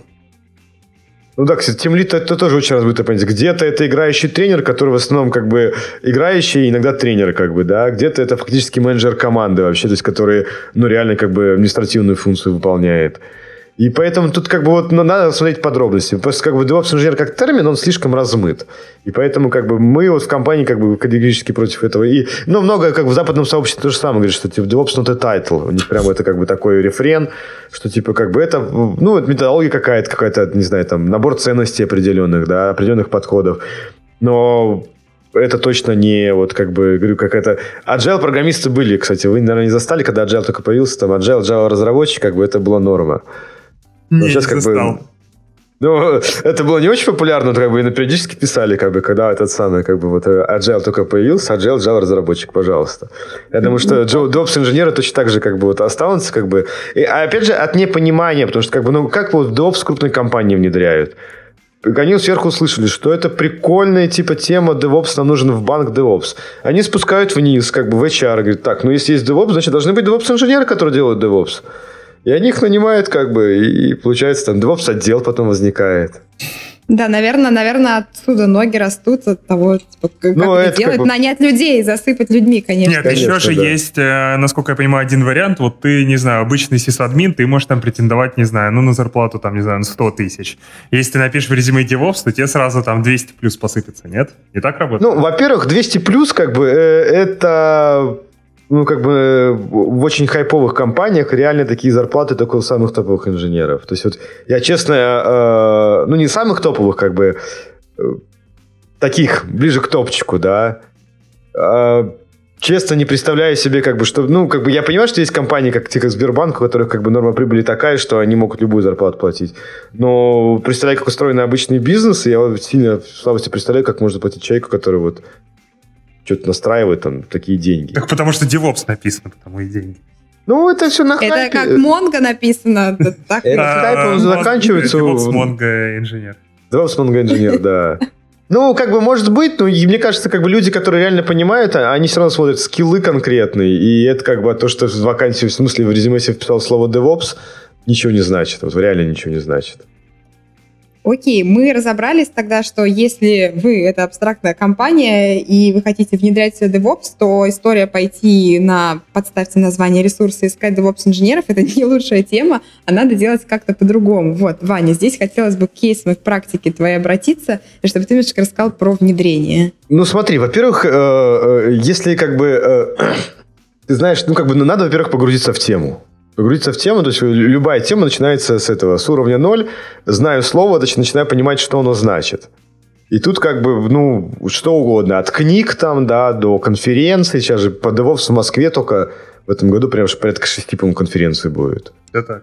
Ну да, кстати, тимлид это тоже очень разбито понятие. Где-то это играющий тренер, который в основном как бы играющий, иногда тренер, как бы, да. Где-то это фактически менеджер команды вообще, то есть который, ну, реально как бы административную функцию выполняет. И поэтому тут как бы вот ну, надо смотреть подробности. Просто как бы DevOps-инженер как термин, он слишком размыт. И поэтому как бы мы вот в компании как бы категорически против этого. И, ну, много как в западном сообществе то же самое говорит, что типа DevOps not a title. У них прямо это как бы такой рефрен, что типа как бы это, ну, это методология какая-то, какая-то, не знаю, там, набор ценностей определенных, да, определенных подходов. Но это точно не вот как бы, говорю, какая-то... Agile-программисты были, кстати. Вы, наверное, не застали, когда Agile только появился. Там Agile, Java-разработчик, как бы это была норма. Не, сейчас не как застал. бы, ну, это было не очень популярно, как бы, и периодически писали, как бы, когда этот самый, как бы, вот Agile только появился, Agile, Java разработчик, пожалуйста. Я думаю, что DevOps-инженеры точно так же, как бы, вот останутся, как бы, и, опять же, от непонимания, потому что, как бы, ну, как вот DevOps в крупной компании внедряют? Они сверху услышали, что это прикольная типа тема DevOps, нам нужен в банк DevOps. Они спускают вниз, как бы, в эйч ар, говорят, так, ну, если есть DevOps, значит, должны быть DevOps-инженеры, которые делают DevOps. И они их нанимают, как бы, и получается, там, DevOps-отдел потом возникает. Да, наверное, наверное, отсюда ноги растут от того, типа, как ну, это делать. Как бы... Нанять людей, засыпать людьми, конечно. Нет, конечно, еще же да. есть, насколько я понимаю, один вариант. Вот ты, не знаю, обычный сисадмин, ты можешь там претендовать, не знаю, ну, на зарплату, там, не знаю, на сто тысяч. Если ты напишешь в резюме DevOps, то тебе сразу там двести плюс посыпется, нет? Не так работает? Ну, во-первых, двести плюс, как бы, это... Ну, как бы в очень хайповых компаниях реально такие зарплаты только у самых топовых инженеров. То есть вот я, честно, э, ну, не самых топовых, как бы, э, таких, ближе к топчику, да, э, честно не представляю себе, как бы, что, ну, как бы я понимаю, что есть компании, как, как Сбербанк, у которых, как бы, норма прибыли такая, что они могут любую зарплату платить. Но представляю, как устроен обычный бизнес, и я вот сильно в слабости представляю, как можно платить человеку, который вот что-то настраивает там такие деньги. Так потому что DevOps написано, потому и деньги. Ну, это все на хайпе. Это как Mongo написано. Это хайп заканчивается. DevOps Mongo инженер. DevOps Mongo инженер, да. Ну, как бы, может быть, но мне кажется, как бы люди, которые реально понимают, они все равно смотрят скиллы конкретные, и это как бы то, что в вакансии, в смысле, в резюме себе вписал слово DevOps, ничего не значит, вот реально ничего не значит. Окей, мы разобрались тогда, что если вы это абстрактная компания и вы хотите внедрять себе DevOps, то история пойти на подставьте название ресурса, искать DevOps-инженеров — это не лучшая тема, а надо делать как-то по-другому. Вот, Ваня, здесь хотелось бы к кейсам и к практике твоей обратиться, и чтобы ты немножко рассказал про внедрение. Ну, смотри, во-первых, если как бы ты знаешь, ну, как бы надо, во-первых, погрузиться в тему. Погрузиться в тему, то есть любая тема начинается с этого, с уровня ноль, знаю слово, значит, начинаю понимать, что оно значит. И тут как бы, ну, что угодно, от книг там, да, до конференций, сейчас же по DevOps в Москве только в этом году прям порядка шести, по-моему, конференций будет. Это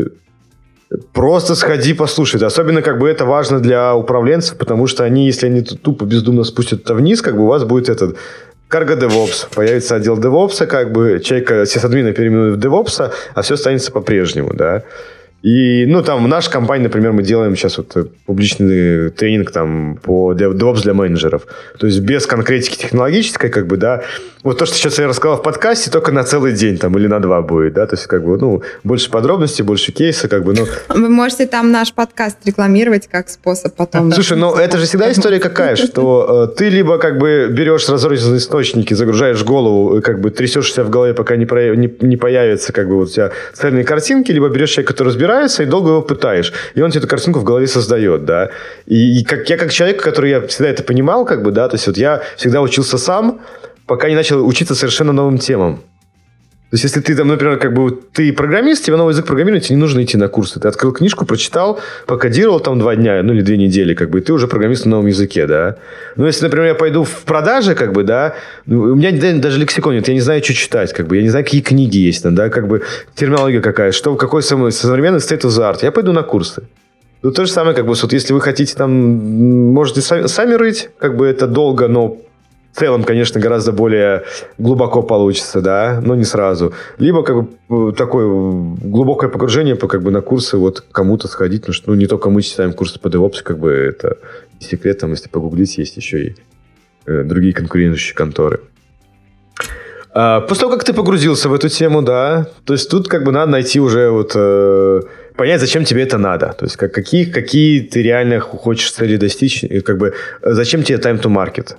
Просто сходи, послушай. Особенно как бы это важно для управленцев, потому что они, если они тупо бездумно спустят это вниз, как бы у вас будет этот... Cargo DevOps. Появится отдел DevOps, как бы человека, сисадмина переименуют в DevOps, а все останется по-прежнему, да. И, ну, там, в нашей компании, например, мы делаем сейчас вот публичный тренинг там по DevOps для менеджеров. То есть без конкретики технологической, как бы, да. Вот то, что сейчас я рассказал в подкасте, только на целый день там или на два будет, да. То есть, как бы, ну, больше подробностей, больше кейса, как бы, ну. Вы можете там наш подкаст рекламировать как способ потом. Слушай, да, ну, это же всегда история какая, что э, ты либо, как бы, берешь разрозненные источники, загружаешь голову, как бы, трясешься в голове, пока не, про... не, не появится, как бы, вот у тебя цельные картинки, либо берешь человека, который разбирается, и долго его пытаешь. И он тебе эту картинку в голове создает, да. И, и как, я как человек, который я всегда это понимал, как бы, да, то есть вот я всегда учился сам, пока не начал учиться совершенно новым темам. То есть, если ты там, например, как бы ты программист, тебе новый язык программирования, тебе не нужно идти на курсы. Ты открыл книжку, прочитал, покодировал там два дня, ну или две недели, как бы, и ты уже программист на новом языке, да. Но если, например, я пойду в продажи, как бы, да, у меня даже лексикон нет, я не знаю, что читать, как бы, я не знаю, какие книги есть там, да, как бы, терминология какая, что, какой современный state of the art. Я пойду на курсы. Ну, то же самое, как бы, вот если вы хотите там, можете сами, сами рыть, как бы, это долго, но в целом, конечно, гораздо более глубоко получится, да, но не сразу. Либо как бы такое глубокое погружение по, как бы, на курсы вот кому-то сходить, потому что ну, не только мы читаем курсы по DevOps, как бы это не секрет, там, если погуглить, есть еще и э, другие конкурирующие конторы. А, после того, как ты погрузился в эту тему, да, то есть тут как бы надо найти уже вот... Э, понять, зачем тебе это надо. То есть, как, какие, какие ты реально хочешь цели достичь, и как бы зачем тебе time to market.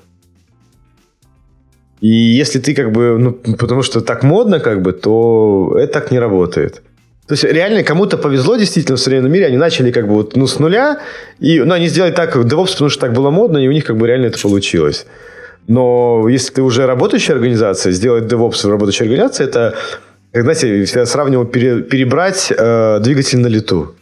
И если ты как бы, ну, потому что так модно, как бы, то это так не работает. То есть, реально кому-то повезло действительно в современном мире, они начали как бы вот, ну, с нуля, и, ну, они сделали так DevOps, потому что так было модно, и у них как бы реально это получилось. Но если ты уже работающая организация, сделать DevOps в работающей организации, это, как, знаете, я всегда сравнивал пере, перебрать э, двигатель на лету.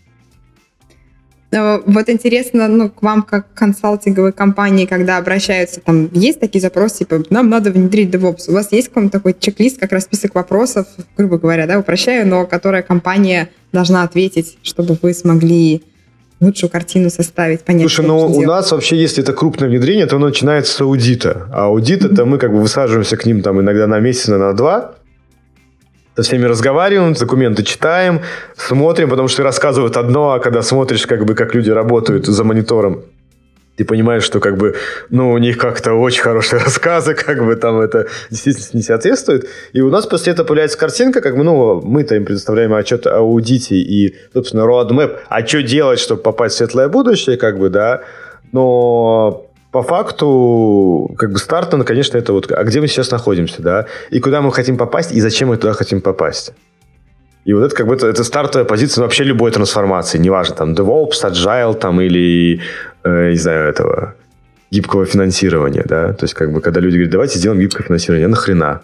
Вот интересно, ну, к вам как консалтинговой компании, когда обращаются, там есть такие запросы, типа, нам надо внедрить DevOps. У вас есть какой-то такой чек-лист, как раз список вопросов, грубо говоря, да, упрощаю, но которая компания должна ответить, чтобы вы смогли лучшую картину составить, понять. Слушай, ну у нас вообще, если это крупное внедрение, то оно начинается с аудита. А аудит mm-hmm. это мы как бы высаживаемся к ним там иногда на месяц, на два. Со всеми разговариваем, документы читаем, смотрим, потому что рассказывают одно, а когда смотришь, как бы, как люди работают за монитором, ты понимаешь, что как бы, ну, у них как-то очень хорошие рассказы, как бы там это действительно не соответствует. И у нас после этого появляется картинка, как бы, ну, мы-то им предоставляем отчет о аудите и, собственно, roadmap, а что делать, чтобы попасть в светлое будущее, как бы, да, но... По факту, как бы старта, ну, конечно, это вот, а где мы сейчас находимся, да, и куда мы хотим попасть, и зачем мы туда хотим попасть. И вот это как бы это, это стартовая позиция вообще любой трансформации, неважно, там, DevOps, Agile, там, или, э, не знаю, этого, гибкого финансирования, да, то есть, как бы, когда люди говорят, давайте сделаем гибкое финансирование, а нахрена?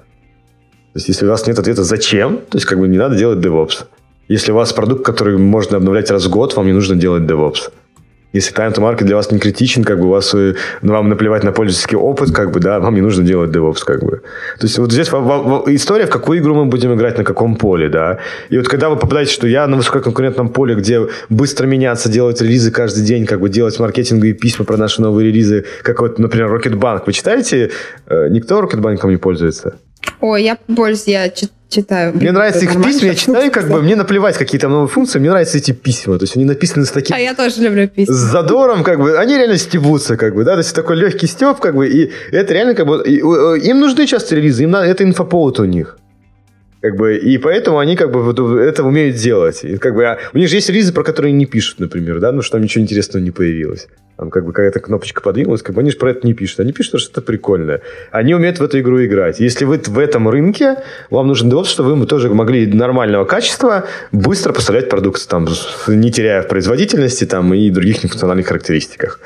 То есть, если у вас нет ответа «зачем?», то есть, как бы, не надо делать DevOps. Если у вас продукт, который можно обновлять раз в год, вам не нужно делать DevOps. Если time to market для вас не критичен, как бы у вас, ну, вам наплевать на пользовательский опыт, как бы, да, вам не нужно делать DevOps, как бы. То есть вот здесь в, в, в, история, в какую игру мы будем играть, на каком поле, да. И вот когда вы попадаете, что я на высококонкурентном поле, где быстро меняться, делать релизы каждый день, как бы делать маркетинговые письма про наши новые релизы, как вот, например, Rocketbank. Вы читаете? Никто Rocketbank'ом не пользуется? Ой, я пользуюсь, я читаю. Мне нравятся их письма, я читаю, как бы, мне наплевать, какие там новые функции, мне нравятся эти письма, то есть они написаны с таким... А я тоже люблю письма. С задором, как бы, они реально стебутся, как бы, да, то есть такой легкий стеб, как бы, и это реально, как бы, им нужны часто релизы, им надо, это инфоповод у них. Как бы, и поэтому они как бы это умеют делать. И, как бы, а у них же есть релизы, про которые не пишут, например, да, ну что там ничего интересного не появилось. Там как бы какая-то кнопочка подвинулась, как бы они же про это не пишут. Они пишут, что это прикольное. Они умеют в эту игру играть. Если вы в этом рынке, вам нужен DevOps, чтобы вы тоже могли нормального качества быстро поставлять продукт, там, не теряя в производительности там, и других нефункциональных характеристиках.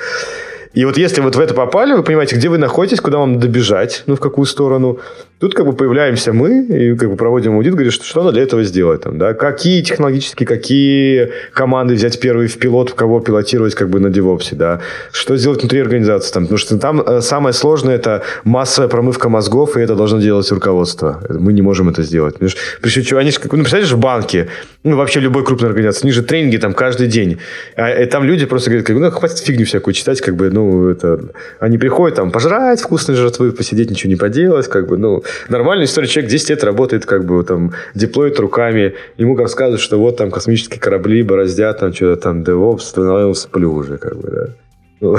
И вот если вот в это попали, вы понимаете, где вы находитесь, куда вам добежать, ну, в какую сторону. Тут как бы появляемся мы и как бы проводим аудит, говорим, что, что надо для этого сделать. Там, да? Какие технологические, какие команды взять первые в пилот, кого пилотировать как бы на DevOps, да? Что сделать внутри организации. Там, потому что там э, самое сложное – это массовая промывка мозгов, и это должно делать руководство. Мы не можем это сделать. Причем, они же, ну, представляешь, в банке, ну, вообще любой крупной организации, у них же тренинги там каждый день. А, и там люди просто говорят, как, ну, хватит фигню всякую читать, как бы, ну, это... Они приходят там пожрать вкусные жратвы, посидеть, ничего не поделать, как бы, ну... Нормальная история. Человек десять лет работает, как бы, там, деплоит руками. Ему рассказывают, что вот там космические корабли бороздят, там, что-то там, DevOps, становился сплю уже, как бы, да. Ну,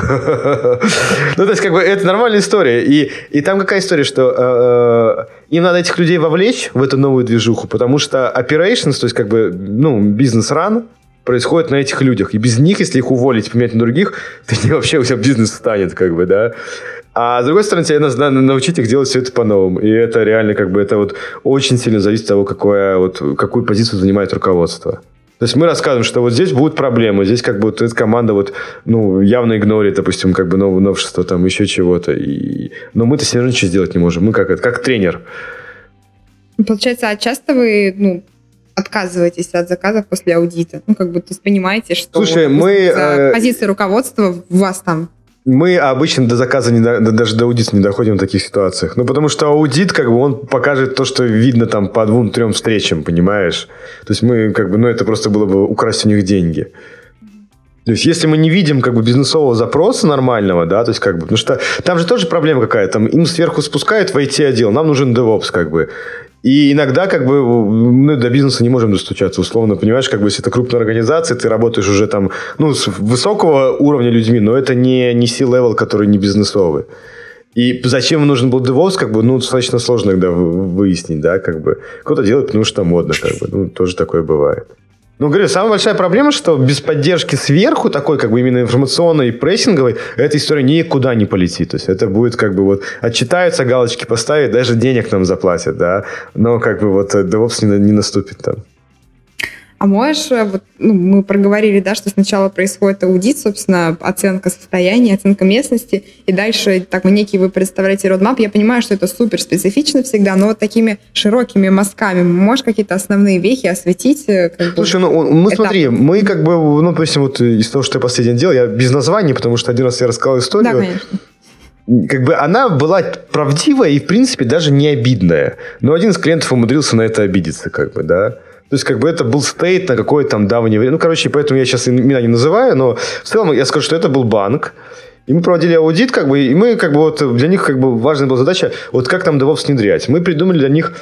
то есть, как бы, это нормальная история. И, и там какая история, что э, им надо этих людей вовлечь в эту новую движуху, потому что operations, то есть, как бы, ну, бизнес-ран происходит на этих людях. И без них, если их уволить, поменять на других, то вообще у тебя бизнес встанет, как бы, да. А с другой стороны, тебе надо научить их делать все это по-новому. И это реально, как бы, это вот очень сильно зависит от того, какое, вот, какую позицию занимает руководство. То есть мы рассказываем, что вот здесь будут проблемы, здесь как бы вот эта команда вот, ну, явно игнорит, допустим, как бы новое новшество, там еще чего-то. И... Но мы-то все равно ничего сделать не можем. Мы как, как тренер. Получается, а часто вы, ну, отказываетесь от заказов после аудита? Ну, как бы, то есть понимаете, что Слушай, вот, мы, э, э... позиция руководства у вас там. Мы обычно до заказа, не до, даже до аудита не доходим в таких ситуациях. Ну, потому что аудит, как бы, он покажет то, что видно там по двум-трем встречам, понимаешь? То есть мы, как бы, ну, это просто было бы украсть у них деньги. То есть, если мы не видим, как бы, бизнесового запроса нормального, да, то есть, как бы, потому что там же тоже проблема какая-то. Там им сверху спускают в ай ти-отдел, нам нужен DevOps, как бы. И иногда, как бы, мы до бизнеса не можем достучаться, условно, понимаешь, как бы, если это крупная организация, ты работаешь уже там, ну, с высокого уровня людьми, но это не, не C-level, который не бизнесовый. И зачем им нужен был DevOps, как бы, ну, достаточно сложно иногда выяснить, да, как бы. Кто-то делает, потому что модно, как бы, ну, тоже такое бывает. Ну, говорю, самая большая проблема, что без поддержки сверху, такой, как бы, именно информационной и прессинговой, эта история никуда не полетит. То есть, это будет, как бы, вот, отчитаются, галочки поставят, даже денег нам заплатят, да, но, как бы, вот, DevOps не, не наступит там. А можешь, вот, ну, мы проговорили, да, что сначала происходит аудит, собственно, оценка состояния, оценка местности, и дальше так, некий вы представляете roadmap. Я понимаю, что это супер специфично всегда, но вот такими широкими мазками можешь какие-то основные вехи осветить? Как Слушай, ну, мы, этап. Смотри, мы как бы, ну, допустим, вот из того, что я последнее делал, я без названий, потому что один раз я рассказал историю. Да, конечно. Как бы она была правдивая и, в принципе, даже не обидная. Но один из клиентов умудрился на это обидеться, как бы, да. То есть, как бы, это был стейт на какое-то там давнее время. Ну, короче, поэтому я сейчас имена не называю, но в целом я скажу, что это был банк. И мы проводили аудит, как бы, и мы, как бы, вот, для них, как бы, важная была задача, вот, как там DevOps внедрять. Мы придумали для них,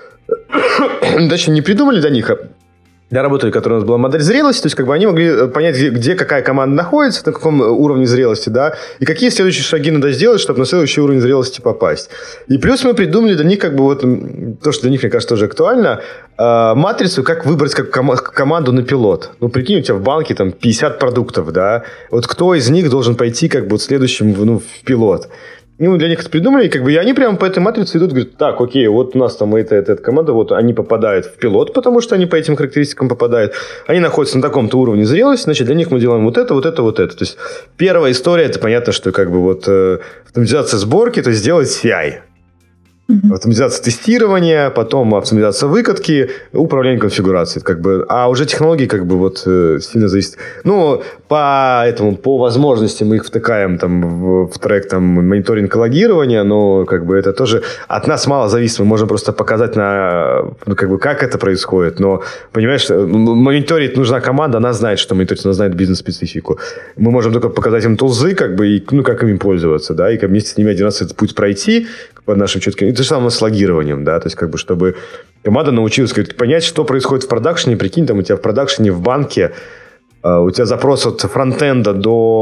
точнее, не придумали для них, а для работы, которая у нас была модель зрелости, то есть, как бы, они могли понять, где, где какая команда находится, на каком уровне зрелости, да, и какие следующие шаги надо сделать, чтобы на следующий уровень зрелости попасть. И плюс мы придумали для них, как бы, вот, то, что для них, мне кажется, тоже актуально, э, матрицу, как выбрать как ком- команду на пилот. Ну, прикинь, у тебя в банке там пятьдесят продуктов, да, вот кто из них должен пойти, как бы, вот следующим, ну, в пилот. Ну, для них это придумали, как бы, и они прямо по этой матрице идут, говорят, так, окей, вот у нас там эта, эта, эта команда, вот они попадают в пилот, потому что они по этим характеристикам попадают. Они находятся на таком-то уровне зрелости, значит, для них мы делаем вот это, вот это, вот это. То есть, первая история, это понятно, что, как бы, вот, э, автоматизация сборки, то есть, сделать си ай. Mm-hmm. Автоматизация тестирования, потом автоматизация выкатки, управление конфигурацией, как бы, а уже технологии, как бы, вот, сильно зависят. Ну, по этому, по возможности мы их втыкаем там в, в трек там мониторинг и логирования, но, как бы, это тоже от нас мало зависит. Мы можем просто показать на, ну, как бы, как это происходит, но, понимаешь, мониторить нужна команда, она знает, что мониторить, она знает бизнес-специфику. Мы можем только показать им тулзы, как бы, и, ну, как им пользоваться, да, и как вместе с ними один раз этот путь пройти по нашим четким. И то же самое с логированием, да, то есть, как бы, чтобы команда научилась, как, понять, что происходит в продакшене. Прикинь, там у тебя в продакшене в банке uh, у тебя запрос от фронтенда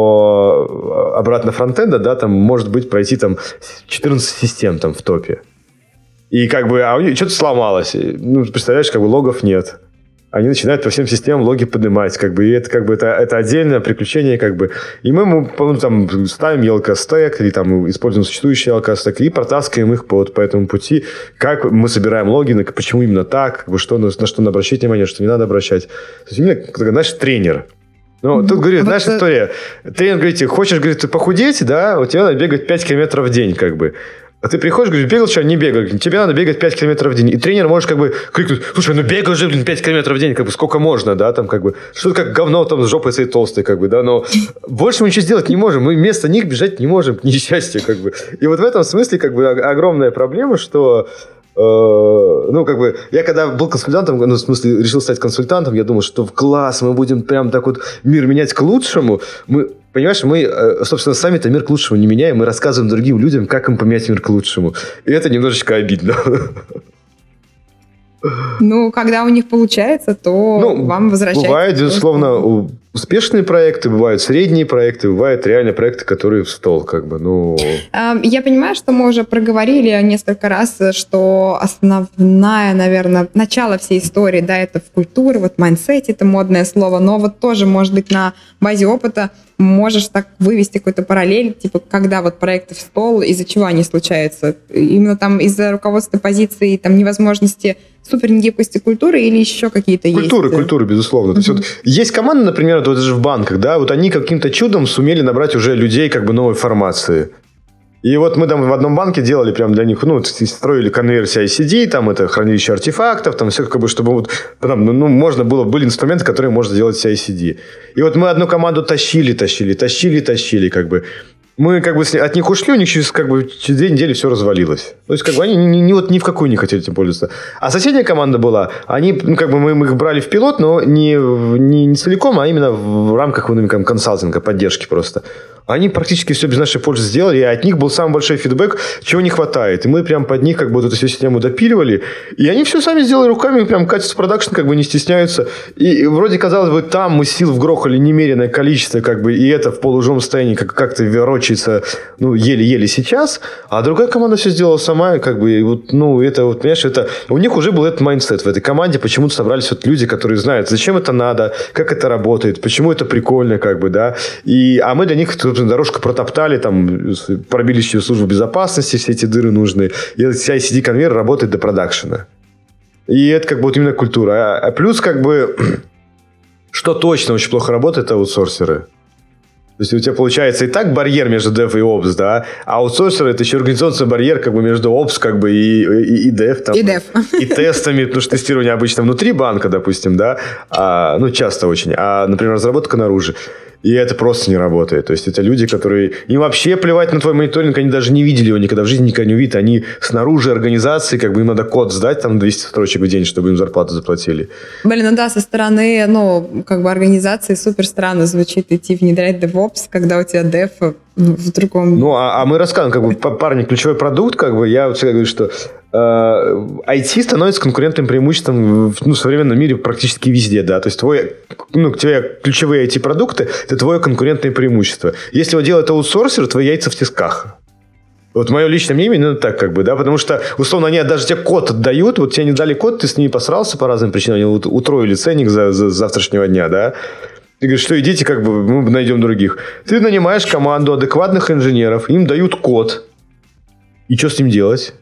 до обратно фронтенда, да, там может быть пройти там четырнадцать систем там в топе. И как бы, а у них что-то сломалось. Ну, представляешь, как бы логов нет. Они начинают по всем системам логи поднимать, как бы, и это, как бы, это, это отдельное приключение, как бы. И мы, мы ну, там, ставим эл кей стек, или там используем существующий эл кей стек, и протаскиваем их по, по этому пути, как мы собираем логины, почему именно так, как бы, что, на, на что надо обращать внимание, что не надо обращать. То есть, именно, знаешь, тренер. Ну, mm-hmm. Тут, говорю, вот знаешь, это... история. Тренер говорит, хочешь, говорит, ты похудеть, да, у тебя надо бегать пять километров в день, как бы. А ты приходишь, говоришь, бегал что, не бегал. Тебе надо бегать пять километров в день. И тренер может как бы крикнуть, слушай, ну бегал же, блин, пять километров в день, как бы сколько можно, да, там как бы, что-то как говно там с жопой своей толстой, как бы, да, но больше мы ничего сделать не можем, мы вместо них бежать не можем, к несчастью, как бы. И вот в этом смысле, как бы, огромная проблема, что ну, как бы, я когда был консультантом, ну, в смысле, решил стать консультантом, я думал, что в класс, мы будем прям так вот мир менять к лучшему. Мы, понимаешь, мы, собственно, сами-то мир к лучшему не меняем, мы рассказываем другим людям, как им поменять мир к лучшему. И это немножечко обидно. Ну, когда у них получается, то ну, вам возвращается. Бывают, безусловно, успешные проекты, бывают средние проекты, бывают реально проекты, которые в стол, как бы, ну... Я понимаю, что мы уже проговорили несколько раз, что основная, наверное, начало всей истории, да, это в культуре, вот mindset, это модное слово, но вот тоже, может быть, на базе опыта можешь так вывести какой-то параллель, типа, когда вот проекты в стол, из-за чего они случаются? Именно там из-за руководства позиции, там, невозможности супернегибкости культуры или еще какие-то культуры, есть? Культуры, культуры, безусловно. Uh-huh. То есть, вот, есть команда, например, вот даже в банках, да, вот они каким-то чудом сумели набрать уже людей как бы новой формации. И вот мы там в одном банке делали прям для них, ну, строили конверсию ай си ди, там это хранилище артефактов, там все как бы, чтобы вот, там, ну, можно было, были инструменты, которые можно делать с ай си ди. И вот мы одну команду тащили, тащили, тащили, тащили, как бы. Мы как бы от них ушли, у них через, как бы, через две недели все развалилось. То есть, как бы, они ни, ни, вот, ни в какую не хотели этим пользоваться. А соседняя команда была, они, ну, как бы, мы, мы их брали в пилот, но не, не, не целиком, а именно в рамках ну, консалтинга, поддержки просто. Они практически все без нашей пользы сделали, и от них был самый большой фидбэк, чего не хватает. И мы прям под них как бы вот эту всю систему допиливали. И они все сами сделали руками, прям качество продакшн как бы не стесняются. И вроде, казалось бы, там мы сил вгрохали немеренное количество, как бы, и это в полуживом состоянии как- как-то ворочается, ну, еле-еле сейчас. А другая команда все сделала сама, и как бы, и вот, ну, это, вот, понимаешь, это... У них уже был этот майндсет в этой команде, почему-то собрались вот люди, которые знают, зачем это надо, как это работает, почему это прикольно, как бы, да. И, а мы для них дорожку протоптали, там, пробили через службу безопасности, все эти дыры нужные. И этот ай си ди-конвейер работает до продакшена. И это как бы вот именно культура. А плюс как бы, что точно очень плохо работает, это аутсорсеры. То есть у тебя получается и так барьер между Dev и Ops, да, а аутсорсеры это еще организационный барьер как бы между Ops как бы и, и, и Dev. Там, и Dev. И тестами, потому что тестирование обычно внутри банка, допустим, да, а, ну часто очень, а, например, разработка наружу. И это просто не работает. То есть, это люди, которые... Им вообще плевать на твой мониторинг, они даже не видели его никогда в жизни, никогда не увидят. Они снаружи организации, как бы им надо код сдать, там двести строчек в день, чтобы им зарплату заплатили. Блин, ну да, со стороны, ну, как бы организации супер странно звучит идти внедрять DevOps, когда у тебя Dev в другом... Ну, а, а мы рассказываем, как бы, парни, ключевой продукт, как бы, я вот всегда говорю, что ай ти становится конкурентным преимуществом в ну, современном мире практически везде, да, то есть твой, ну, твои ключевые ай ти-продукты – это твое конкурентное преимущество. Если его делает аутсорсер, твои яйца в тисках. Вот мое личное мнение именно так, как бы, да, потому что, условно, они даже тебе код отдают, вот тебе не дали код, ты с ними посрался по разным причинам, они вот утроили ценник за, за завтрашнего дня, да. Ты говоришь, что идите, как бы, мы найдем других. Ты нанимаешь команду адекватных инженеров, им дают код. И что с ним делать?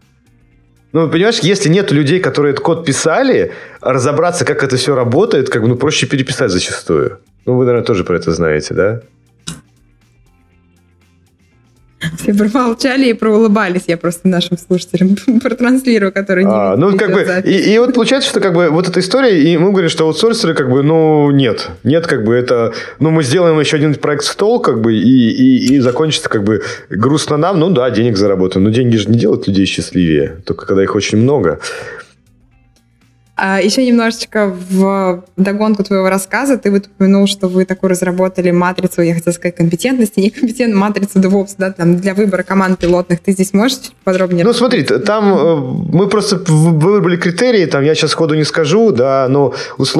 Ну, понимаешь, если нет людей, которые этот код писали, разобраться, как это все работает, как бы, ну, проще переписать зачастую. Ну, вы, наверное, тоже про это знаете, да? Все промолчали и проулыбались. Я просто нашим слушателям протранслирую, которые не а, ну, как бы, и, и вот получается, что как бы вот эта история, и мы говорим, что аутсорсеры, как бы, ну, нет. Нет, как бы это... Ну, мы сделаем еще один проект в стол, как бы, и, и, и закончится, как бы, грустно нам. Ну, да, денег заработаем. Но деньги же не делают людей счастливее. Только когда их очень много. А еще немножечко в догонку твоего рассказа ты вот упомянул, что вы такую разработали матрицу, я хотела сказать, компетентности, некомпетентную матрицу DevOps, да, там, для выбора команд пилотных. Ты здесь можешь чуть подробнее? Ну, смотри, там мы просто выбрали критерии, там, я сейчас сходу не скажу, да, но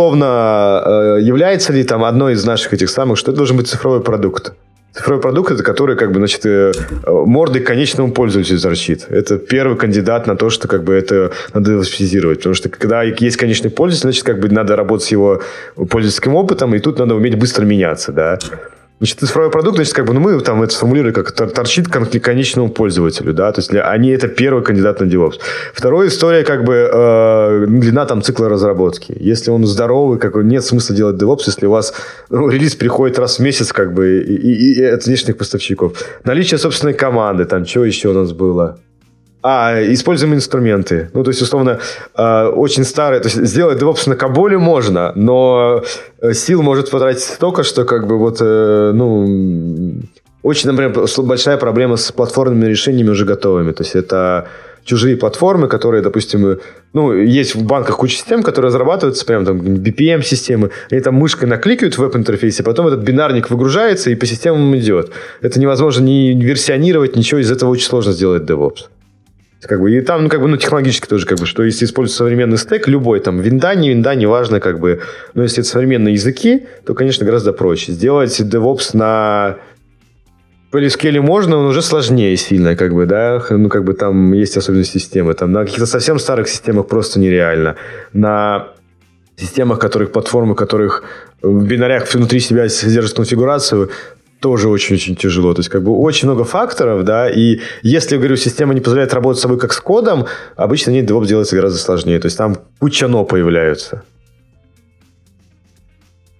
условно является ли там одной из наших этих самых, что это должен быть цифровой продукт. Цифровой продукт, это который, как бы, значит, мордой к конечному пользователю торчит. Это первый кандидат на то, что, как бы, это надо велосипедизировать. Потому что, когда есть конечный пользователь, значит, как бы, надо работать с его пользовательским опытом, и тут надо уметь быстро меняться, да. Значит, цифровой продукт, значит, как бы, ну, мы там это сформулировали, как торчит к конечному пользователю, да, то есть для, они это первый кандидат на DevOps. Вторая история, как бы, э, длина там цикла разработки. Если он здоровый, как бы, нет смысла делать DevOps, если у вас ну, релиз приходит раз в месяц, как бы, и, и, и от внешних поставщиков. Наличие собственной команды, там, что еще у нас было? А, используем инструменты. Ну, то есть, условно, э, очень старые. То есть, сделать DevOps на Каболе можно, но сил может потратить столько, что, как бы, вот, э, ну, очень, например, большая проблема с платформенными решениями уже готовыми. То есть, это чужие платформы, которые, допустим, ну, есть в банках куча систем, которые разрабатываются, прям там би пи эм-системы, они там мышкой накликают в веб-интерфейсе, потом этот бинарник выгружается и по системам идет. Это невозможно ни версионировать, ничего, из этого очень сложно сделать DevOps. Как бы, и там, ну, как бы, ну, технологически тоже, как бы, что если использовать современный стек, любой, там, винда, не винда, неважно, как бы, но если это современные языки, то, конечно, гораздо проще. Сделать DevOps на PostgreSQL можно, но уже сложнее сильно, как бы, да, ну, как бы, там есть особенности системы, там, на каких-то совсем старых системах просто нереально. На системах, которых, платформы, которых в бинарях внутри себя содержат конфигурацию, тоже очень-очень тяжело. То есть, как бы, очень много факторов, да, и если, я говорю, система не позволяет работать с собой как с кодом, обычно нет, DevOps делается гораздо сложнее. То есть, там куча «но» появляются.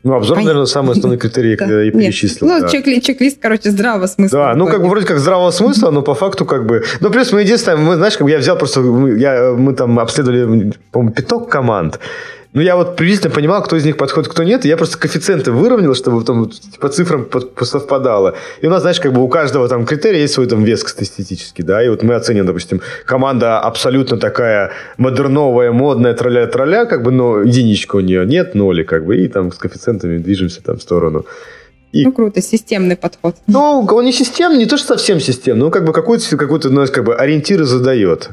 Ну, обзор, Понятно. наверное, самый основной критерий, когда я перечислил. Ну, да. чек-лист, чек-лист, короче, здравого смысла. Да, ну, как бы, вроде как здравого смысла, но по факту, как бы... Ну, плюс мы единственное, мы, знаешь, как бы я взял просто... Я, мы там обследовали, по-моему, пяток команд. Ну, я вот приблизительно понимал, кто из них подходит, кто нет. И я просто коэффициенты выровнял, чтобы там по цифрам совпадало. И у нас, знаешь, как бы у каждого там критерия есть свой там вес статистический, да. И вот мы оценим, допустим, команда абсолютно такая модерновая, модная, тролля-тролля, как бы, но единичка у нее нет, ноли, как бы. И там с коэффициентами движемся там в сторону. И... Ну, круто, системный подход. Ну, он не системный, не то, что совсем системный, но как бы какой-то, какой-то, ну, как бы ориентиры задает.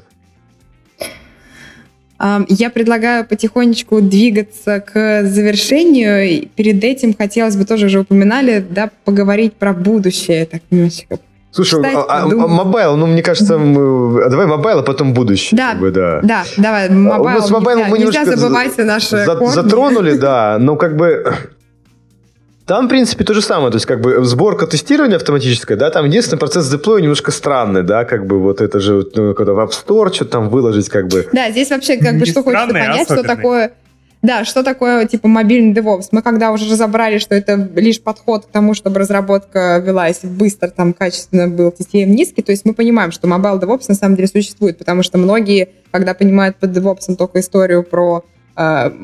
Я предлагаю потихонечку двигаться к завершению. Перед этим хотелось бы, тоже уже упоминали, да, поговорить про будущее. Так, немножечко. Слушай, Читать, а, а мобайл, ну, мне кажется, мы, давай мобайл, а потом будущее. Да, как бы, да. да, давай, мобайл. У нас мобайл мы нельзя забывать за, наши за, корни. Затронули, да, но как бы... Там, в принципе, то же самое. То есть, как бы, сборка тестирования автоматическая, да, там единственный процесс деплоя немножко странный, да, как бы, вот это же, ну, когда в App Store что-то там выложить, как бы. Да, здесь вообще, как бы, что хочется понять, что такое... Да, что такое, типа, мобильный DevOps. Мы когда уже разобрали, что это лишь подход к тому, чтобы разработка велась быстро, там, качественно был ти си эм низкий, то есть мы понимаем, что Mobile DevOps на самом деле существует, потому что многие, когда понимают под DevOps только историю про... Э,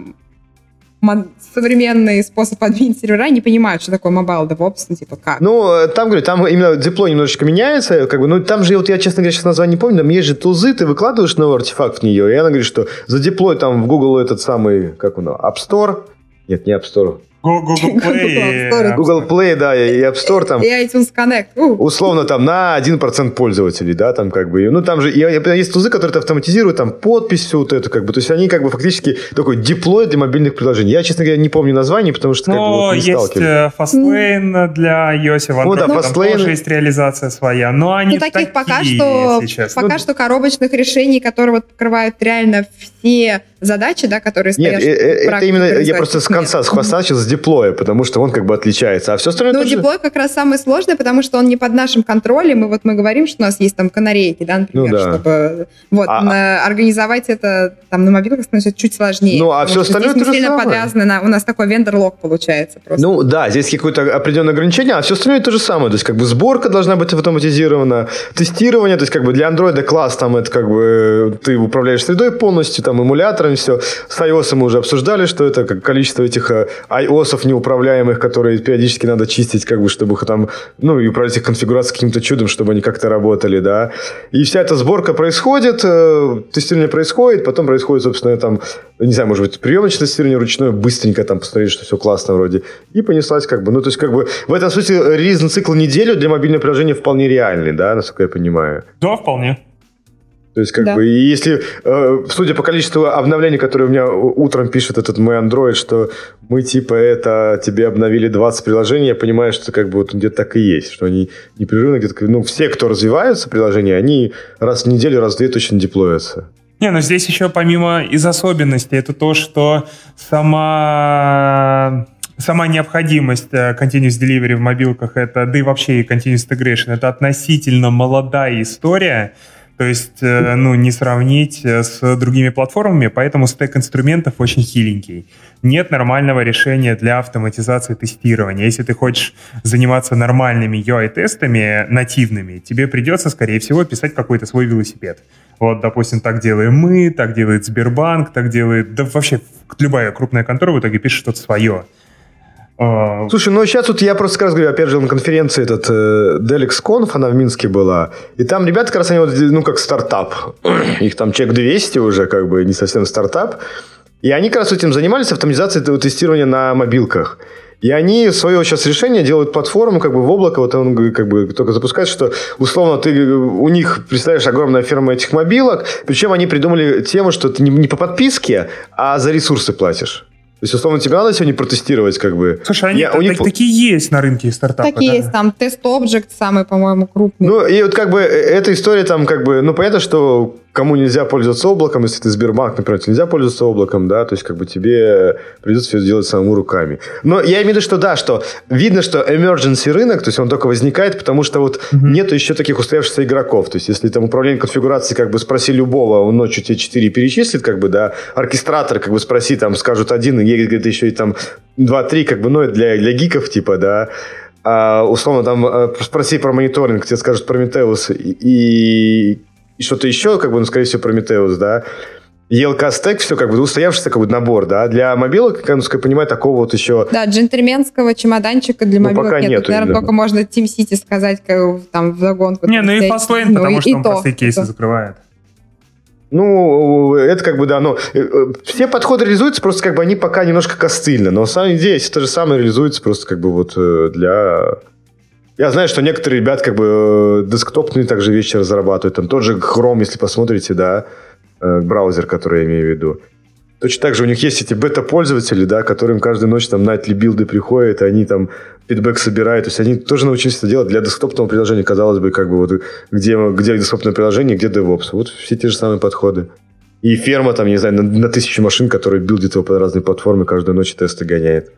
современный способ админить сервера, не понимают, что такое Mobile DevOps, ну, типа, как? Ну, там, говорю, там именно деплой немножечко меняется, как бы, ну, там же, вот я, честно говоря, сейчас название не помню, там есть же тулзы, ты выкладываешь новый артефакт в нее, и она говорит, что за деплой там в Google этот самый, как он, App Store, нет, не App Store, Google Play. Google Play, да, и App Store там. И iTunes Connect. Uh. Условно там на один процент пользователей, да, там как бы. Ну, там же есть тулзы, которые это автоматизируют, там подпись всю вот эту, как бы. То есть они как бы фактически такой деплой для мобильных приложений. Я, честно говоря, не помню название, потому что как бы вот не сталкиваюсь. Есть Fastlane для iOS, в Android, ну, да, там Fastlane... тоже есть реализация своя, но они ну, таких пока что, пока ну, что коробочных решений, которые вот покрывают реально все задачи, да, которые стоят. Нет, это именно, я просто с конца, с хвоста сейчас с деплоя, потому что он как бы отличается, а все остальное Ну, тоже... деплой как раз самое сложное, потому что он не под нашим контролем, и вот мы говорим, что у нас есть там канарейки, да, например, ну, да. чтобы вот, а... на, организовать это там на мобилках становится чуть сложнее. Ну, а все остальное здесь то мы сильно самое. подвязаны на... У нас такой вендор-лог получается просто. Ну, да, здесь какое-то определенное ограничение, а все остальное то же самое, то есть как бы сборка должна быть автоматизирована, тестирование, то есть как бы для Android класс там это как бы ты управляешь средой полностью, там эмулятором, все. С iOS мы уже обсуждали, что это как количество этих iOS-ов неуправляемых, которые периодически надо чистить, как бы, чтобы их там, ну, и управлять их конфигурацией каким-то чудом, чтобы они как-то работали, да. И вся эта сборка происходит, тестирование происходит, потом происходит, собственно, там, не знаю, может быть, приемочное тестирование ручное, быстренько там посмотреть, что все классно вроде, и понеслась как бы. Ну, то есть, как бы, в этом смысле релизный цикл неделю для мобильного приложения вполне реальный, да, насколько я понимаю. Да, вполне. То есть, как да. бы, если, э, судя по количеству обновлений, которые у меня утром пишет этот мой Android, что мы, типа, это, тебе обновили двадцать приложений, я понимаю, что, как бы, вот где-то так и есть, что они непрерывно где-то, ну, все, кто развиваются приложения, они раз в неделю, раз в две точно деплоятся. Не, ну здесь еще помимо из особенностей, это то, что сама... Сама необходимость continuous delivery в мобилках, это, да и вообще и continuous integration, это относительно молодая история. То есть, ну, не сравнить с другими платформами, поэтому стек инструментов очень хиленький. Нет нормального решения для автоматизации тестирования. Если ты хочешь заниматься нормальными ю ай-тестами нативными, тебе придется, скорее всего, писать какой-то свой велосипед. Вот, допустим, так делаем мы, так делает Сбербанк, так делает... Да вообще любая крупная контора в итоге пишет что-то свое. Слушай, ну сейчас вот я просто как раз говорю, опять же, на конференции этот э, DelexConf, она в Минске была, и там ребята как раз, они вот, ну, как стартап, их там человек двести уже, как бы, не совсем стартап, и они как раз этим занимались, автоматизацией тестирования на мобилках. И они свое сейчас решение делают платформу как бы в облако, вот он как бы только запускает, что условно ты у них, представляешь, огромная фирма этих мобилок, причем они придумали тему, что ты не по подписке, а за ресурсы платишь. То есть, условно, тебе надо сегодня протестировать, как бы. Слушай, они я, так, у них... такие есть на рынке стартапа. Такие да? есть, там Test Object самый, по-моему, крупный. Ну, и вот как бы эта история там, как бы, ну, понятно, что кому нельзя пользоваться облаком, если ты Сбербанк, например, нельзя пользоваться облаком, да, то есть как бы тебе придется все делать самому руками. Но я имею в виду, что да, что видно, что emergency рынок, то есть он только возникает, потому что вот mm-hmm. нету еще таких устоявшихся игроков. То есть если там управление конфигурацией, как бы спроси любого, он ночью тебе четыре перечислит, как бы, да, оркестратор, как бы спроси, там, скажут один, и говорит, еще и там два-три, как бы, ну, это для, для гиков, типа, да. А, условно, там, спроси про мониторинг, тебе скажут Prometheus и, и что-то еще, как бы, ну, скорее всего, Prometheus, да. и эл кей-стек, все как бы устоявшийся как бы набор, да. Для мобилок, как я понимаю, такого вот еще... Да, джентльменского чемоданчика для ну, мобилок нет. Нету, наверное, да. Только можно Team City сказать, как, там, вдогонку. Не, ну и Fastlane, ну, потому и, что и он то, простые кейсы то. закрывает. Ну, это как бы, да, но все подходы реализуются, просто как бы они пока немножко костыльно, но самая идея, если то же самое реализуется просто как бы вот для... Я знаю, что некоторые ребят как бы десктопные также вещи разрабатывают, там тот же Chrome, если посмотрите, да, браузер, который я имею в виду. Точно так же у них есть эти бета-пользователи, да, которым каждую ночь там nightly билды приходят, и они там фидбэк собирают. То есть они тоже научились это делать для десктопного приложения, казалось бы, как бы вот где, где десктопное приложение, где DevOps. Вот все те же самые подходы. И ферма там, не знаю, на, на тысячу машин, которые билдит его под разные платформы, каждую ночь тесты гоняет.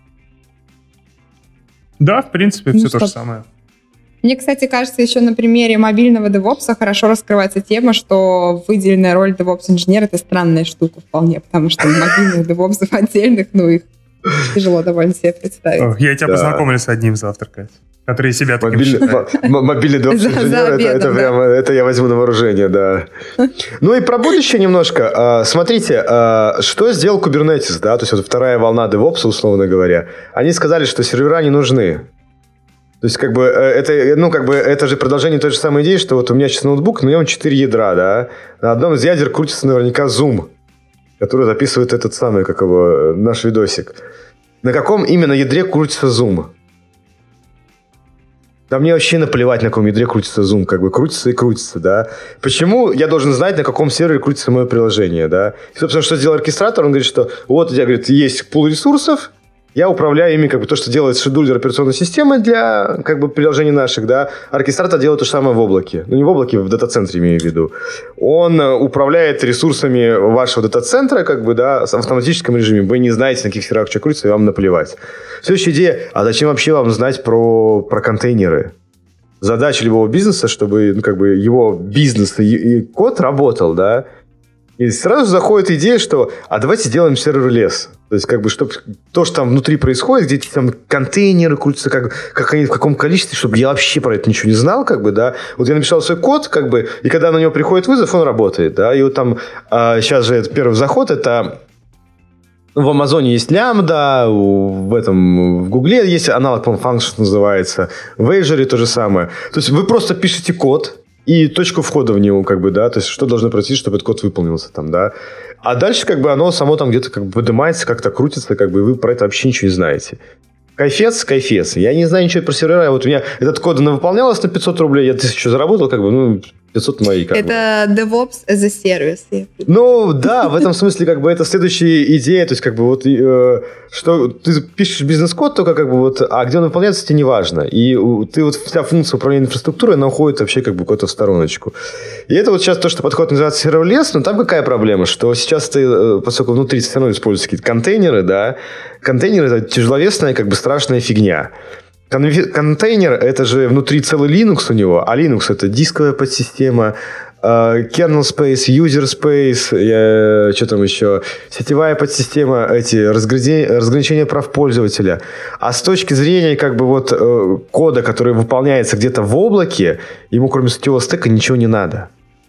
Да, в принципе, ну, все стоп. то же самое. Мне, кстати, кажется, еще на примере мобильного DevOps хорошо раскрывается тема, что выделенная роль DevOps-инженера — это странная штука вполне, потому что мобильных DevOps отдельных, ну, их тяжело довольно себе представить. О, я тебя да. познакомлю с одним завтра, Кать, который себя таким считает. Мобильный DevOps-инженер, это прямо, это я возьму на вооружение, да. Ну и про будущее немножко. Смотрите, что сделал Kubernetes, да, то есть вот вторая волна DevOps, условно говоря. Они сказали, что сервера не нужны. То есть, как бы, это, ну, как бы, это же продолжение той же самой идеи, что вот у меня сейчас ноутбук, на нем четыре ядра, да. На одном из ядер крутится наверняка Zoom, который записывает этот самый, как его, наш видосик. На каком именно ядре крутится Zoom? Да мне вообще наплевать, на каком ядре крутится Zoom, как бы крутится и крутится, да. Почему я должен знать, на каком сервере крутится мое приложение, да? И, собственно, что сделал оркестратор, он говорит, что вот у тебя, говорит, есть пул ресурсов, я управляю ими, как бы, то, что делает шедулер операционной системы для, как бы, приложений наших, да. Оркестратор делает то же самое в облаке. Ну, не в облаке, в дата-центре имею в виду. Он управляет ресурсами вашего дата-центра, как бы, да, в автоматическом режиме. Вы не знаете, на каких серверах что крутится, и вам наплевать. Следующая идея. А зачем вообще вам знать про, про контейнеры? Задача любого бизнеса, чтобы, ну, как бы, его бизнес и, и код работал, да. И сразу заходит идея, что а давайте сделаем сервер-лес. То есть, как бы, чтобы то, что там внутри происходит, где там контейнеры крутятся, как, как они в каком количестве, чтобы я вообще про это ничего не знал, как бы, да. Вот я написал свой код, как бы, и когда на него приходит вызов, он работает, да. И вот там а, сейчас же первый заход, это в Амазоне есть лямбда, в этом, в Гугле есть аналог, по-моему, function называется, в Azure то же самое. То есть, вы просто пишете код, и точку входа в него, как бы, да, то есть, что должно произойти, чтобы этот код выполнился там, да. А дальше, как бы, оно само там где-то, как бы, поднимается, как-то крутится, как бы, и вы про это вообще ничего не знаете. Кайфец, кайфец. Я не знаю ничего про сервера. Вот у меня этот код выполнялось на пятьсот рублей, я тысячу заработал, как бы, ну, пятьсот мои, как это бы. DevOps as a service. Ну, да, в этом смысле, как бы, это следующая идея, то есть, как бы, вот, э, что ты пишешь бизнес-код, только, как бы, вот, а где он выполняется, тебе не важно. И ты вот, вся функция управления инфраструктурой, она уходит вообще, как бы, куда-то в стороночку. И это вот сейчас то, что подход называется серверлес, но там какая проблема, что сейчас ты, поскольку внутри все равно используются какие-то контейнеры, да, контейнеры — это тяжеловесная, как бы, страшная фигня. Контейнер — это же внутри целый Linux у него, а Linux — это дисковая подсистема, kernel space, user space, я, что там еще, сетевая подсистема, эти разграничения прав пользователя. А с точки зрения, как бы, вот кода, который выполняется где-то в облаке, ему кроме сетевого стека ничего не надо.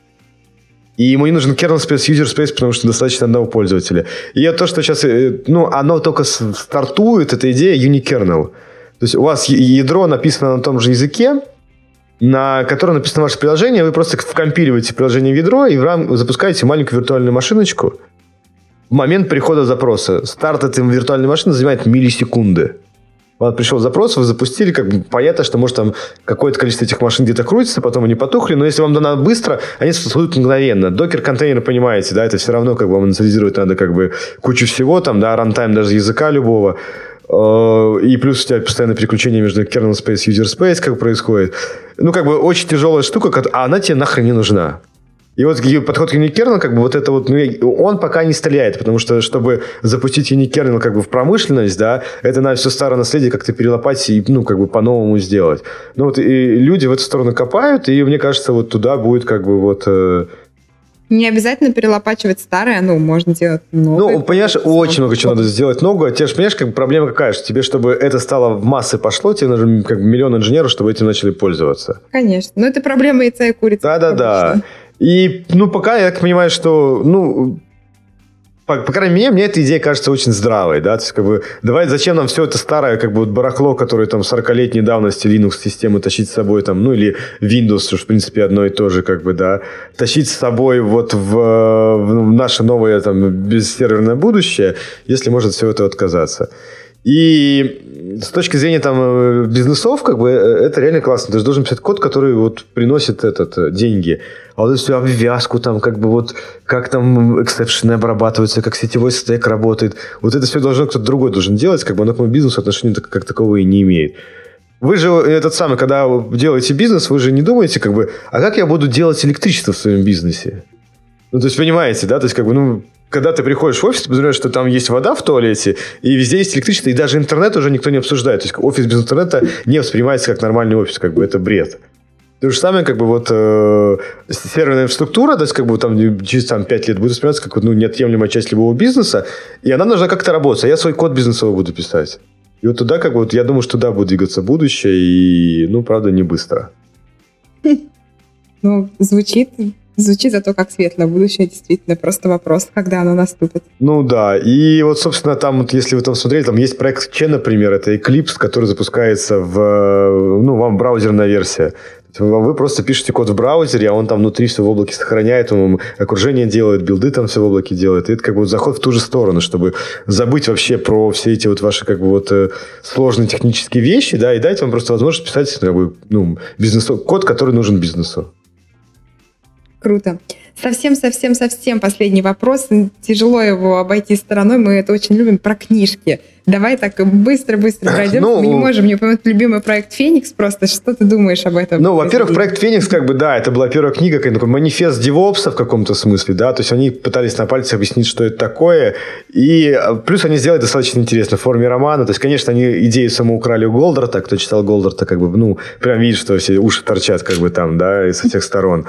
И ему не нужен kernel space, user space, потому что достаточно одного пользователя. И то, что сейчас, ну, оно только стартует, эта идея unikernel. То есть у вас ядро написано на том же языке, на котором написано ваше приложение, вы просто вкомпиливаете приложение в ядро и запускаете маленькую виртуальную машиночку. В момент прихода запроса. Старт этой виртуальной машины занимает миллисекунды. Вот пришел запрос, вы запустили, как бы понятно, что может там какое-то количество этих машин где-то крутится, потом они потухли, но если вам надо быстро, они всплывут мгновенно. Докер-контейнер, понимаете, да, это все равно, как бы, вам инициализировать надо, как бы, кучу всего, там, да, рантайм даже языка любого. И плюс у тебя постоянное переключение между kernel space и user space, как происходит. Ну, как бы, очень тяжелая штука, а она тебе нахрен не нужна. И вот подход Unikernel, как бы вот это вот, ну, он пока не стреляет, потому что, чтобы запустить Unikernel как бы в промышленность, да, это надо все старое наследие как-то перелопатить и, ну, как бы по-новому сделать. Ну, вот и люди в эту сторону копают, и мне кажется, вот туда будет как бы вот... Э... Не обязательно перелопачивать старое, ну, можно делать новое. Ну, понимаешь, очень много чего надо сделать нового. Тебе же, понимаешь, как бы проблема какая, что тебе, чтобы это стало в массы пошло, тебе нужно как бы миллион инженеров, чтобы этим начали пользоваться. Конечно. Но это проблема яйца и курицы. Да-да-да. И, ну, пока я так понимаю, что, ну, по, по крайней мере, мне эта идея кажется очень здравой, да, то есть, как бы, давай, зачем нам все это старое, как бы, вот барахло, которое там сорокалетней давности Linux-системы тащить с собой, там, ну, или Windows, что, в принципе, одно и то же, как бы, да, тащить с собой вот в, в наше новое, там, бессерверное будущее, если может все это отказаться. И с точки зрения там бизнесов, как бы, это реально классно. Ты же должен писать код, который вот приносит этот, деньги. А вот всю обвязку, там, как бы вот, как там эксепшены обрабатываются, как сетевой стек работает. Вот это все должен кто-то другой должен делать, как бы оно к моему бизнесу отношения как такового и не имеет. Вы же этот самый, когда вы делаете бизнес, вы же не думаете, как бы, а как я буду делать электричество в своем бизнесе? Ну, то есть, понимаете, да, то есть, как бы, ну, когда ты приходишь в офис, ты понимаешь, что там есть вода в туалете, и везде есть электричество, и даже интернет уже никто не обсуждает. То есть офис без интернета не воспринимается как нормальный офис, как бы это бред. То же самое, как бы вот э, серверная инфраструктура, то есть как бы там через там, пять лет будет восприниматься как ну, неотъемлемая часть любого бизнеса, и она должна как-то работать. А я свой код бизнесовый буду писать. И вот туда, как бы, вот, я думаю, что туда будет двигаться будущее, и, ну, правда, не быстро. Ну, звучит... Звучит зато как светлое будущее, действительно. Просто вопрос, когда оно наступит. Ну да, и вот, собственно, там, вот, если вы там смотрели, там есть проект Че, например, это Eclipse, который запускается в, ну, вам браузерная версия. Вы просто пишете код в браузере, а он там внутри все в облаке сохраняет, он окружение делает, билды там все в облаке делает. И это как бы заход в ту же сторону, чтобы забыть вообще про все эти вот ваши как бы вот сложные технические вещи, да, и дать вам просто возможность писать как бы, ну, бизнес, код, который нужен бизнесу. Круто. Совсем-совсем-совсем последний вопрос. Тяжело его обойти стороной. Мы это очень любим. Про книжки. Давай так быстро-быстро пройдем. Ну, мы не можем не упомянуть любимый проект «Феникс». Просто что ты думаешь об этом? Ну, во-первых, проект «Феникс», как бы, да, это была первая книга, как такой манифест девопса в каком-то смысле, да, то есть они пытались на пальцах объяснить, что это такое, и плюс они сделали достаточно интересно в форме романа, то есть, конечно, они идею саму украли у Голдарта, кто читал Голдарта, как бы, ну, прям видит, что все уши торчат, как бы, там, да, со всех сторон.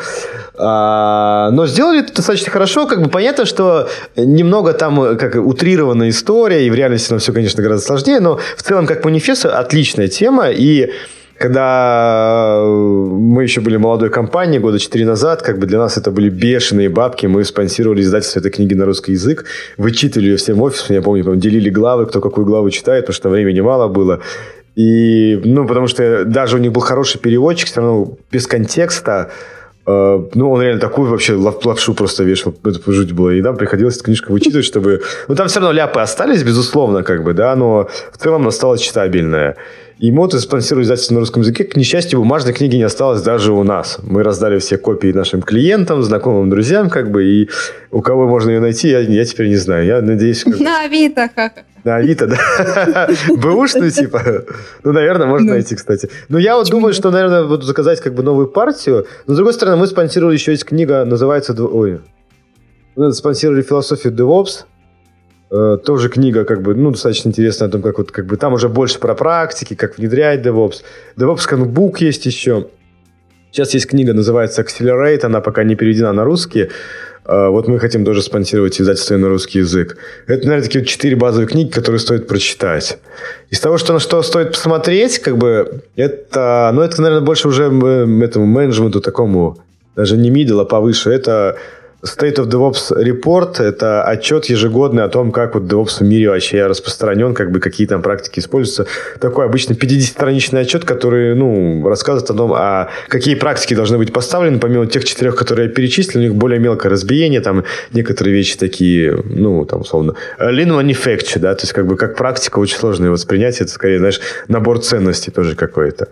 А, но сделали это достаточно хорошо, как бы, понятно, что немного там, как утрированная история, и в реальности оно все, конечно, гораздо сложнее, но в целом как манифест отличная тема, и когда мы еще были молодой компанией года четыре назад, как бы для нас это были бешеные бабки, мы спонсировали издательство этой книги на русский язык, вычитывали ее всем офисом, я помню, делили главы, кто какую главу читает, потому что времени мало было. И, ну, потому что даже у них был хороший переводчик, все равно без контекста. Ну, он реально такую вообще лапшу просто вешал. Это жуть было. И нам приходилось эту книжку вычитывать, чтобы... Ну, там все равно ляпы остались, безусловно, как бы, да, но в целом она стала читабельная. И мы вот спонсировали издательство на русском языке. К несчастью, бумажной книги не осталось даже у нас. Мы раздали все копии нашим клиентам, знакомым, друзьям, как бы, и у кого можно ее найти, я, я теперь не знаю. Я надеюсь... Как... На Авито, ха-ха. На Авито, да. Бэушную, типа. Ну, наверное, можно найти, кстати. Но я вот думаю, что, наверное, буду заказать как бы новую партию. Но, с другой стороны, мы спонсировали еще есть книга, называется... Ой. Мы спонсировали «Философию DevOps». Тоже книга, как бы, ну, достаточно интересная о том, как вот, как бы, там уже больше про практики, как внедрять DevOps. DevOps Handbook есть еще. Сейчас есть книга, называется Accelerate, она пока не переведена на русский. Вот мы хотим тоже спонсировать издательство на русский язык. Это, наверное, такие вот четыре базовые книги, которые стоит прочитать. Из того, что на что стоит посмотреть, как бы, это, ну, это, наверное, больше уже этому менеджменту такому, даже не middle, а повыше. Это State of DevOps Report – это отчет ежегодный о том, как вот DevOps в мире вообще распространен, как бы какие там практики используются. Такой обычно пятидесятистраничный отчет, который, ну, рассказывает о том, а какие практики должны быть поставлены, помимо тех четырех, которые я перечислил, у них более мелкое разбиение, там некоторые вещи такие, ну, там, условно, lean manufacture, да, то есть как бы как практика очень сложно ее воспринять, это скорее, знаешь, набор ценностей тоже какой-то.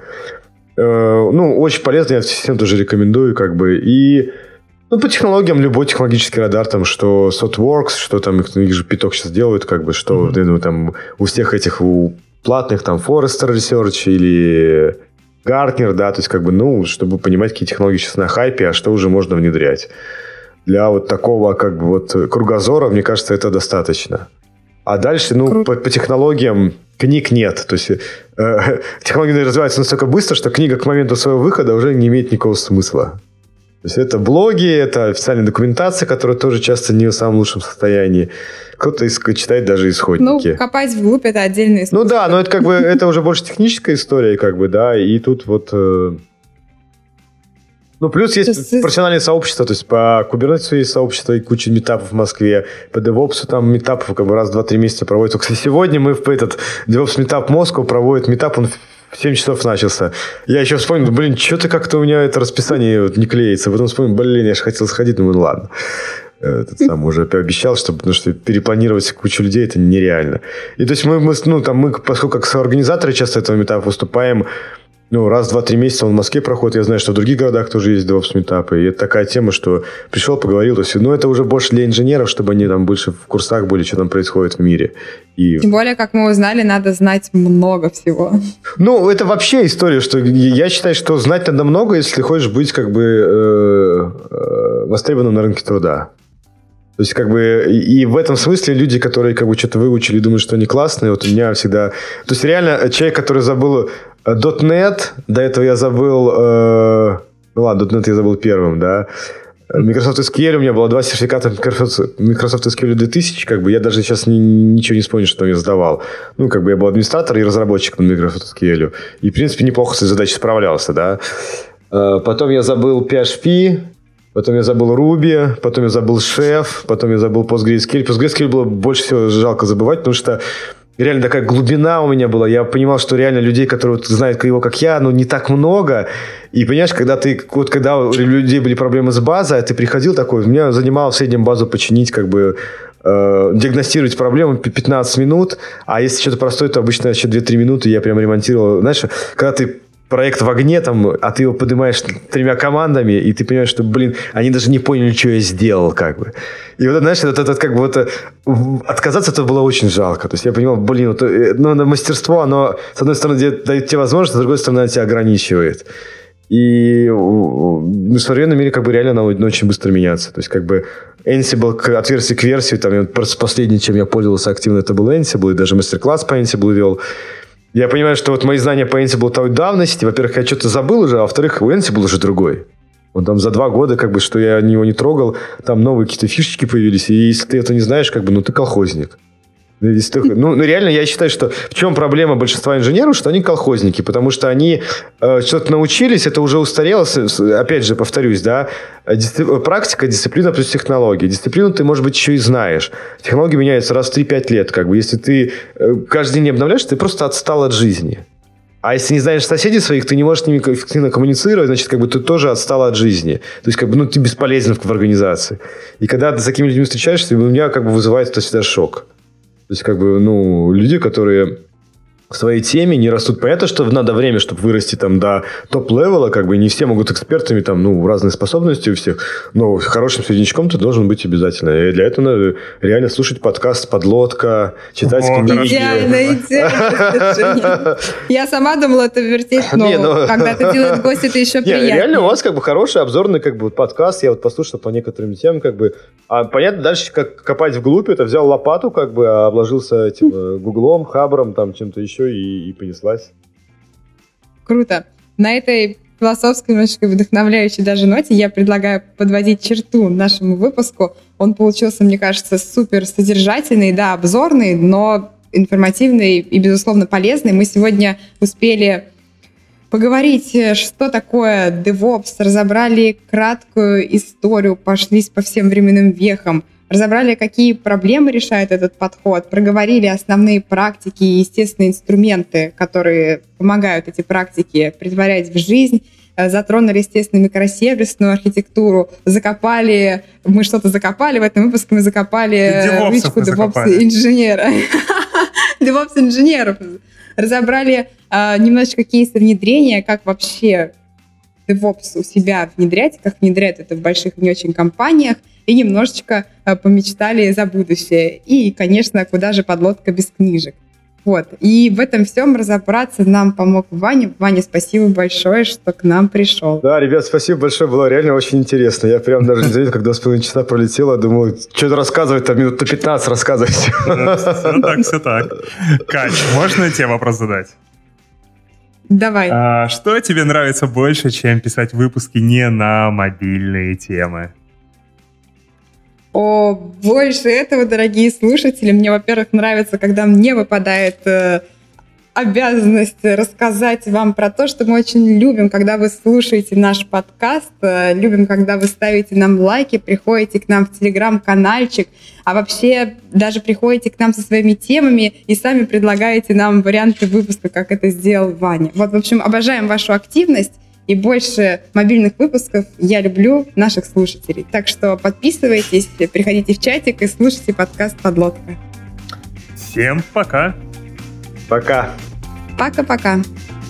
Ну, очень полезно, я всем тоже рекомендую, как бы, и ну, по технологиям любой технологический радар, там, что SOTWORKS, что там, их, их же пяток сейчас делают, как бы, что mm-hmm. ну, там у всех этих, у платных, там, Forrester Research или Гартнер, да, то есть как бы, ну, чтобы понимать, какие технологии сейчас на хайпе, а что уже можно внедрять. Для вот такого как бы вот кругозора, мне кажется, это достаточно. А дальше, ну, по, по технологиям книг нет. То есть э, технологии развиваются настолько быстро, что книга к моменту своего выхода уже не имеет никакого смысла. То есть это блоги, это официальная документация, которая тоже часто не в самом лучшем состоянии. Кто-то читает даже исходники. Ну, копать вглубь – это отдельная история. Ну да, но это как бы это уже больше техническая история, как бы, да, и тут вот... Э... Ну, плюс есть есть профессиональные сообщества, то есть по Kubernetes есть сообщество и куча метапов в Москве, по DevOps там метапов как бы раз в два-три месяца проводят. Только сегодня мы в этот DevOps метап Москву проводит метап, он в семь часов начался. Я еще вспомнил, блин, что-то как-то у меня это расписание вот не клеится. Потом вспомнил, блин, я же хотел сходить, думаю, ну ладно. Этот сам уже пообещал, что, потому что перепланировать кучу людей это нереально. И то есть мы, мы, ну, там, мы, поскольку как соорганизаторы часто этого метапа выступаем, ну, раз в два-три месяца он в Москве проходит. Я знаю, что в других городах тоже есть DevOps метапы. И это такая тема, что пришел, поговорил. То есть, ну, это уже больше для инженеров, чтобы они там больше в курсах были, что там происходит в мире. И... Тем более, как мы узнали, надо знать много всего. Ну, это вообще история, что я считаю, что знать надо много, если хочешь быть как бы э, э, востребованным на рынке труда. То есть, как бы, и в этом смысле люди, которые как бы что-то выучили и думают, что они классные, вот у меня всегда... То есть, реально, человек, который забыл .дот нет, до этого я забыл... Э... Ну ладно, .дот нет я забыл первым, да. Microsoft эс кью эль, у меня было два сертификата Microsoft эс кью эль две тысячи, как бы, я даже сейчас ни, ничего не вспомню, что я сдавал. Ну, как бы, я был администратор и разработчик на Microsoft эс кью эль. И, в принципе, неплохо с этой задачей справлялся, да. Потом я забыл пи эйч пи... Потом я забыл Ruby, потом я забыл Chef, потом я забыл PostgreSQL. PostgreSQL было больше всего жалко забывать, потому что реально такая глубина у меня была. Я понимал, что реально людей, которые вот знают его, как я, ну, не так много. И понимаешь, когда ты, вот когда у людей были проблемы с базой, а ты приходил такой, меня занимало в среднем базу починить, как бы, э, диагностировать проблему пятнадцать минут, а если что-то простое, то обычно еще две-три минуты я прям ремонтировал. Знаешь, когда ты проект в огне, там, а ты его поднимаешь тремя командами, и ты понимаешь, что, блин, они даже не поняли, что я сделал, как бы. И вот, знаешь, вот это, как бы, вот, отказаться это было очень жалко. То есть я понимал, блин, вот, ну, мастерство, оно, с одной стороны, дает тебе возможность, с другой стороны, оно тебя ограничивает. И в современном мире, как бы, реально оно очень быстро меняется. То есть, как бы, Ansible от версии к версии, там, последнее, чем я пользовался активно, это был Ansible, и даже мастер-класс по Ansible вел. Я понимаю, что вот мои знания по Ansible той давности, во-первых, я что-то забыл уже, а во-вторых, у Ansible уже другой. Он там за два года, как бы, что я его не трогал, там новые какие-то фишечки появились, и если ты это не знаешь, как бы, ну, ты колхозник. Ты, ну, реально, я считаю, что в чем проблема большинства инженеров, что они колхозники, потому что они э, что-то научились, это уже устарело, опять же, повторюсь, да, дисцип... практика, дисциплина плюс технология. Дисциплину ты, может быть, еще и знаешь. Технологии меняются раз в три-пять лет, как бы, если ты э, каждый день не обновляешь, ты просто отстал от жизни. А если не знаешь соседей своих, ты не можешь с ними эффективно коммуницировать, значит, как бы ты тоже отстал от жизни. То есть, как бы, ну, ты бесполезен в организации. И когда ты с такими людьми встречаешься, у меня, как бы, вызывает это всегда шок. То есть, как бы, ну, люди, которые в своей теме не растут. Понятно, что надо время, чтобы вырасти там до топ-левела, как бы не все могут экспертами, там, ну, разные способности у всех, но хорошим среднячком ты должен быть обязательно. И для этого надо реально слушать подкаст «Подлодка», читать О, книги. Идеально, идеально. Я сама думала это вертеть, но не, ну... когда это делает гость, это еще приятнее. Реально у вас как бы хороший обзорный как бы подкаст, я вот послушал по некоторым темам, как бы, а понятно, дальше как копать вглубь, это взял лопату, как бы, обложился этим гуглом, хабром, там, чем-то еще, И, и понеслась. Круто. На этой философской, немножко вдохновляющей даже ноте я предлагаю подводить черту нашему выпуску. Он получился, мне кажется, супер содержательный, да, обзорный, но информативный и, безусловно, полезный. Мы сегодня успели поговорить, что такое DevOps, разобрали краткую историю, пошлись по всем временным вехам, разобрали, какие проблемы решает этот подход, проговорили основные практики и, естественно, инструменты, которые помогают эти практики претворять в жизнь, затронули, естественно, микросервисную архитектуру, закопали, мы что-то закопали, в этом выпуске мы закопали ручку DevOps-инженера. DevOps-инженеров. Разобрали немножечко кейсы внедрения, как вообще DevOps у себя внедрять, как внедряют это в больших и не очень компаниях, и немножечко помечтали за будущее. И, конечно, куда же подлодка без книжек. Вот. И в этом всем разобраться нам помог Ваня. Ваня, спасибо большое, что к нам пришел. Да, ребят, спасибо большое, было реально очень интересно. Я прям даже не заметил, как два с половиной часа пролетело, думал, что-то рассказывать, там минут на пятнадцать рассказывать. Все так, все так. Кать, можно тебе вопрос задать? Давай. А, что тебе нравится больше, чем писать выпуски не на мобильные темы? О, больше этого, дорогие слушатели, мне, во-первых, нравится, когда мне выпадает э, обязанность рассказать вам про то, что мы очень любим, когда вы слушаете наш подкаст, э, любим, когда вы ставите нам лайки, приходите к нам в телеграм-канальчик, а вообще даже приходите к нам со своими темами и сами предлагаете нам варианты выпуска, как это сделал Ваня. Вот, в общем, обожаем вашу активность. И больше мобильных выпусков я люблю наших слушателей. Так что подписывайтесь, приходите в чатик и слушайте подкаст «Подлодка». Всем пока! Пока! Пока-пока!